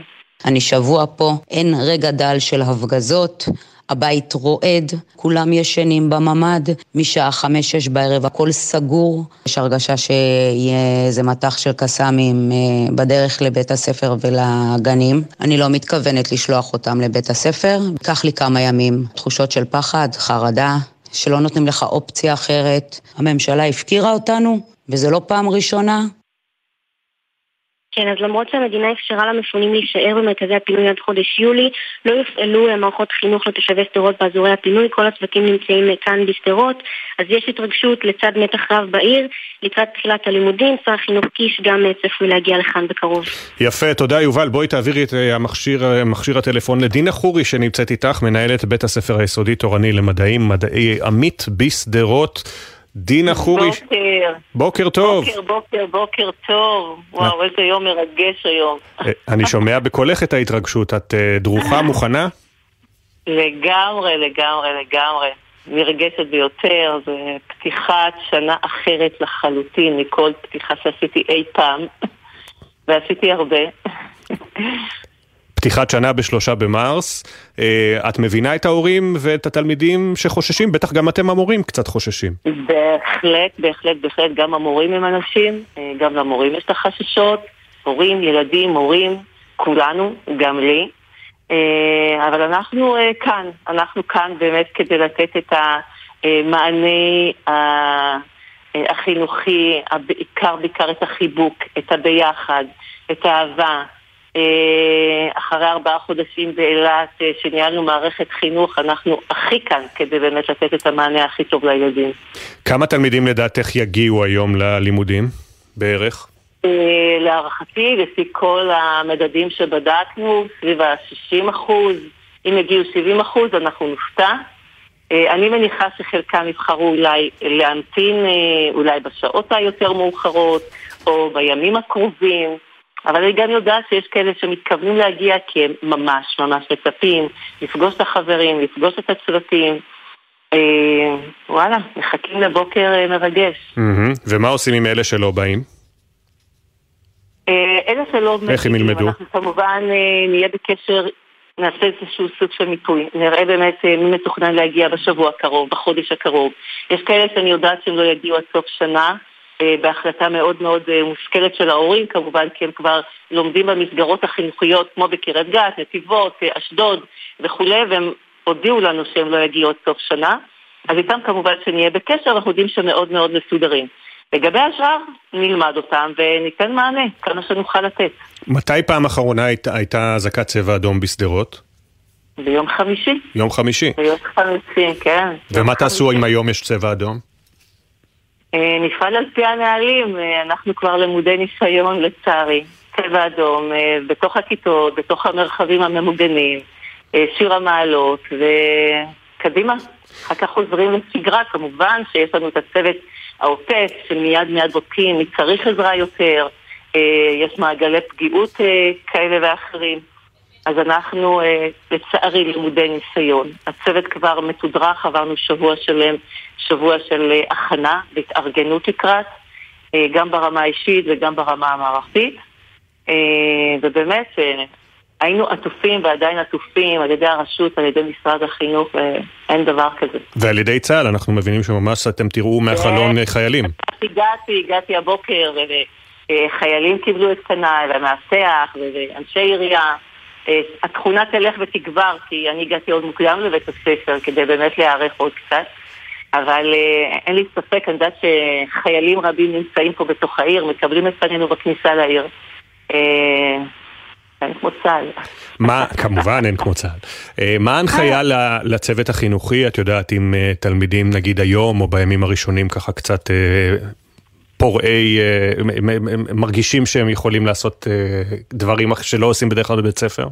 Speaker 29: אני שבוע פה, אין רגע דל של הפגזות, הבית רועד, כולם ישנים בממד, משעה 5-6 בערב הכל סגור, יש הרגשה שיהיה איזה מטח של קסאמים בדרך לבית הספר ולגנים. אני לא מתכוונת לשלוח אותם לבית הספר, ייקח לי כמה ימים, תחושות של פחד, חרדה, שלא נותנים לך אופציה אחרת. הממשלה הפקירה אותנו, וזה לא פעם ראשונה.
Speaker 3: כן, אז למרות שהמדינה אפשרה למפונים להישאר במרכזי הפינוי עד חודש יולי, לא יופעלו מערכות חינוך לתושבי שדרות באזורי הפינוי, כל הצוותים נמצאים כאן בשדרות, אז יש התרגשות לצד מתח רב בעיר, לקראת תחילת הלימודים, שר החינוך קיש גם צפוי להגיע לכאן בקרוב.
Speaker 2: יפה, תודה יובל, בואי תעבירי את מכשיר הטלפון לדינה חורי שנמצאת איתך, מנהלת בית הספר היסודי תורני למדעים, מדעי עמית בשדרות. דינה חורי, בוקר טוב.
Speaker 6: בוקר טוב. וואו, איזה יום מרגש היום.
Speaker 2: אני שומע בקולך את ההתרגשות. את דרוכה, מוכנה?
Speaker 6: לגמרי. מרגשת ביותר. זה פתיחת שנה אחרת לחלוטין מכל פתיחה שעשיתי אי פעם. ועשיתי הרבה.
Speaker 2: פתיחת שנה ב3 במרס, את מבינה את ההורים ואת התלמידים שחוששים? בטח גם אתם המורים קצת חוששים.
Speaker 6: בהחלט, גם המורים הם אנשים, גם למורים יש את החששות, הורים, ילדים, מורים, כולנו, גם לי, אבל אנחנו כאן באמת כדי לתת את המענה החינוכי, בעיקר את החיבוק, את הביחד, את האהבה, אחרי 4 חודשים באילת שניהלנו מערכת חינוך, אנחנו הכי כאן כדי באמת לתת את המענה הכי טוב לילדים.
Speaker 2: כמה תלמידים לדעתך יגיעו היום ללימודים בערך?
Speaker 6: להערכתי, לפי כל המדדים שבדקנו, סביב ה-60%, אם יגיעו 70% אנחנו נופתע. אני מניחה שחלקם יבחרו אולי להמתין, אולי בשעות היותר מאוחרות, או בימים הקרובים, אבל אני גם יודעת שיש כאלה שמתכוונים להגיע כי הם ממש מצפים לפגוש את החברים, לפגוש את הצוותים. וואלה, מחכים לבוקר מרגש.
Speaker 2: ומה עושים עם אלה שלא באים?
Speaker 6: אלה שלא באים,
Speaker 2: איך הם ילמדו?
Speaker 6: אנחנו כמובן נהיה בקשר, נעשה איזשהו סוג של מיפוי. נראה באמת מי מתוכנן להגיע בשבוע הקרוב, בחודש הקרוב. יש כאלה שאני יודעת שהם לא יגיעו עד סוף שנה, בהחלטה מאוד מושכלת של ההורים, כמובן, כי הם כבר לומדים במסגרות החינוכיות, כמו בקריית גת, נתיבות, אשדוד וכו', והם הודיעו לנו שהם לא יגיעו עד סוף שנה, אז איתם כמובן שנהיה בקשר, אנחנו יודעים שמאוד מסודרים. לגבי השאר, נלמד אותם וניתן מענה, כמה שנוכל לתת.
Speaker 2: מתי פעם אחרונה הייתה אזעקת צבע אדום בשדרות?
Speaker 6: ביום חמישי.
Speaker 2: יום חמישי?
Speaker 6: ביום חמישי, כן.
Speaker 2: ומה תעשו אם היום יש צבע אדום?
Speaker 6: נפעל על פי הנהלים, אנחנו כבר למודי ניסיון לצערי, צבע אדום, בתוך הכיתות, בתוך המרחבים הממוגנים, שיר המעלות, וקדימה. אחר כך חוזרים לשגרה, כמובן שיש לנו את הצוות העוטף, שמיד בודקים, מי צריך עזרה יותר, יש מעגלי פגיעות כאלה ואחרים. אז אנחנו לצערי למודי ניסיון. הצוות כבר מתודרך, עברנו שבוע של הכנה והתארגנות לקראת, גם ברמה האישית וגם ברמה המערכתית. ובאמת היינו עטופים ועדיין עטופים על ידי הרשות, על ידי משרד החינוך, אין דבר כזה.
Speaker 2: ועל ידי צה"ל אנחנו מבינים שממש אתם תראו מהחלון חיילים.
Speaker 6: הגעתי הבוקר וחיילים קיבלו את קנאי והמאבטח ואנשי עירייה. התכונה תלך ותגבר, כי אני הגעתי עוד מוקדם לבית הספר כדי באמת להיערך עוד קצת, אבל אין לי ספק, אני יודעת שחיילים רבים נמצאים פה בתוך העיר, מקבלים את פנינו בכניסה לעיר. אין כמו צה"ל.
Speaker 2: כמובן אין כמו צה"ל. מה ההנחיה לצוות החינוכי? את יודעת, אם תלמידים נגיד היום או בימים הראשונים ככה קצת פורעי, מרגישים שהם יכולים לעשות דברים שלא עושים בדרך כלל בבית ספר?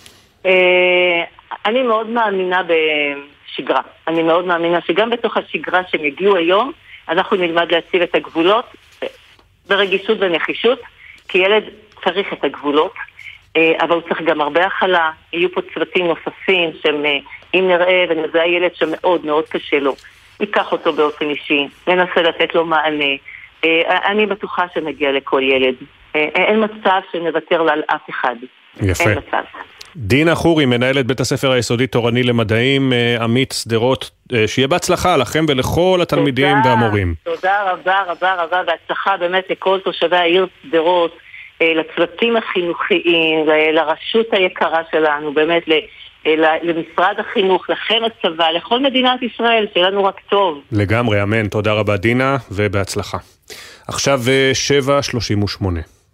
Speaker 6: אני מאוד מאמינה בשגרה. אני מאוד מאמינה שגם בתוך השגרה שהם הגיעו היום, אנחנו נלמד להציב את הגבולות ברגישות ונחישות, כי ילד צריך את הגבולות, אבל הוא צריך גם הרבה הכלה. יהיו פה צוותים נוספים שהם, אם נראה ונזהה ילד שמאוד קשה לו, ניקח אותו באופן אישי, ננסה לתת לו מענה. אני בטוחה שנגיע לכל ילד. אין מצב שנוותר לה על אף אחד.
Speaker 2: יפה.
Speaker 6: אין מצב.
Speaker 2: דינה חורי, מנהלת בית הספר היסודי תורני למדעים, עמית שדרות, שיהיה בהצלחה לכם ולכל התלמידים והמורים.
Speaker 6: תודה רבה, בהצלחה באמת לכל תושבי העיר שדרות, לצוותים החינוכיים, לרשות היקרה שלנו, באמת למשרד החינוך, לכם הצבא, לכל מדינת ישראל, שיהיה לנו רק טוב.
Speaker 2: לגמרי, אמן. תודה רבה דינה, ובהצלחה. עכשיו 7:38.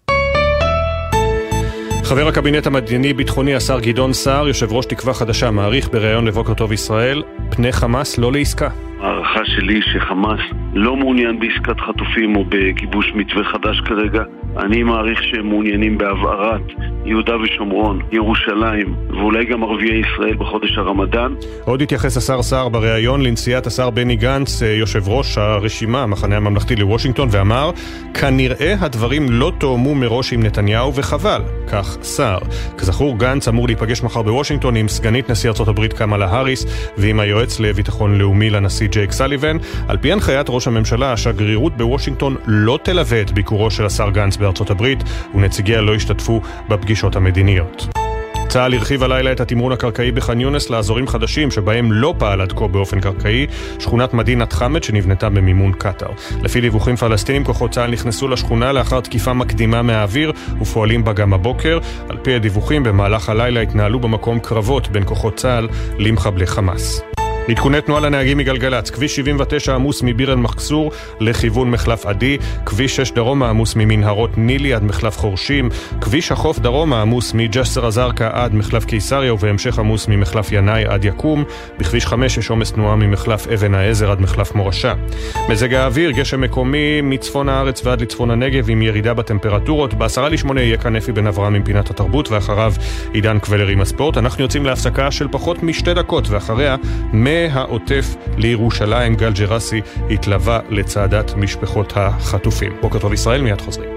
Speaker 2: חבר הקבינט המדיני-ביטחוני, השר גדעון סער, יושב ראש תקווה חדשה, מעריך בראיון לבוקר טוב ישראל, פני חמאס לא לעסקה.
Speaker 14: הערכה שלי שחמאס לא מעוניין בעסקת חטופים או בגיבוש מתווה חדש כרגע. אני מעריך שהם מעוניינים בהבערת יהודה ושומרון, ירושלים ואולי גם ערביי ישראל בחודש הרמדאן.
Speaker 2: עוד התייחס השר סער בראיון לנסיעת השר בני גנץ, יושב ראש הרשימה, המחנה הממלכתי, לוושינגטון, ואמר, כנראה הדברים לא תואמו מראש עם נתניהו וחבל. כך סער. כזכור, גנץ אמור להיפגש מחר בוושינגטון עם סגנית נשיא ארצות הברית קמאלה האריס ועם היועץ לביטחון לאומי לנשיא ג'ייק סליבן. על פי הנחיית ראש הממשלה, השגרירות בוושינגטון לא תלווה את ביקורו של השר גנץ בארצות הברית, ונציגיה לא השתתפו בפגישות המדיניות. צה"ל הרחיב הלילה את התמרון הקרקעי בח'אן יונס לאזורים חדשים שבהם לא פעל עד כה באופן קרקעי, שכונת מדינת חמד שנבנתה במימון קטר. לפי דיווחים פלסטינים, כוחות צה"ל נכנסו לשכונה לאחר תקיפה מקדימה מהאוויר ופועלים בה גם הבוקר. על פי הדיווחים, במהלך הלילה התנהלו במקום קרבות בין כוחות צה"ל למחבלי חמאס. עדכוני תנועה לנהגים מגלגלץ, כביש 79 עמוס מביר אל מחסור לכיוון מחלף עדי, כביש 6 דרומה עמוס ממנהרות נילי עד מחלף חורשים, כביש החוף דרומה עמוס מג'סר הזרקה עד מחלף קיסריה ובהמשך עמוס ממחלף ינאי עד יקום, בכביש 5 יש עומס תנועה ממחלף אבן העזר עד מחלף מורשה. מזג האוויר, גשם מקומי מצפון הארץ ועד לצפון הנגב עם ירידה בטמפרטורות. ב7:50 יהיה כאן אפי בן אברהם עם פינת התרבות ואחריו עידן קבלר עם הספורט. אנחנו יוצאים להפסקה של פחות מ2 דקות ואחריה מהעוטף לירושלים, גל ג'רסי התלווה לצעדת משפחות החטופים. בוקר טוב ישראל, מיד חוזרים.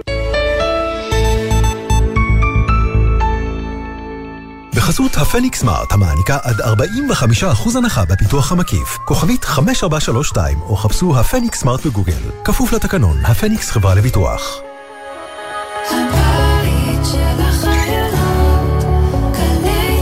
Speaker 11: בחסות הפניקס סמארט המעניקה עד 45% הנחה בפיתוח המקיף. כוכבית 5432 או חפשו הפניקס סמארט בגוגל. כפוף לתקנון, הפניקס חברה לביטוח.
Speaker 15: הבית של החיילות, גלי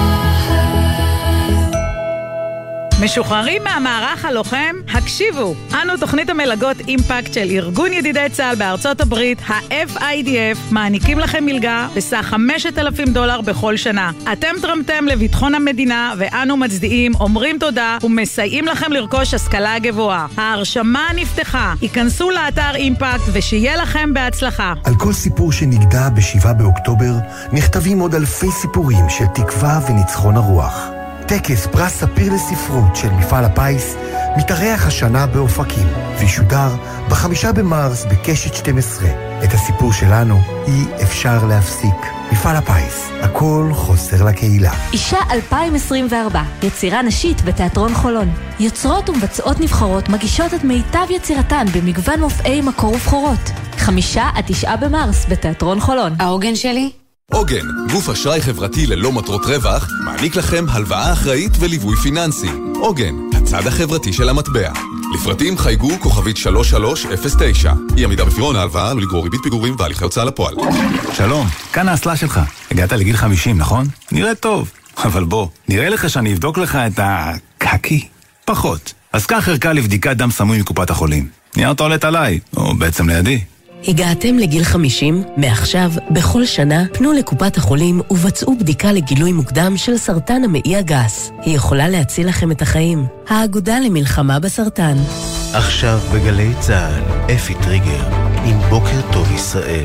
Speaker 15: צהל.
Speaker 17: משוחררים מהמערך הלוחם? הקשיבו! אנו תוכנית המלגות אימפקט של ארגון ידידי צה"ל בארצות הברית, ה-FIDF, מעניקים לכם מלגה בסך $5,000 בכל שנה. אתם תרמתם לביטחון המדינה ואנו מצדיעים, אומרים תודה ומסייעים לכם לרכוש השכלה גבוהה. ההרשמה נפתחה. היכנסו לאתר אימפקט ושיהיה לכם בהצלחה.
Speaker 18: על כל סיפור שנגדע ב7 באוקטובר נכתבים עוד אלפי סיפורים של תקווה וניצחון הרוח. טקס פרס ספיר לספרות של מפעל הפיס מתארח השנה באופקים וישודר ב5 במרס בקשת 12. את הסיפור שלנו אי אפשר להפסיק. מפעל הפיס, הכל חוסר לקהילה.
Speaker 19: אישה 2024, יצירה נשית בתיאטרון חולון. יוצרות ומבצעות נבחרות מגישות את מיטב יצירתן במגוון מופעי מקור ובחורות. 5-9 במרס בתיאטרון חולון.
Speaker 20: העוגן שלי?
Speaker 21: עוגן, גוף אשראי חברתי ללא מטרות רווח, מעניק לכם הלוואה אחראית וליווי פיננסי. עוגן, הצד החברתי של המטבע. לפרטים חייגו כוכבית 3309. אי עמידה בפירעון ההלוואה עלול לגרור ריבית פיגורים והליכי הוצאה לפועל.
Speaker 22: שלום, כאן האסלה שלך. הגעת לגיל 50, נכון? נראה טוב. אבל בוא, נראה לך שאני אבדוק לך את הקקי? פחות. אז קח ערכה לבדיקת דם סמוי מקופת החולים. נייר טואלט עליי, או בעצם לידי.
Speaker 23: הגעתם לגיל 50? מעכשיו, בכל שנה, פנו לקופת החולים ובצעו בדיקה לגילוי מוקדם של סרטן המעי הגס. היא יכולה להציל לכם את החיים. האגודה למלחמה בסרטן.
Speaker 16: עכשיו בגלי צהל, אפי טריגר, עם בוקר טוב ישראל.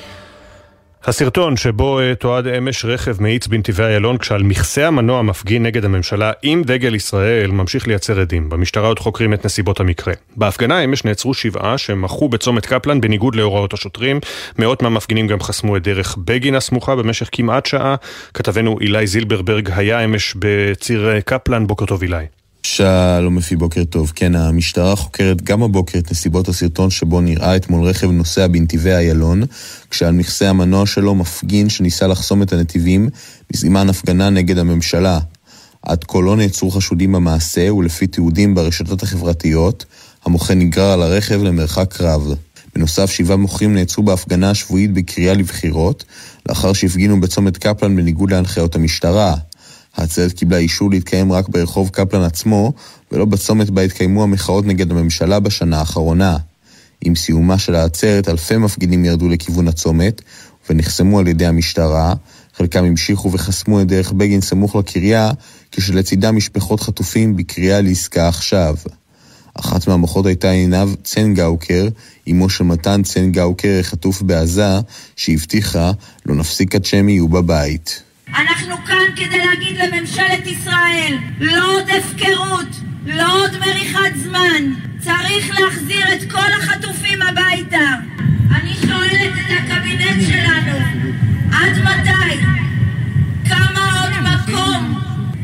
Speaker 2: הסרטון שבו תועד אמש רכב מאיץ בנתיבי איילון כשעל מכסה המנוע מפגין נגד הממשלה עם דגל ישראל ממשיך לייצר עדים. במשטרה עוד חוקרים את נסיבות המקרה. בהפגנה אמש נעצרו 7 שמחו בצומת קפלן בניגוד להוראות השוטרים. מאות מהמפגינים גם חסמו את דרך בגין הסמוכה במשך כמעט שעה. כתבנו אילי זילברברג היה אמש בציר קפלן. בוקר טוב אילי.
Speaker 30: שלום אפי, בוקר טוב. כן, המשטרה חוקרת גם הבוקר את נסיבות הסרטון שבו נראה אתמול רכב נוסע בנתיבי איילון, כשעל מכסה המנוע שלו מפגין שניסה לחסום את הנתיבים בזמן הפגנה נגד הממשלה. עד כה לא נעצרו חשודים במעשה, ולפי תיעודים ברשתות החברתיות, המוכן נגרר על הרכב למרחק רב. בנוסף, 7 מוחים נעצרו בהפגנה השבועית בקריאה לבחירות, לאחר שהפגינו בצומת קפלן בניגוד להנחיות המשטרה. העצרת קיבלה אישור להתקיים רק ברחוב קפלן עצמו, ולא בצומת בה התקיימו המחאות נגד הממשלה בשנה האחרונה. עם סיומה של העצרת, אלפי מפגינים ירדו לכיוון הצומת, ונחסמו על ידי המשטרה. חלקם המשיכו וחסמו את דרך בגין סמוך לקריה, כשלצידה משפחות חטופים בקריאה לעסקה עכשיו. אחת מהמוחות הייתה עינב צנגאוקר, אמו של מתן צנגאוקר חטוף בעזה, שהבטיחה לא נפסיק עד שהם יהיו בבית.
Speaker 5: אנחנו כאן כדי להגיד לממשלת ישראל, לא עוד הפקרות, לא עוד מריחת זמן, צריך להחזיר את כל החטופים הביתה. אני שואלת את הקבינט שלנו, עד מתי? כמה עוד מקום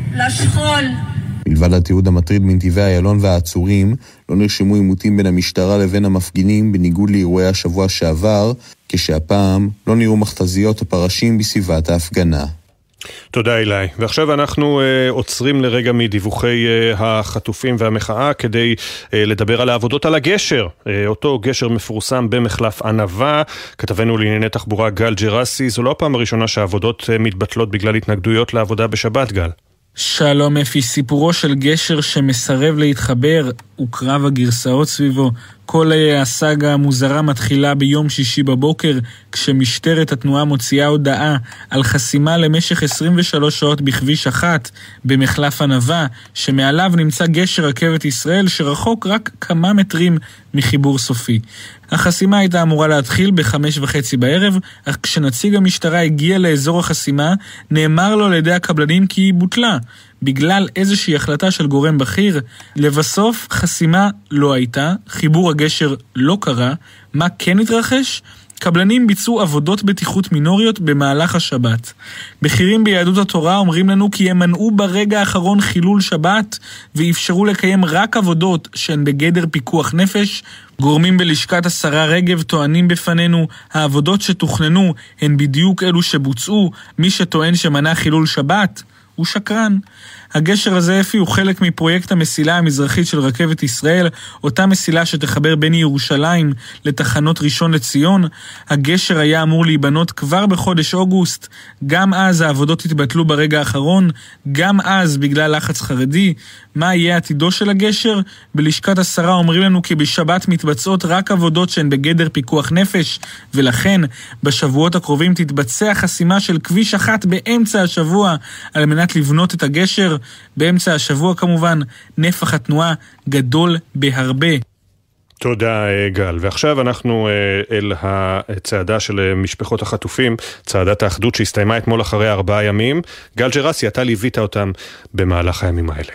Speaker 5: לשכול?
Speaker 30: מלבד התיעוד המטריד מנתיבי איילון והעצורים, לא נרשמו עימותים בין המשטרה לבין המפגינים בניגוד לאירועי השבוע שעבר, כשהפעם לא נראו מכתזיות או פרשים בסביבת ההפגנה.
Speaker 2: תודה אילי. ועכשיו אנחנו עוצרים לרגע מדיווחי החטופים והמחאה כדי לדבר על העבודות על הגשר. אותו גשר מפורסם במחלף ענבה. כתבנו לענייני תחבורה גל ג'רסי. זו לא הפעם הראשונה שהעבודות מתבטלות בגלל התנגדויות לעבודה בשבת, גל.
Speaker 7: שלום אפי, סיפורו של גשר שמסרב להתחבר וקרב הגרסאות סביבו. כל הסאגה המוזרה מתחילה ביום שישי בבוקר, כשמשטרת התנועה מוציאה הודעה על חסימה למשך 23 שעות בכביש 1 במחלף ענבה, שמעליו נמצא גשר רכבת ישראל שרחוק רק כמה מטרים מחיבור סופי. החסימה הייתה אמורה להתחיל ב-5:30 בערב, אך כשנציג המשטרה הגיע לאזור החסימה, נאמר לו על ידי הקבלנים כי היא בוטלה, בגלל איזושהי החלטה של גורם בכיר. לבסוף, חסימה לא הייתה, חיבור הגשר לא קרה. מה כן התרחש? קבלנים ביצעו עבודות בטיחות מינוריות במהלך השבת. בכירים ביהדות התורה אומרים לנו כי הם מנעו ברגע האחרון חילול שבת, ואפשרו לקיים רק עבודות שהן בגדר פיקוח נפש. גורמים בלשכת השרה רגב טוענים בפנינו, העבודות שתוכננו הן בדיוק אלו שבוצעו. מי שטוען שמנע חילול שבת הוא שקרן. הגשר הזה אפי הוא חלק מפרויקט המסילה המזרחית של רכבת ישראל, אותה מסילה שתחבר בין ירושלים לתחנות ראשון לציון. הגשר היה אמור להיבנות כבר בחודש אוגוסט, גם אז העבודות התבטלו ברגע האחרון, גם אז בגלל לחץ חרדי. מה יהיה עתידו של הגשר? בלשכת השרה אומרים לנו כי בשבת מתבצעות רק עבודות שהן בגדר פיקוח נפש, ולכן בשבועות הקרובים תתבצע חסימה של כביש 1 באמצע השבוע על מנת לבנות את הגשר. באמצע השבוע כמובן נפח התנועה גדול בהרבה.
Speaker 2: תודה גל. ועכשיו אנחנו אל הצעדה של משפחות החטופים, צעדת האחדות שהסתיימה אתמול אחרי 4 ימים. גל ג'רסי, אתה ליווית אותם במהלך הימים האלה.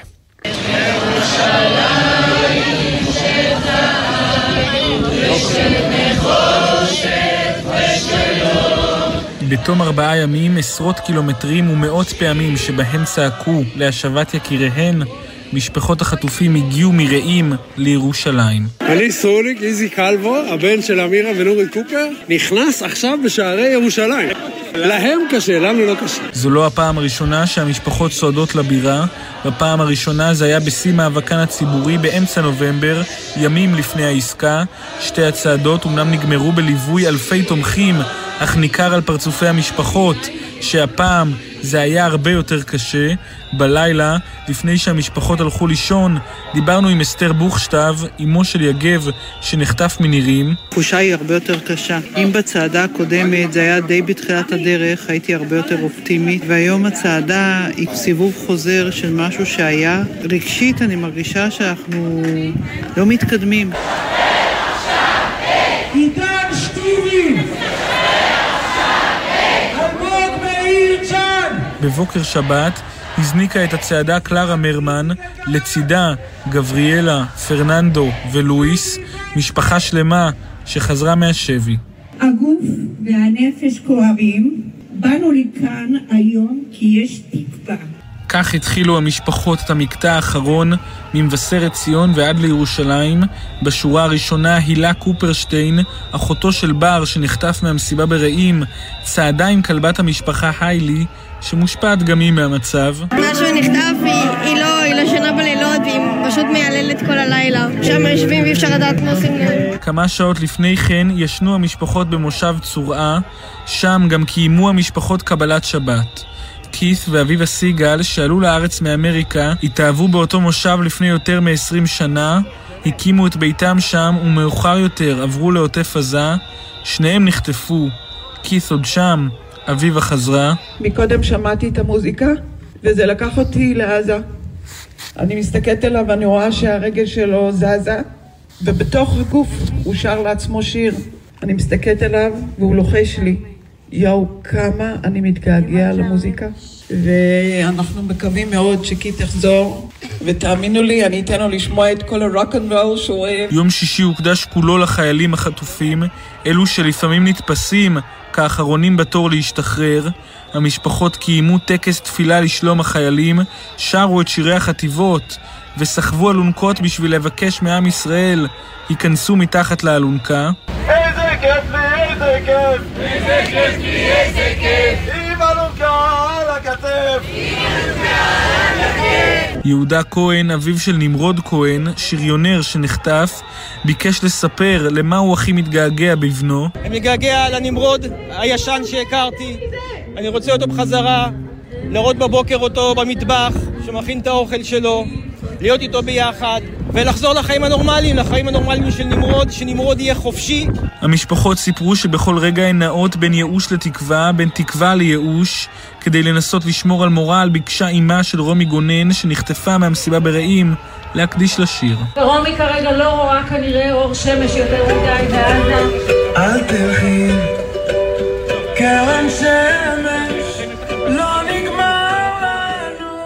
Speaker 7: בתום 4 ימים, עשרות קילומטרים ומאות פעמים שבהם צעקו להשבת יקיריהן, משפחות החטופים הגיעו מרעים לירושלים.
Speaker 9: אני סרוליק, איזי קלבו, הבן של אמירה ונורי קופר, נכנס עכשיו בשערי ירושלים. להם קשה, לנו לא קשה.
Speaker 7: זו לא הפעם הראשונה שהמשפחות צועדות לבירה. בפעם הראשונה זה היה בשיא מאבקן הציבורי באמצע נובמבר, ימים לפני העסקה. שתי הצעדות אומנם נגמרו בליווי אלפי תומכים, אך ניכר על פרצופי המשפחות שהפעם זה היה הרבה יותר קשה. בלילה, לפני שהמשפחות הלכו לישון, דיברנו עם אסתר בוכשטב, אמו של יגב, שנחטף מנירים.
Speaker 10: תחושה היא הרבה יותר קשה. אם בצעדה הקודמת זה היה די בתחילת הדרך, הייתי הרבה יותר אופטימית, והיום הצעדה היא סיבוב חוזר של משהו שהיה. רגשית אני מרגישה שאנחנו לא מתקדמים.
Speaker 9: עידן שטיבי! אלמוג מאיר צ'אן!
Speaker 7: בבוקר שבת הזניקה את הצעדה קלרה מרמן, לצידה גבריאלה, פרננדו ולואיס, משפחה שלמה שחזרה מהשבי.
Speaker 12: הגוף והנפש כואבים, באנו לכאן היום כי יש תקווה.
Speaker 7: כך התחילו המשפחות את המקטע האחרון ממבשרת ציון ועד לירושלים. בשורה הראשונה הילה קופרשטיין, אחותו של בר שנחטף מהמסיבה ברעים, צעדה עם כלבת המשפחה היילי, שמושפעת גם היא מהמצב.
Speaker 20: משהו נחטף, היא לא ישנה בלילות, והיא פשוט מייללת
Speaker 1: באמת כל הלילה. שם יושבים ואי אפשר לדעת מה עושים להם.
Speaker 7: כמה שעות לפני כן ישנו המשפחות במושב צורעה, שם גם קיימו המשפחות קבלת שבת. קית' ואביבה סיגל, שעלו לארץ מאמריקה, התאהבו באותו מושב לפני יותר מ-20 שנה, הקימו את ביתם שם ומאוחר יותר עברו לעוטף עזה. שניהם נחטפו. קית' עוד שם, אביבה חזרה.
Speaker 10: מקודם שמעתי את המוזיקה וזה לקח אותי לעזה. אני מסתכלת עליו ואני רואה שהרגל שלו זזה, ובתוך הגוף הוא שר לעצמו שיר. אני מסתכלת עליו והוא לוחש לי, יאו, כמה אני מתגעגע למוזיקה. ואנחנו מקווים מאוד שקית' יחזור, ותאמינו לי, אני אתן לו לשמוע את כל הרוק אנד רול שהוא אוהב.
Speaker 7: יום שישי הוקדש כולו לחיילים החטופים, אלו שלפעמים נתפסים כאחרונים בתור להשתחרר. המשפחות קיימו טקס תפילה לשלום החיילים, שרו את שירי החטיבות וסחבו אלונקות בשביל לבקש מעם ישראל ייכנסו מתחת לאלונקה.
Speaker 4: איזה כיף לי, איזה כיף! איזה כיף לי, איזה כיף! עם אלונקה על הכתף! עם אלונקה על הכתף!
Speaker 7: יהודה כהן, אביו של נמרוד כהן, שריונר שנחטף, ביקש לספר למה הוא הכי מתגעגע בבנו.
Speaker 8: אני מתגעגע לנמרוד הישן שהכרתי. אני רוצה אותו בחזרה, לראות בבוקר אותו במטבח, שמכין את האוכל שלו, להיות איתו ביחד, ולחזור לחיים הנורמליים, לחיים הנורמליים של נמרוד, שנמרוד יהיה חופשי.
Speaker 7: המשפחות סיפרו שבכל רגע הן נעות בין ייאוש לתקווה, בין תקווה לייאוש, כדי לנסות לשמור על מורל. ביקשה אימה של רומי גונן, שנחטפה מהמסיבה ברעים, להקדיש לשיר.
Speaker 13: רומי כרגע לא רואה כנראה אור שמש יותר מדי בעזה.
Speaker 4: אל תלכי, קרן שמש, לא נגמר לנו.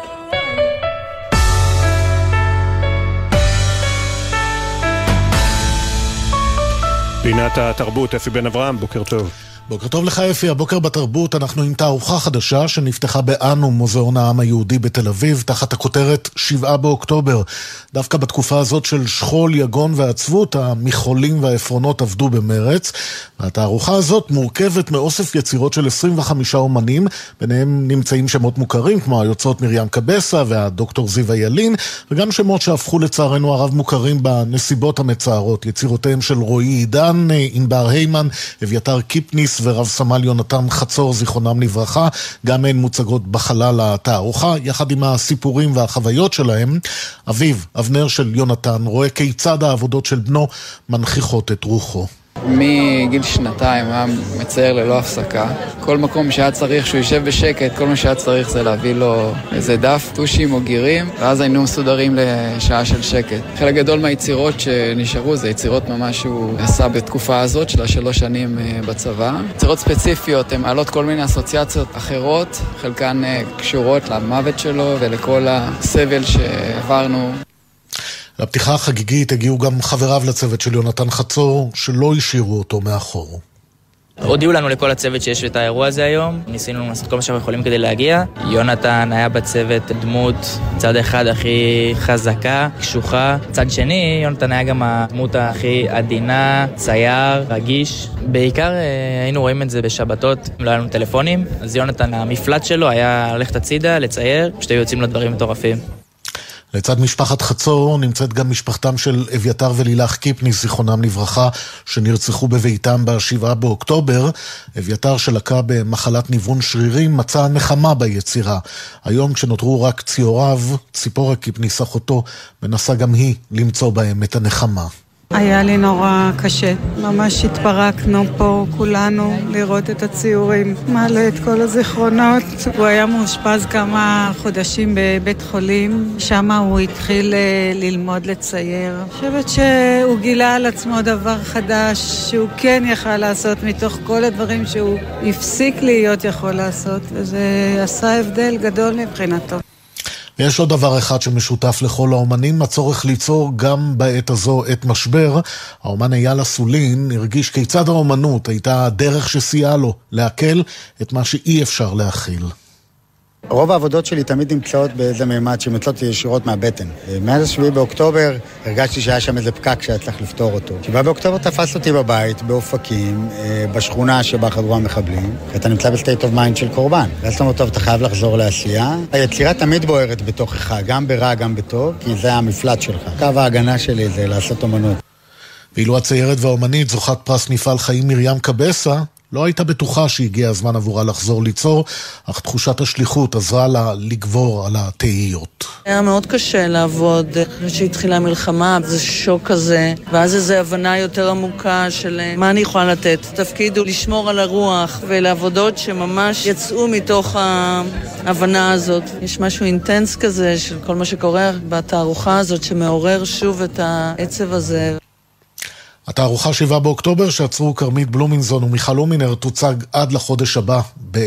Speaker 2: פינת התרבות, אפי בן אברהם, בוקר טוב.
Speaker 20: בוקר טוב לך אפי, הבוקר בתרבות אנחנו עם תערוכה חדשה שנפתחה באנו, מוזיאון העם היהודי בתל אביב, תחת הכותרת 7 באוקטובר. דווקא בתקופה הזאת של שכול, יגון ועצבות, המחולים והעפרונות עבדו במרץ. והתערוכה הזאת מורכבת מאוסף יצירות של 25 אומנים, ביניהם נמצאים שמות מוכרים כמו היוצרות מרים קבסה והדוקטור זיו ילין, וגם שמות שהפכו לצערנו הרב מוכרים בנסיבות המצערות. יצירותיהם של רועי עידן, ענבר הימן, אביתר קיפניס ורב סמל יונתן חצור, זיכרונם לברכה, גם הן מוצגות בחלל התערוכה, יחד עם הסיפורים והחוויות שלהם. אביו, אבנר של יונתן, רואה כיצד העבודות של בנו מנכיחות את רוחו.
Speaker 24: מגיל 2 היה מצייר ללא הפסקה. כל מקום שהיה צריך שהוא יישב בשקט, כל מה שהיה צריך זה להביא לו איזה דף, טושים או גירים, ואז היינו מסודרים לשעה של שקט. חלק גדול מהיצירות שנשארו זה יצירות ממש שהוא עשה בתקופה הזאת של 3 שנים בצבא. יצירות ספציפיות הן מעלות כל מיני אסוציאציות אחרות, חלקן קשורות למוות שלו ולכל הסבל שעברנו.
Speaker 20: לפתיחה החגיגית הגיעו גם חבריו לצוות של יונתן חצור, שלא השאירו אותו מאחור.
Speaker 25: הודיעו לנו לכל הצוות שיש את האירוע הזה היום, ניסינו לעשות כל מה שאנחנו יכולים כדי להגיע. יונתן היה בצוות דמות צד אחד הכי חזקה, קשוחה. צד שני, יונתן היה גם הדמות הכי עדינה, צייר, רגיש. בעיקר היינו רואים את זה בשבתות, לא היה לנו טלפונים, אז יונתן, המפלט שלו היה ללכת הצידה, לצייר, פשוט היו יוצאים לו דברים מטורפים.
Speaker 20: לצד משפחת חצור נמצאת גם משפחתם של אביתר ולילך קיפניס, זיכרונם לברכה, שנרצחו בביתם ב7 באוקטובר. אביתר שלקה במחלת ניוון שרירים מצא נחמה ביצירה. היום כשנותרו רק ציוריו, ציפורה קיפניס אחותו מנסה גם היא למצוא בהם את הנחמה.
Speaker 10: היה לי נורא קשה, ממש התפרקנו פה כולנו לראות את הציורים, מעלה את כל הזיכרונות. הוא היה מאושפז כמה חודשים בבית חולים, שם הוא התחיל ללמוד לצייר. אני חושבת שהוא גילה על עצמו דבר חדש שהוא כן יכל לעשות מתוך כל הדברים שהוא הפסיק להיות יכול לעשות, וזה עשה הבדל גדול מבחינתו.
Speaker 20: יש עוד דבר אחד שמשותף לכל האומנים, הצורך ליצור גם בעת הזו את משבר. האומן אייל אסולין הרגיש כיצד האומנות הייתה הדרך שסייעה לו להקל את מה שאי אפשר להכיל.
Speaker 3: רוב העבודות שלי תמיד נמצאות באיזה מימד שמתלות ישירות מהבטן. מאז 7 באוקטובר הרגשתי שהיה שם איזה פקק שהיה צריך לפתור אותו. 7 באוקטובר תפס אותי בבית, באופקים, בשכונה שבה חדרו המחבלים, אתה נמצא בסטייט אוף מיינד של קורבן. ואז אתה אומר, טוב, אתה חייב לחזור לעשייה. היצירה תמיד בוערת בתוכך, גם ברע, גם בטוב, כי זה המפלט שלך. קו ההגנה שלי זה לעשות אומנות.
Speaker 20: ואילו הציירת והאומנית, זוכת פרס מפעל חיים מרים קבסה, לא הייתה בטוחה שהגיע הזמן עבורה לחזור ליצור, אך תחושת השליחות עזרה לה לגבור על התהיות.
Speaker 10: היה מאוד קשה לעבוד אחרי שהתחילה המלחמה, זה שוק כזה, ואז איזו הבנה יותר עמוקה של מה אני יכולה לתת. תפקיד הוא לשמור על הרוח ולעבודות שממש יצאו מתוך ההבנה הזאת. יש משהו אינטנס כזה של כל מה שקורה בתערוכה הזאת שמעורר שוב את העצב הזה.
Speaker 20: התערוכה 7 באוקטובר שעצרו קרמית בלומינזון ומיכל לומינר תוצג עד לחודש הבא,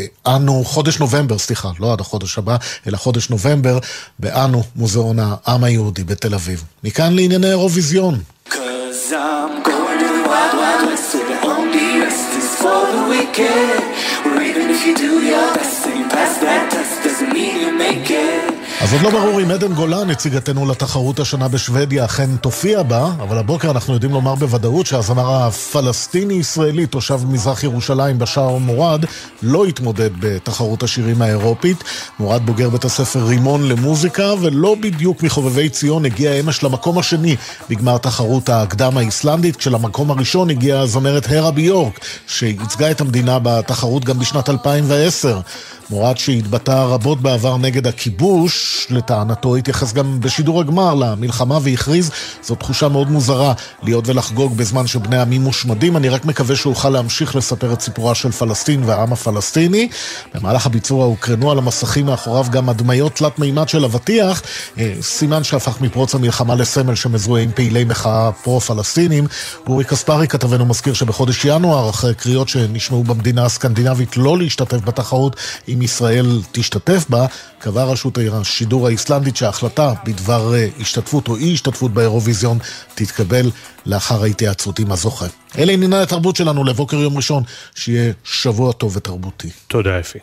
Speaker 20: חודש נובמבר, לא עד החודש הבא, אלא חודש נובמבר, באנו מוזיאון העם היהודי בתל אביב. מכאן לענייני אירוויזיון.
Speaker 6: Cause I'm going to the wild, wild west, so the only rest is for the wicked. Or even if you do your best and you pass that test, doesn't mean you make it.
Speaker 20: אז עוד לא ברור אם עדן גולן, נציגתנו לתחרות השנה בשוודיה, אכן תופיע בה, אבל הבוקר אנחנו יודעים לומר בוודאות שהזמר הפלסטיני-ישראלי, תושב מזרח ירושלים בשאר מורד, לא התמודד בתחרות השירים האירופית. מורד בוגר בית הספר רימון למוזיקה, ולא בדיוק מחובבי ציון הגיע אמש למקום השני בגמר תחרות הקדם האיסלנדית, כשלמקום הראשון הגיעה הזמרת הרה ביורק, שייצגה את המדינה בתחרות גם בשנת 2010. מורד שהתבטא רבות בעבר נגד הכיבוש, לטענתו התייחס גם בשידור הגמר למלחמה והכריז, זו תחושה מאוד מוזרה להיות ולחגוג בזמן שבני עמים מושמדים. אני רק מקווה שאוכל להמשיך לספר את סיפורה של פלסטין והעם הפלסטיני. במהלך הביצוע הוקרנו על המסכים מאחוריו גם הדמיות תלת מימד של אבטיח, סימן שהפך מפרוץ המלחמה לסמל שמזוהה עם פעילי מחאה פרו-פלסטינים. אורי קספרי כתבנו מזכיר שבחודש ינואר, אחרי קריאות שנשמעו במדינה הסקנדינבית לא להשתתף בתחרות אם ישראל תשתתף בה, קבעה רשות השידור האיסלנדית שההחלטה בדבר השתתפות או אי השתתפות באירוויזיון תתקבל לאחר ההתייעצות עם הזוכה. אלה ענייני התרבות שלנו לבוקר יום ראשון, שיהיה שבוע טוב ותרבותי.
Speaker 2: תודה אפי.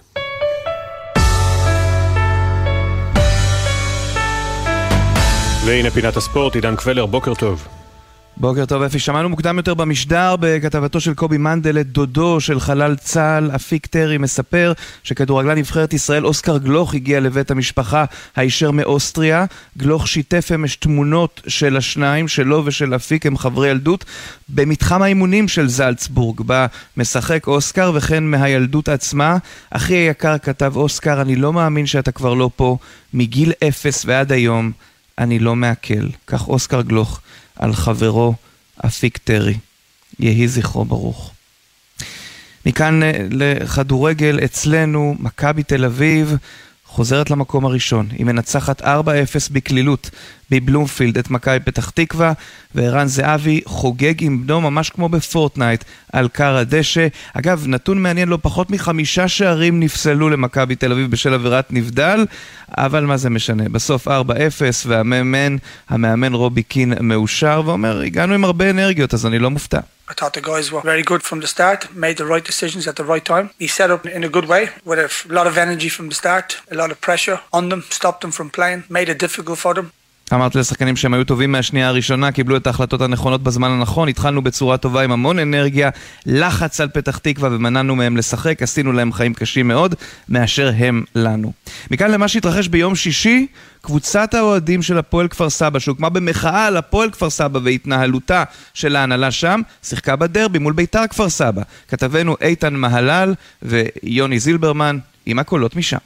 Speaker 2: והנה פינת הספורט, עידן קבלר, בוקר טוב.
Speaker 11: בוקר טוב אפי, שמענו מוקדם יותר במשדר בכתבתו של קובי מנדל את דודו של חלל צה"ל אפיק טרי מספר שכדורגלן נבחרת ישראל אוסקר גלוך הגיע לבית המשפחה הישר מאוסטריה. גלוך שיתף אמש תמונות של השניים, שלו ושל אפיק, הם חברי ילדות, במתחם האימונים של זלצבורג בה משחק אוסקר, וכן מהילדות עצמה. אחי היקר, כתב אוסקר, אני לא מאמין שאתה כבר לא פה, מגיל 0 ועד היום אני לא מעכל. כך אוסקר גלוך על חברו אפיק טרי, יהי זכרו ברוך. מכאן לכדורגל, אצלנו מכבי תל אביב חוזרת למקום הראשון, היא מנצחת 4-0 בקלילות בבלומפילד את מכבי פתח תקווה, וערן זהבי חוגג עם בנו ממש כמו בפורטנייט על קר הדשא. אגב, נתון מעניין, לא פחות מ5 שערים נפסלו למכבי תל אביב בשל עבירת נבדל, אבל מה זה משנה, בסוף 4-0, והמאמן רובי קין מאושר ואומר, הגענו עם הרבה אנרגיות, אז אני לא מופתע.
Speaker 14: I thought the guys were very good from the start, made the right decisions at the right time. He set up in a good way, with a lot of energy from the start, a lot of pressure on them, stopped them from playing, made it difficult for them.
Speaker 11: אמרת לשחקנים שהם היו טובים מהשנייה הראשונה, קיבלו את ההחלטות הנכונות בזמן הנכון, התחלנו בצורה טובה עם המון אנרגיה, לחץ על פתח תקווה ומנענו מהם לשחק, עשינו להם חיים קשים מאוד, מאשר הם לנו. מכאן למה שהתרחש ביום שישי, קבוצת האוהדים של הפועל כפר סבא, שהוקמה במחאה על הפועל כפר סבא והתנהלותה של ההנהלה שם, שיחקה בדרבי מול ביתר כפר סבא. כתבנו איתן מהלל ויוני זילברמן עם הקולות משם.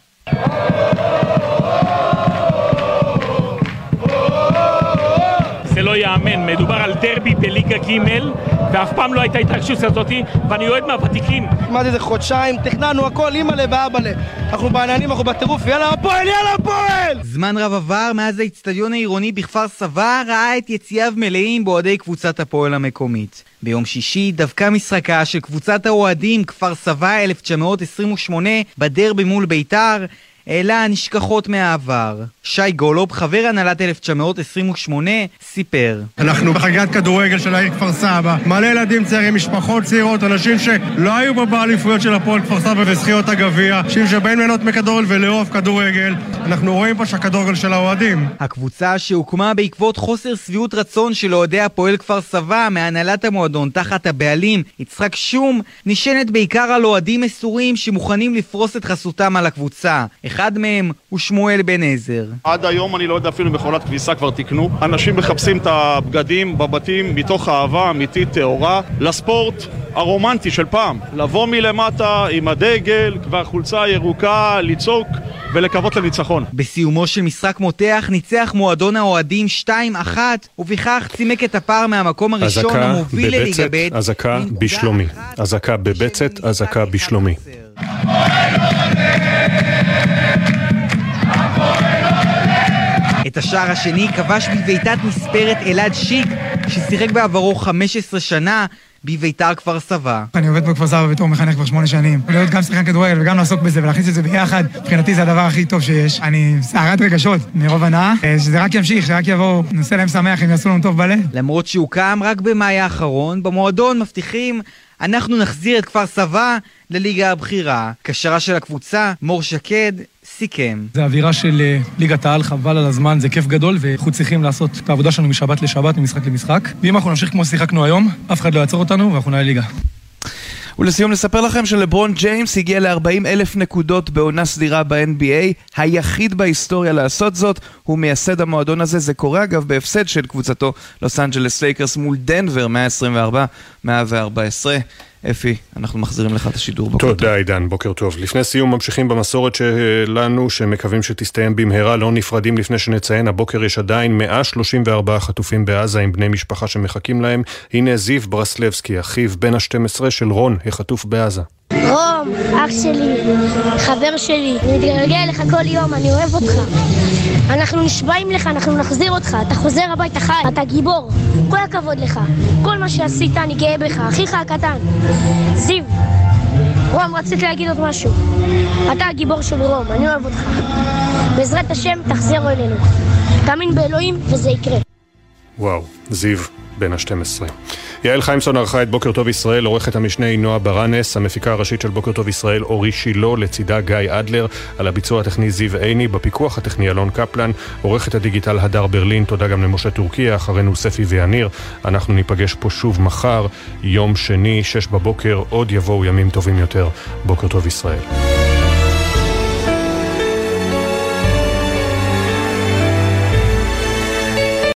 Speaker 15: זה לא יאמן, מדובר על דרבי בליגה ג' ואף פעם לא הייתה התרגשות הזאת, ואני יועד מהוותיקים.
Speaker 17: מה זה חודשיים, תכננו הכל, אימא לב ואבא לב. אנחנו בעניינים, אנחנו בטירוף, יאללה הפועל, יאללה הפועל!
Speaker 26: זמן רב עבר מאז האצטדיון העירוני בכפר סבא ראה את יציאיו מלאים באוהדי קבוצת הפועל המקומית. ביום שישי דווקא משחקה של קבוצת האוהדים כפר סבא 1928 בדרבי מול ביתר, אלא נשכחות מהעבר. שי גולוב, חבר הנהלת 1928, סיפר.
Speaker 5: אנחנו בחגיגת כדורגל של העיר כפר סבא. מלא ילדים צעירים, משפחות צעירות, אנשים שלא היו באליפויות של הפועל כפר סבא וזכיות הגביע, אנשים שבאים ליהנות מכדורגל ולאהוב כדורגל. אנחנו רואים פה שהכדורגל של האוהדים.
Speaker 26: הקבוצה שהוקמה בעקבות חוסר שביעות רצון של אוהדי הפועל כפר סבא מהנהלת המועדון תחת הבעלים יצחק שום, נשענת בעיקר על אוהדים מסורים שמוכנים לפרוס את חסותם על הקבוצה. אחד מהם הוא שמואל בן עזר.
Speaker 16: עד היום אני לא יודע אפילו מכולת כביסה כבר תקנו. אנשים מחפשים את הבגדים בבתים מתוך אהבה אמיתית טהורה לספורט הרומנטי של פעם. לבוא מלמטה עם הדגל והחולצה הירוקה, לצעוק ולקוות לניצחון.
Speaker 26: בסיומו של משחק מותח ניצח מועדון האוהדים 2-1 ובכך צימק את הפער מהמקום הראשון המוביל לליגה ב'.
Speaker 2: אזעקה בשלומי. אזעקה בבצת, אזעקה בשלומי.
Speaker 26: את השער השני כבש בביתת מספרת אלעד שיק ששיחק בעברו 15 שנה בביתר כפר סבא.
Speaker 18: אני עובד בכפר סבא בתור מחנך כבר 8 שנים. להיות גם שחקן כדורגל וגם לעסוק בזה ולהכניס את זה ביחד, מבחינתי זה הדבר הכי טוב שיש. אני סערת רגשות מרוב הנאה, שזה רק ימשיך, שרק יבואו, נעשה להם שמח אם יעשו לנו טוב בלב.
Speaker 26: למרות שהוא קם רק במאי האחרון, במועדון מבטיחים אנחנו נחזיר את כפר סבא לליגה הבכירה. קשרה של הקבוצה, מור שקד, סיכם.
Speaker 18: זה אווירה של ליגת העל, חבל על הזמן, זה כיף גדול, ואנחנו צריכים לעשות את העבודה שלנו משבת לשבת, ממשחק למשחק. ואם אנחנו נמשיך כמו שיחקנו היום, אף אחד לא יעצור אותנו, ואנחנו נעלה ליגה.
Speaker 11: ולסיום נספר לכם שלברון ג'יימס הגיע ל-40,000 נקודות בעונה סדירה ב-NBA, היחיד בהיסטוריה לעשות זאת, הוא מייסד המועדון הזה. זה קורה אגב בהפסד של קבוצתו לוס אנג'לס לייקרס מול דנבר 124-114. אפי, אנחנו מחזירים לך את השידור.
Speaker 2: תודה עידן, בוקר טוב. לפני סיום ממשיכים במסורת שלנו שמקווים שתסתיים במהרה, לא נפרדים לפני שנציין. הבוקר יש עדיין 134 חטופים בעזה עם בני משפחה שמחכים להם. הנה זיו ברסלבסקי, אחיו בן ה-12 של רון, החטוף בעזה.
Speaker 19: רום, אח שלי, חבר שלי, אני מתגלגל לך כל יום, אני אוהב אותך. אנחנו נשבעים לך, אנחנו נחזיר אותך, אתה חוזר הביתה חי, אתה גיבור, כל הכבוד לך. כל מה שעשית אני גאה בך, אחיך הקטן. זיו, רום, רצית להגיד עוד משהו. אתה הגיבור של רום, אני אוהב אותך. בעזרת השם תחזרו אלינו. תאמין באלוהים וזה יקרה.
Speaker 2: וואו, זיו בן ה-12. יעל חיימסון ערכה את בוקר טוב ישראל, עורכת המשנה היא נועה ברנס, המפיקה הראשית של בוקר טוב ישראל אורי שילו, לצידה גיא אדלר, על הביצוע הטכני זיו עיני, בפיקוח הטכני אלון קפלן, עורכת הדיגיטל הדר ברלין, תודה גם למשה טורקיה, אחרינו ספי ויניר. אנחנו ניפגש פה שוב מחר, יום שני, 6 בבוקר, עוד יבואו ימים טובים יותר. בוקר טוב ישראל.